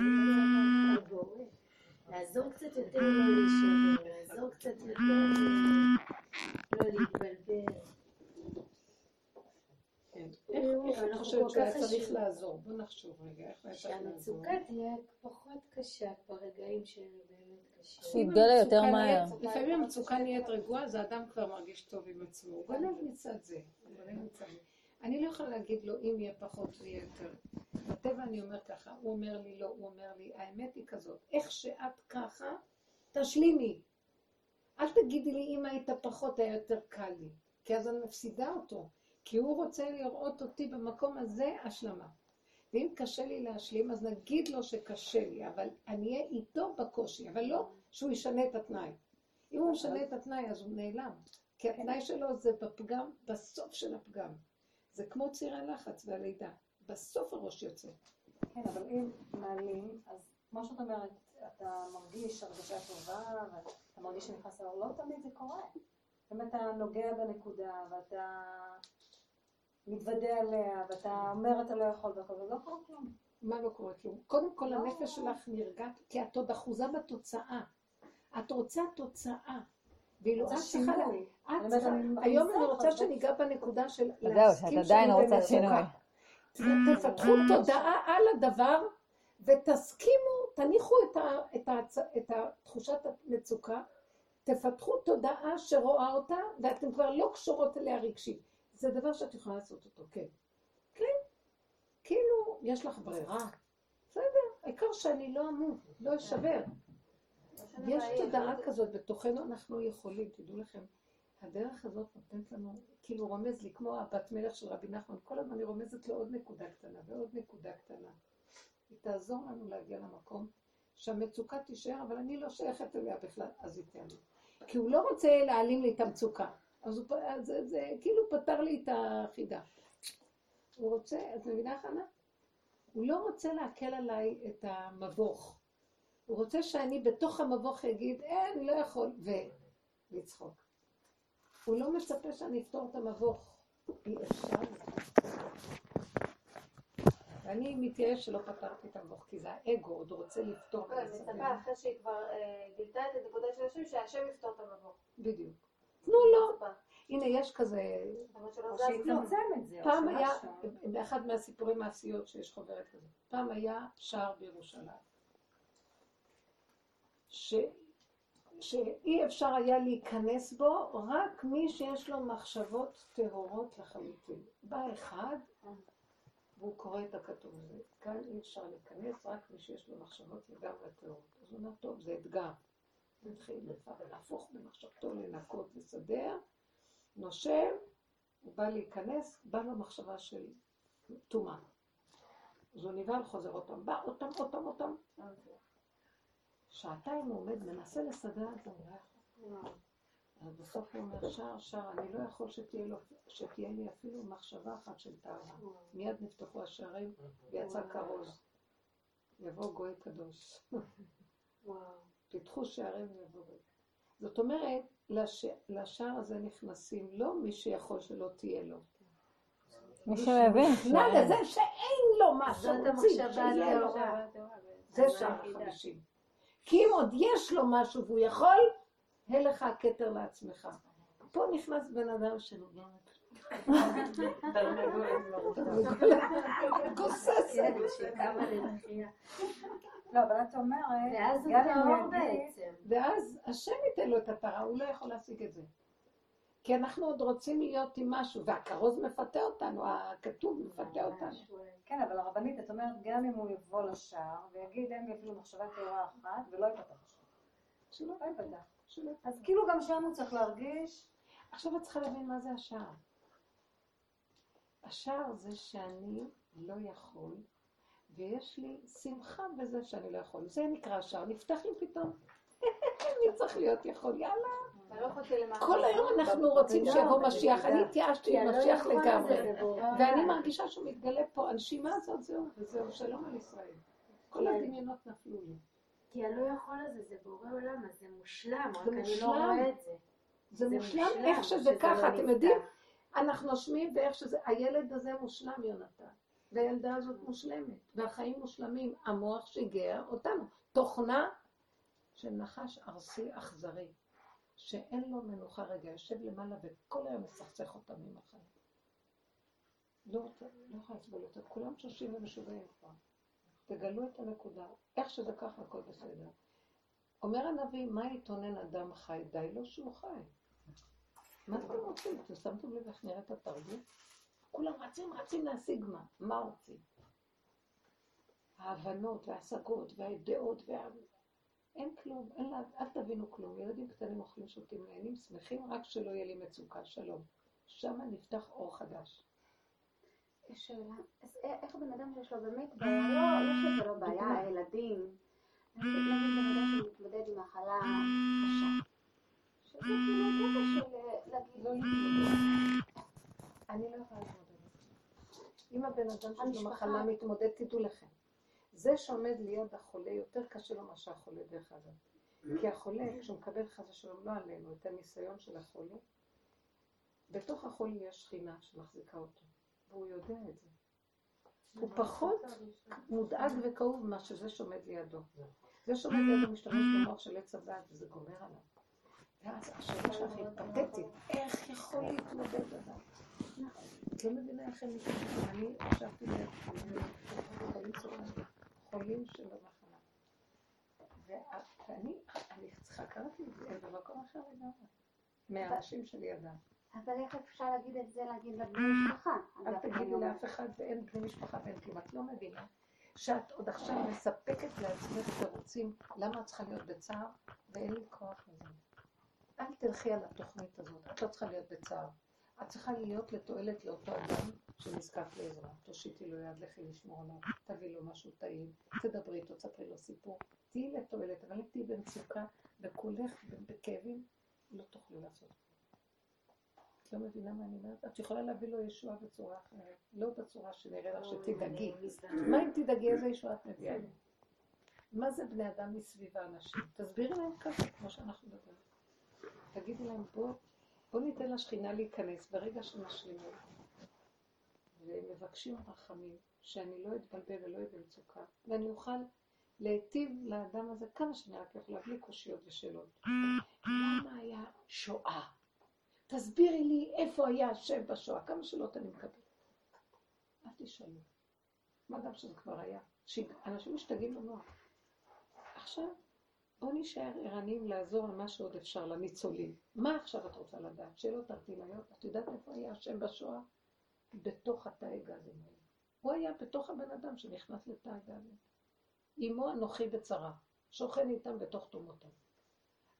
לעזור קצת יותר לא להישבר, לעזור קצת יותר לא להתבלבל. איך את חושבת שהיה צריך לעזור? בוא נחשוב רגע, איך היה צריך לעזור? שהמצוקה תהיה פחות קשה ברגעים שהיא באמת קשה. שיתגלה יותר מהר. לפעמים המצוקה נהיית רגועה, אז האדם כבר מרגיש טוב עם עצמו. הוא גונב מצד זה. אני לא יכולה להגיד לו אם יהיה פחות ויהיה יותר. בטבע אני אומר ככה, הוא אומר לי לא, הוא אומר לי, האמת היא כזאת, איך שאת ככה, תשלימי. אל תגידי לי אם היית פחות היה יותר קל לי, כי אז אני מפסידה אותו. כי הוא רוצה לראות אותי במקום הזה השלמה. ואם קשה לי להשלים, אז נגיד לו שקשה לי, אבל אני אהיה איתו בקושי, אבל לא שהוא ישנה את התנאי. אם הוא ישנה את התנאי, אז הוא נעלם. כי התנאי שלו זה בפגם, בסוף של הפגם. זה כמו צירי הלחץ והלידה. בסוף הראש יוצא. כן, אבל אם מעלים, אז כמו שאת אומרת, אתה מרגיש הרגשה טובה, ואתה מרגיש שנכנס לעולם, לא תמיד זה קורה. אם אתה נוגע בנקודה, ואתה מתוודע עליה, ואתה אומר אתה לא יכול והכל, ולא קורה כלום. מה לא קורה כלום? קודם כל הנפש שלך נרגעת, כי את עוד אחוזה בתוצאה. את רוצה תוצאה. ואילו את צריכה... היום אני רוצה שניגע בנקודה של... זהו, שאת עדיין רוצה שינוי. תפתחו תודעה על הדבר, ותסכימו, תניחו את תחושת המצוקה, תפתחו תודעה שרואה אותה, ואתם כבר לא קשורות אליה רגשית. זה דבר שאת יכולה לעשות אותו, כן. כן, כאילו, יש לך ברירה. בסדר, העיקר שאני לא אמות, לא אשבר. יש תודעה כזאת, בתוכנו אנחנו יכולים, תדעו לכם, הדרך הזאת נותנת לנו, כאילו רומז לי, כמו הבת מלך של רבי נחמן, כל הזמן אני רומזת לו עוד נקודה קטנה ועוד נקודה קטנה. היא תעזור לנו להגיע למקום שהמצוקה תישאר, אבל אני לא שייכת אליה בכלל, אז היא תעלה. כי הוא לא רוצה להעלים לי את המצוקה, אז זה כאילו פתר לי את החידה. הוא רוצה, את מבינה חנה? הוא לא רוצה להקל עליי את המבוך. הוא רוצה שאני בתוך המבוך אגיד, אני לא יכול, ולצחוק. הוא לא מצפה שאני אפתור את המבוך. אי אפשר. ואני מתייאש שלא פתרתי את המבוך, כי זה האגו, עוד רוצה לפתור. אני מצפה אחרי שהיא כבר גילתה את הנקודה של השם, שהשם יפתור את המבוך. בדיוק. תנו לו. הנה, יש כזה... או שיצמצם את זה. פעם היה, באחד מהסיפורי מעשיות שיש חוברת כזה, פעם היה שער בירושלים. שאי אפשר היה להיכנס בו רק מי שיש לו מחשבות טהורות לחלוטין. בא אחד, והוא קורא את הכתוב הזה. כאן אי אפשר להיכנס רק מי שיש לו מחשבות לגמרי טהורות. אז הוא אומר, טוב, זה אתגר. מתחיל להפוך במחשבתו, לנקות, לסדר, נושב, הוא בא להיכנס, בא לו מחשבה של תומה. אז הוא נבהל, חוזר אותם, בא אותם. שעתיים הוא עומד, מנסה לסדר את זה, הוא לא יכול. אז בסוף הוא אומר, שער, אני לא יכול שתהיה לי אפילו מחשבה אחת של טהרה. מיד נפתחו השערים ויצא כרוז. יבוא גוי קדוש. פתחו שערים ויבוא גוי. זאת אומרת, לשער הזה נכנסים לא מי שיכול שלא תהיה לו. מי שמבין. נגד זה שאין לו מה שרוצים שיהיה לו. זה שער 50. כי אם עוד יש לו משהו והוא יכול, הלך הכתר לעצמך. פה נכנס בן אדם שנוגע גוססת. לא, אבל את אומרת, ואז זה טהור בעצם. ואז השם ייתן לו את הפרה, הוא לא יכול להשיג את זה. כי אנחנו עוד רוצים להיות עם משהו, והכרוז מפתה אותנו, הכתוב מפתה אותנו. כן, אבל הרבנית, את אומרת, גם אם הוא יבוא לשער, ויגיד, אין לי אפילו מחשבה טהורה אחת, ולא יפתח השער. שלא יפתח. אז כאילו גם שם הוא צריך להרגיש. עכשיו את צריכה להבין מה זה השער. השער זה שאני לא יכול, ויש לי שמחה בזה שאני לא יכול. זה נקרא השער, נפתח לי פתאום. אני צריך להיות יכול, יאללה. כל היום אנחנו רוצים שיבוא משיח, אני התייאשתי עם משיח לגמרי. ואני מרגישה שהוא מתגלה פה, הנשימה הזאת וזהו, שלום על ישראל. כל הדמיונות נפלו לי. כי הלא יכול הזה, זה בורא עולם, אז זה מושלם, רק אני לא רואה את זה. זה מושלם איך שזה ככה, אתם יודעים? אנחנו נושמים ואיך שזה, הילד הזה מושלם יונתן, והילדה הזאת מושלמת, והחיים מושלמים, המוח שיגע אותנו. תוכנה של נחש ארסי אכזרי, שאין לו מנוחה רגע, יושב למעלה וכל היום מסכסך אותם עם החיים. לא יכולה לסבול יותר, כולם שושים ומשוגעים כבר. תגלו את הנקודה, איך שזה ככה הכל בסדר. אומר הנביא, מה יתונן אדם חי? די לו שהוא חי. מה אתם רוצים? אתם שמתם לב איך נראית התרבות? כולם רצים להשיג מה רוצים? ההבנות וההשגות והדעות אין כלום, אל תבינו כלום. ילדים קטנים אוכלים, שותים, נהנים, שמחים, רק שלא יהיה לי מצוקה, שלום. שם נפתח אור חדש. יש שאלה, אז איך בן אדם שיש לו באמת בעיה, לא שזה לא בעיה, הילדים, נגיד בן אדם שמתמודד עם מחלה קשה, שזה כאילו קטע של להגיד, לא להתמודד. אני לא יכולה להתמודד. אם הבן אדם שיש לו מחלה מתמודד, תדעו לכם. זה שעומד ליד החולה יותר קשה לו מה שהחולה דרך אגב. כי החולה, כשהוא מקבל חס ושלום לא עלינו את הניסיון של החולה, בתוך החולה יש שכינה שמחזיקה אותו. והוא יודע את זה. הוא פחות מודאג וכאוב מה שזה שעומד לידו. זה שעומד לידו משתמש במוח של עץ הדת וזה גומר עליו. ואז השאלה שלך היא פתטית, איך יכול להתמודד אדם? את לא מבינה איך הם מתמודדים. אני חשבתי חולים של המחלה. ואני צריכה קראתי את זה במקום אחר לגמרי. מהאנשים שלי אדם. אבל איך אפשר להגיד את זה, להגיד לבני משפחה? אל תגידי לאף אחד ואין בני משפחה ואין כלום. את לא מבינה שאת עוד עכשיו מספקת לעצמך תירוצים למה את צריכה להיות בצער ואין לי כוח לזה. אל תלכי על התוכנית הזאת, את לא צריכה להיות בצער. את צריכה להיות לתועלת לאותו אדם שנזקק לעזרה. תושיטי לו יד, לכי לשמור עליו, תביא לו משהו טעים, תדברי איתו, תספרי לו סיפור. תהיי לתועלת, אבל אם תהיי במצוקה וכולך בכאבים, לא תוכלי לעשות. את לא מבינה מה אני אומרת? את יכולה להביא לו ישועה בצורה אחרת, לא בצורה שנראה לך שתדאגי. מה אם תדאגי? איזה ישועה את מביאה לו? מה זה בני אדם מסביב האנשים? תסבירי להם ככה, כמו שאנחנו מדברים. תגידי להם, בוא ניתן לשכינה להיכנס ברגע שנשלימו. ומבקשים רחמים, שאני לא אתבלבל ולא אהיה במצוקה, ואני אוכל להיטיב לאדם הזה כמה שאני רק יכולה, בלי קושיות ושאלות. למה היה שואה? תסבירי לי איפה היה השם בשואה, כמה שאלות אני מקבל. אל תשאלו. מה גם שזה כבר היה? אנשים משתגעים במוח. עכשיו, בואו נשאר ערניים לעזור למה שעוד אפשר, לניצולים. מה עכשיו את רוצה לדעת? שאלות ארטילאיות. את יודעת איפה היה השם בשואה? בתוך התאי גזים האלה. הוא היה בתוך הבן אדם שנכנס לתאי גזים. אמו אנוכי בצרה, שוכן איתם בתוך תומותיו.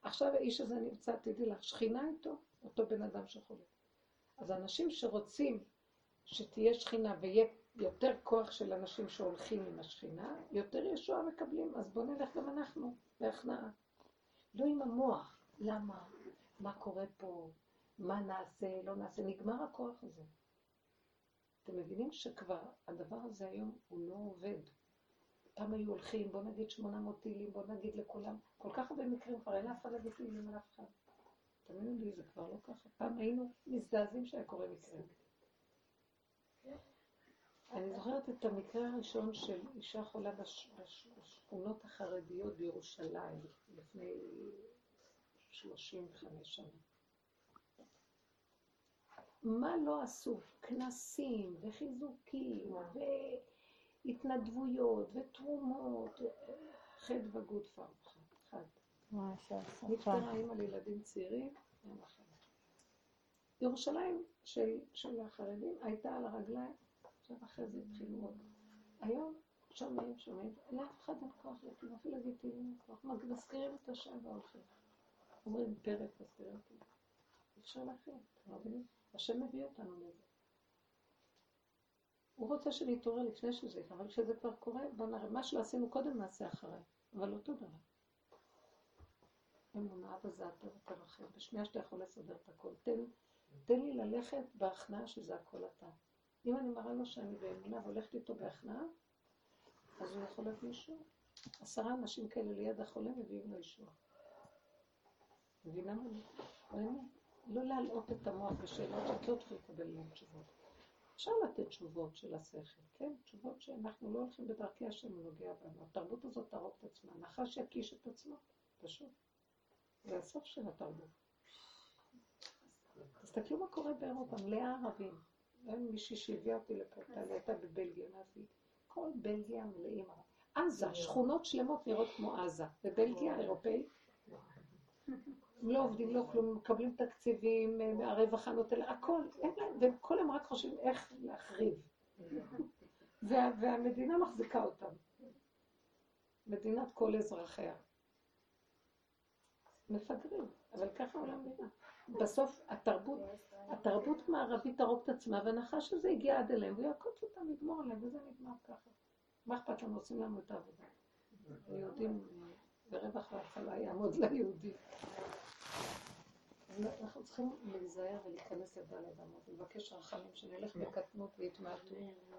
עכשיו האיש הזה נמצא, תדעי לך, שכינה איתו, אותו בן אדם שחולה. אז אנשים שרוצים שתהיה שכינה ויהיה יותר כוח של אנשים שהולכים עם השכינה, יותר ישועה מקבלים, אז בוא נלך גם אנחנו בהכנעה. לא עם המוח, למה? מה קורה פה? מה נעשה? לא נעשה? נגמר הכוח הזה. אתם מבינים שכבר הדבר הזה היום הוא לא עובד. פעם היו הולכים, בוא נגיד 800 טילים, בוא נגיד לכולם, כל כך הרבה מקרים כבר אין אף אחד להגיד טילים על אף אחד. תאמינו לי, זה כבר לא ככה. פעם היינו מזדעזעים שהיה קורה מקרים. אני זוכרת את המקרה הראשון של אישה חולה בשכונות החרדיות בירושלים, לפני 35 שנה. מה לא עשו? כנסים וחיזוקים והתנדבויות ותרומות, חד וגוד פעם אחת. נפטרה אימא לילדים צעירים, ירושלים של החרדים הייתה על הרגליים, עכשיו אחרי זה התחילו עוד. היום שומעים, לאף אחד אין כוח להקים, אפילו לגיטימי כוח, מזכירים את השם והולכים. אומרים פרק, מזכירים אותי. אפשר להכין, אתם מבינים? השם מביא אותנו לזה. הוא רוצה שנתעורר לפני שזה, אבל כשזה כבר קורה, בוא נראה, מה שלא עשינו קודם נעשה אחרי, אבל אותו דבר. אמונה בזה אתה ותרחם, בשנייה שאתה יכול לסדר את הכל. תן לי ללכת בהכנעה שזה הכל אתה. אם אני מראה לו שאני באמונה והולכת איתו בהכנעה, אז הוא יכול להיות ישוע. 10 אנשים כאלה ליד החולה מביאים לו ישוע. מבינה מה אני? לא להלאות את המוח בשאלות שאת לא תוכל לקבל להם תשובות. אפשר לתת תשובות של השכל, כן? תשובות שאנחנו לא הולכים בדרכי השם ונוגע בנו. התרבות הזאת תהרוג את עצמה. נחש יקיש את עצמו, פשוט. זה הסוף של התרבות. תסתכלו מה קורה באירופה, מלאה ערבים. אין מישהי שהביאה אותי לפה, הייתה בבלגיה, כל בלגיה מלאים ערבים. עזה, שכונות שלמות נראות כמו עזה. בבלגיה, אירופאית. הם לא עובדים, לא כלום, מקבלים תקציבים, הרווחה נוטל, הכל, וכל הם רק חושבים איך להחריב. והמדינה מחזיקה אותם. מדינת כל אזרחיה. מפגרים, אבל ככה עולם נראה. בסוף התרבות מערבית תרוג את עצמה, והנחש הזה הגיע עד אליהם, והוא יעקוץ אותם, יגמור עליהם, וזה נגמר ככה. מה אכפת לנו? עושים לנו את העבודה. היהודים ברווח והצלה יעמוד ליהודים. אנחנו צריכים להיזהר ולהיכנס לדלת אמות, לבקש רחמים שנלך בקטנות והתמעטות,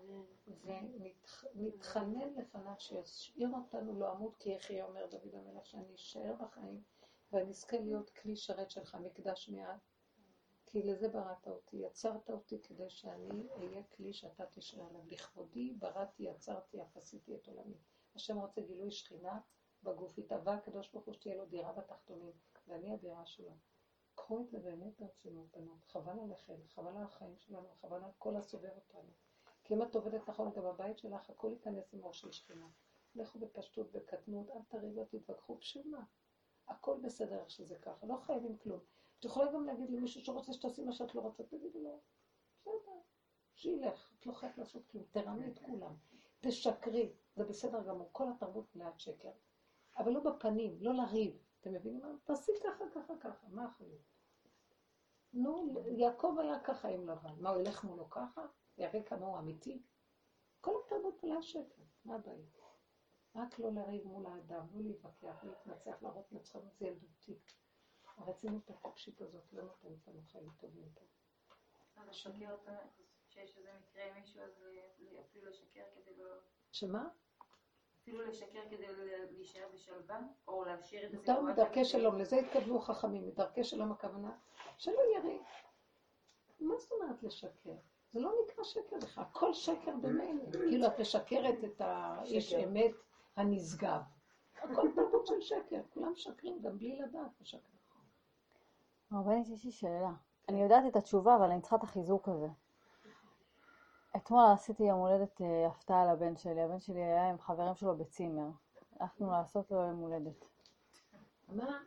ונתחנן לפניו שישאיר אותנו לא אמות, כי יחיה אומר דוד המלך, שאני אשאר בחיים ואני אזכה להיות כלי שרת שלך, מקדש מעט, כי לזה בראת אותי, יצרת אותי כדי שאני אהיה כלי שאתה תשאר עליו. לכבודי בראתי, יצרתי, אף עשיתי את עולמי. השם רוצה גילוי שכינה בגוף, התאווה הקדוש ברוך הוא שתהיה לו דירה בתחתונים, ואני הדירה שלו. קחו את זה באמת ברצינות, בנות. חבל עליכם, חבל על החיים שלנו, חבל על כל הסובב אותנו. כי אם את עובדת נכון, גם הבית שלך, הכל ייכנס עם אור של שכינה. לכו בפשטות, בקטנות, אל תריבו, תתווכחו, בשביל מה? הכל בסדר איך שזה ככה, לא חייבים כלום. את יכולה גם להגיד למישהו שרוצה שתעשי מה שאת לא רוצה, תגידו לו, בסדר, שילך, את לא חייבת לעשות כלום, תרמי את כולם, תשקרי, זה בסדר גמור, כל התרבות מלאת שקר. אבל לא בפנים, לא לריב. אתם מבינים מה? תעשי ככה, מה החיות? נו, יעקב היה ככה עם לבן. מה, הוא ילך מולו ככה? יראה כמה הוא אמיתי? כל התרבות מלאה שקר, מה הבעיה? רק לא לריב מול האדם, לא להתווכח, לא להתנצח, להראות נצחנות, זה ילדותי. הרצינות הטיפשית הזאת לא נותנת לנו חיים טובים פה. אבל לשקר אותה, שיש איזה מקרה עם מישהו, אז אפילו לשקר כדי לא... שמה? אפילו לשקר כדי להישאר בשלווה, או להשאיר את מותר מדרכי שלום, לזה התכוונו חכמים, מדרכי שלום הכוונה, שלא יראה. מה זאת אומרת לשקר? זה לא נקרא שקר לך, הכל שקר במילא. כאילו את משקרת את האיש אמת הנשגב. הכל תרבות של שקר, כולם שקרים, גם בלי לדעת משקרים. רבנית, יש לי שאלה. אני יודעת את התשובה, אבל אני צריכה את החיזוק הזה. אתמול עשיתי יום הולדת הפתעה לבן שלי. הבן שלי היה עם חברים שלו בצימר. הלכנו לעשות לו יום הולדת. מה?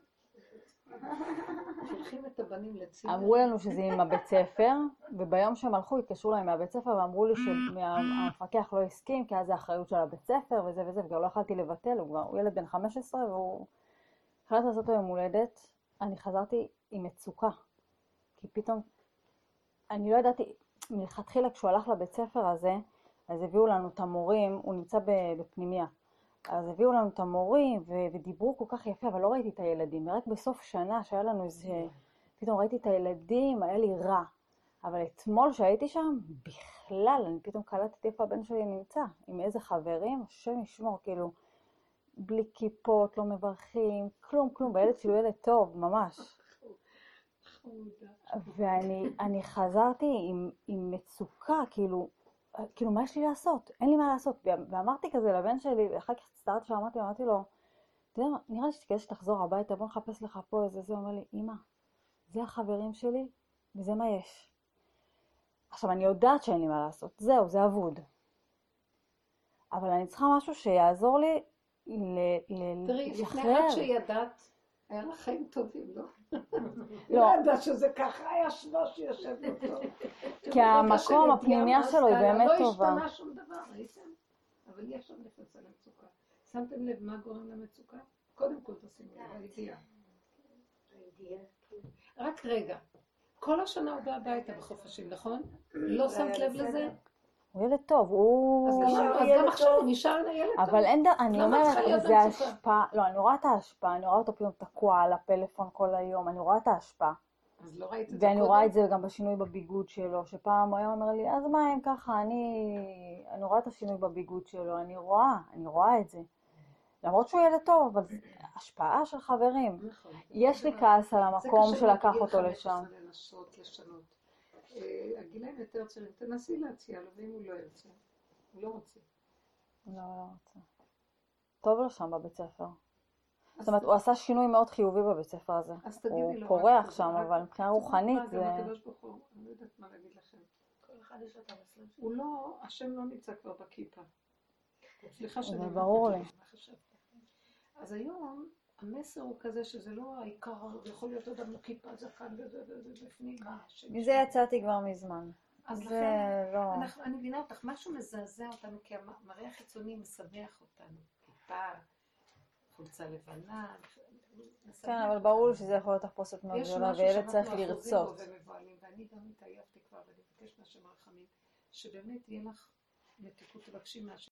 שולחים את הבנים לצימר? אמרו לנו שזה עם הבית ספר, וביום שהם הלכו התקשרו להם מהבית ספר, ואמרו לי שהמפקח לא הסכים, כי אז זה האחריות של הבית ספר וזה וזה, וגם לא יכלתי לבטל, הוא ילד בן 15, והוא התחלת לעשות לו יום הולדת, אני חזרתי עם מצוקה. כי פתאום, אני לא ידעתי, מלכתחילה כשהוא הלך לבית ספר הזה, אז הביאו לנו את המורים, הוא נמצא בפנימיה. אז הביאו לנו את המורים ודיברו כל כך יפה, אבל לא ראיתי את הילדים. ורק בסוף שנה שהיה לנו איזה, פתאום ראיתי את הילדים, היה לי רע. אבל אתמול שהייתי שם, בכלל, אני פתאום קלטתי איפה הבן שלי נמצא, עם איזה חברים, השם ישמור, כאילו, בלי כיפות, לא מברכים, כלום, והילד שלי הוא ילד טוב, ממש. ואני חזרתי עם מצוקה, כאילו, מה יש לי לעשות? אין לי מה לעשות. ואמרתי כזה לבן שלי, ואחר כך הצטרתי שאמרתי לו, אתה יודע מה, נראה לי שתכף שתחזור הביתה, בוא נחפש לך פה איזה זה. הוא אומר לי, אמא, זה החברים שלי, וזה מה יש. עכשיו, אני יודעת שאין לי מה לעשות. זהו, זה אבוד. אבל אני צריכה משהו שיעזור לי תראי, לשחרר. לפני עד שידעת, היה לך חיים טובים, לא? לא ידעת שזה ככה, היה שמו שיושב אותו. כי המקום, הפנימיה שלו היא באמת טובה. לא השתנה שום דבר, ראיתם? אבל יש שם נכנסה למצוקה. שמתם לב מה גורם למצוקה? קודם כל תשימו לב, הידיעה. רק רגע. כל השנה הוא בא הביתה בחופשים, נכון? לא שמת לב לזה? הוא ילד טוב, הוא... אז גם עכשיו הוא נשאר לילד טוב. אבל אין, אני אומרת, זה ההשפעה, לא, אני רואה את ההשפעה, אני רואה אותו פתאום תקוע על הפלאפון כל היום, אני רואה את ההשפעה. אז לא ראית את זה ואני רואה את זה גם בשינוי בביגוד שלו, שפעם הוא היה אומר לי, אז מה אם ככה, אני רואה את השינוי בביגוד שלו, אני רואה את זה. למרות שהוא ילד טוב, אבל השפעה של חברים. יש לי כעס על המקום שלקח אותו לשם. זה קשה לנסות לשנות. הגילאים יותר צעירים, תנסי להציע לו, ואם הוא לא ירצה, הוא לא רוצה. לא רוצה. טוב לו שם בבית ספר. זאת אומרת, הוא עשה שינוי מאוד חיובי בבית ספר הזה. הוא פורח שם, אבל מבחינה רוחנית זה... אני לא יודעת מה להגיד לכם. כל אחד יש לו את המסלול. הוא לא, השם לא נמצא כבר בכיפה. סליחה שאני... זה ברור לי. אז היום המסר הוא כזה שזה לא העיקר, זה יכול להיות אדם כיפה זקן ובפנים מה. מזה יצאתי כבר מזמן. אז זה לא... אני מבינה אותך, משהו מזעזע אותנו, כי המראה החיצוני משמח אותנו. כיפה, חולצה לבנה. כן, אבל ברור שזה יכול להיות תחפושת מאוד גדולה, וילד צריך לרצות. ואני גם התעייפתי כבר, ואני מבקש מהשם הרחמים, שבאמת יהיה לך מתיקות, תבקשי מהשם.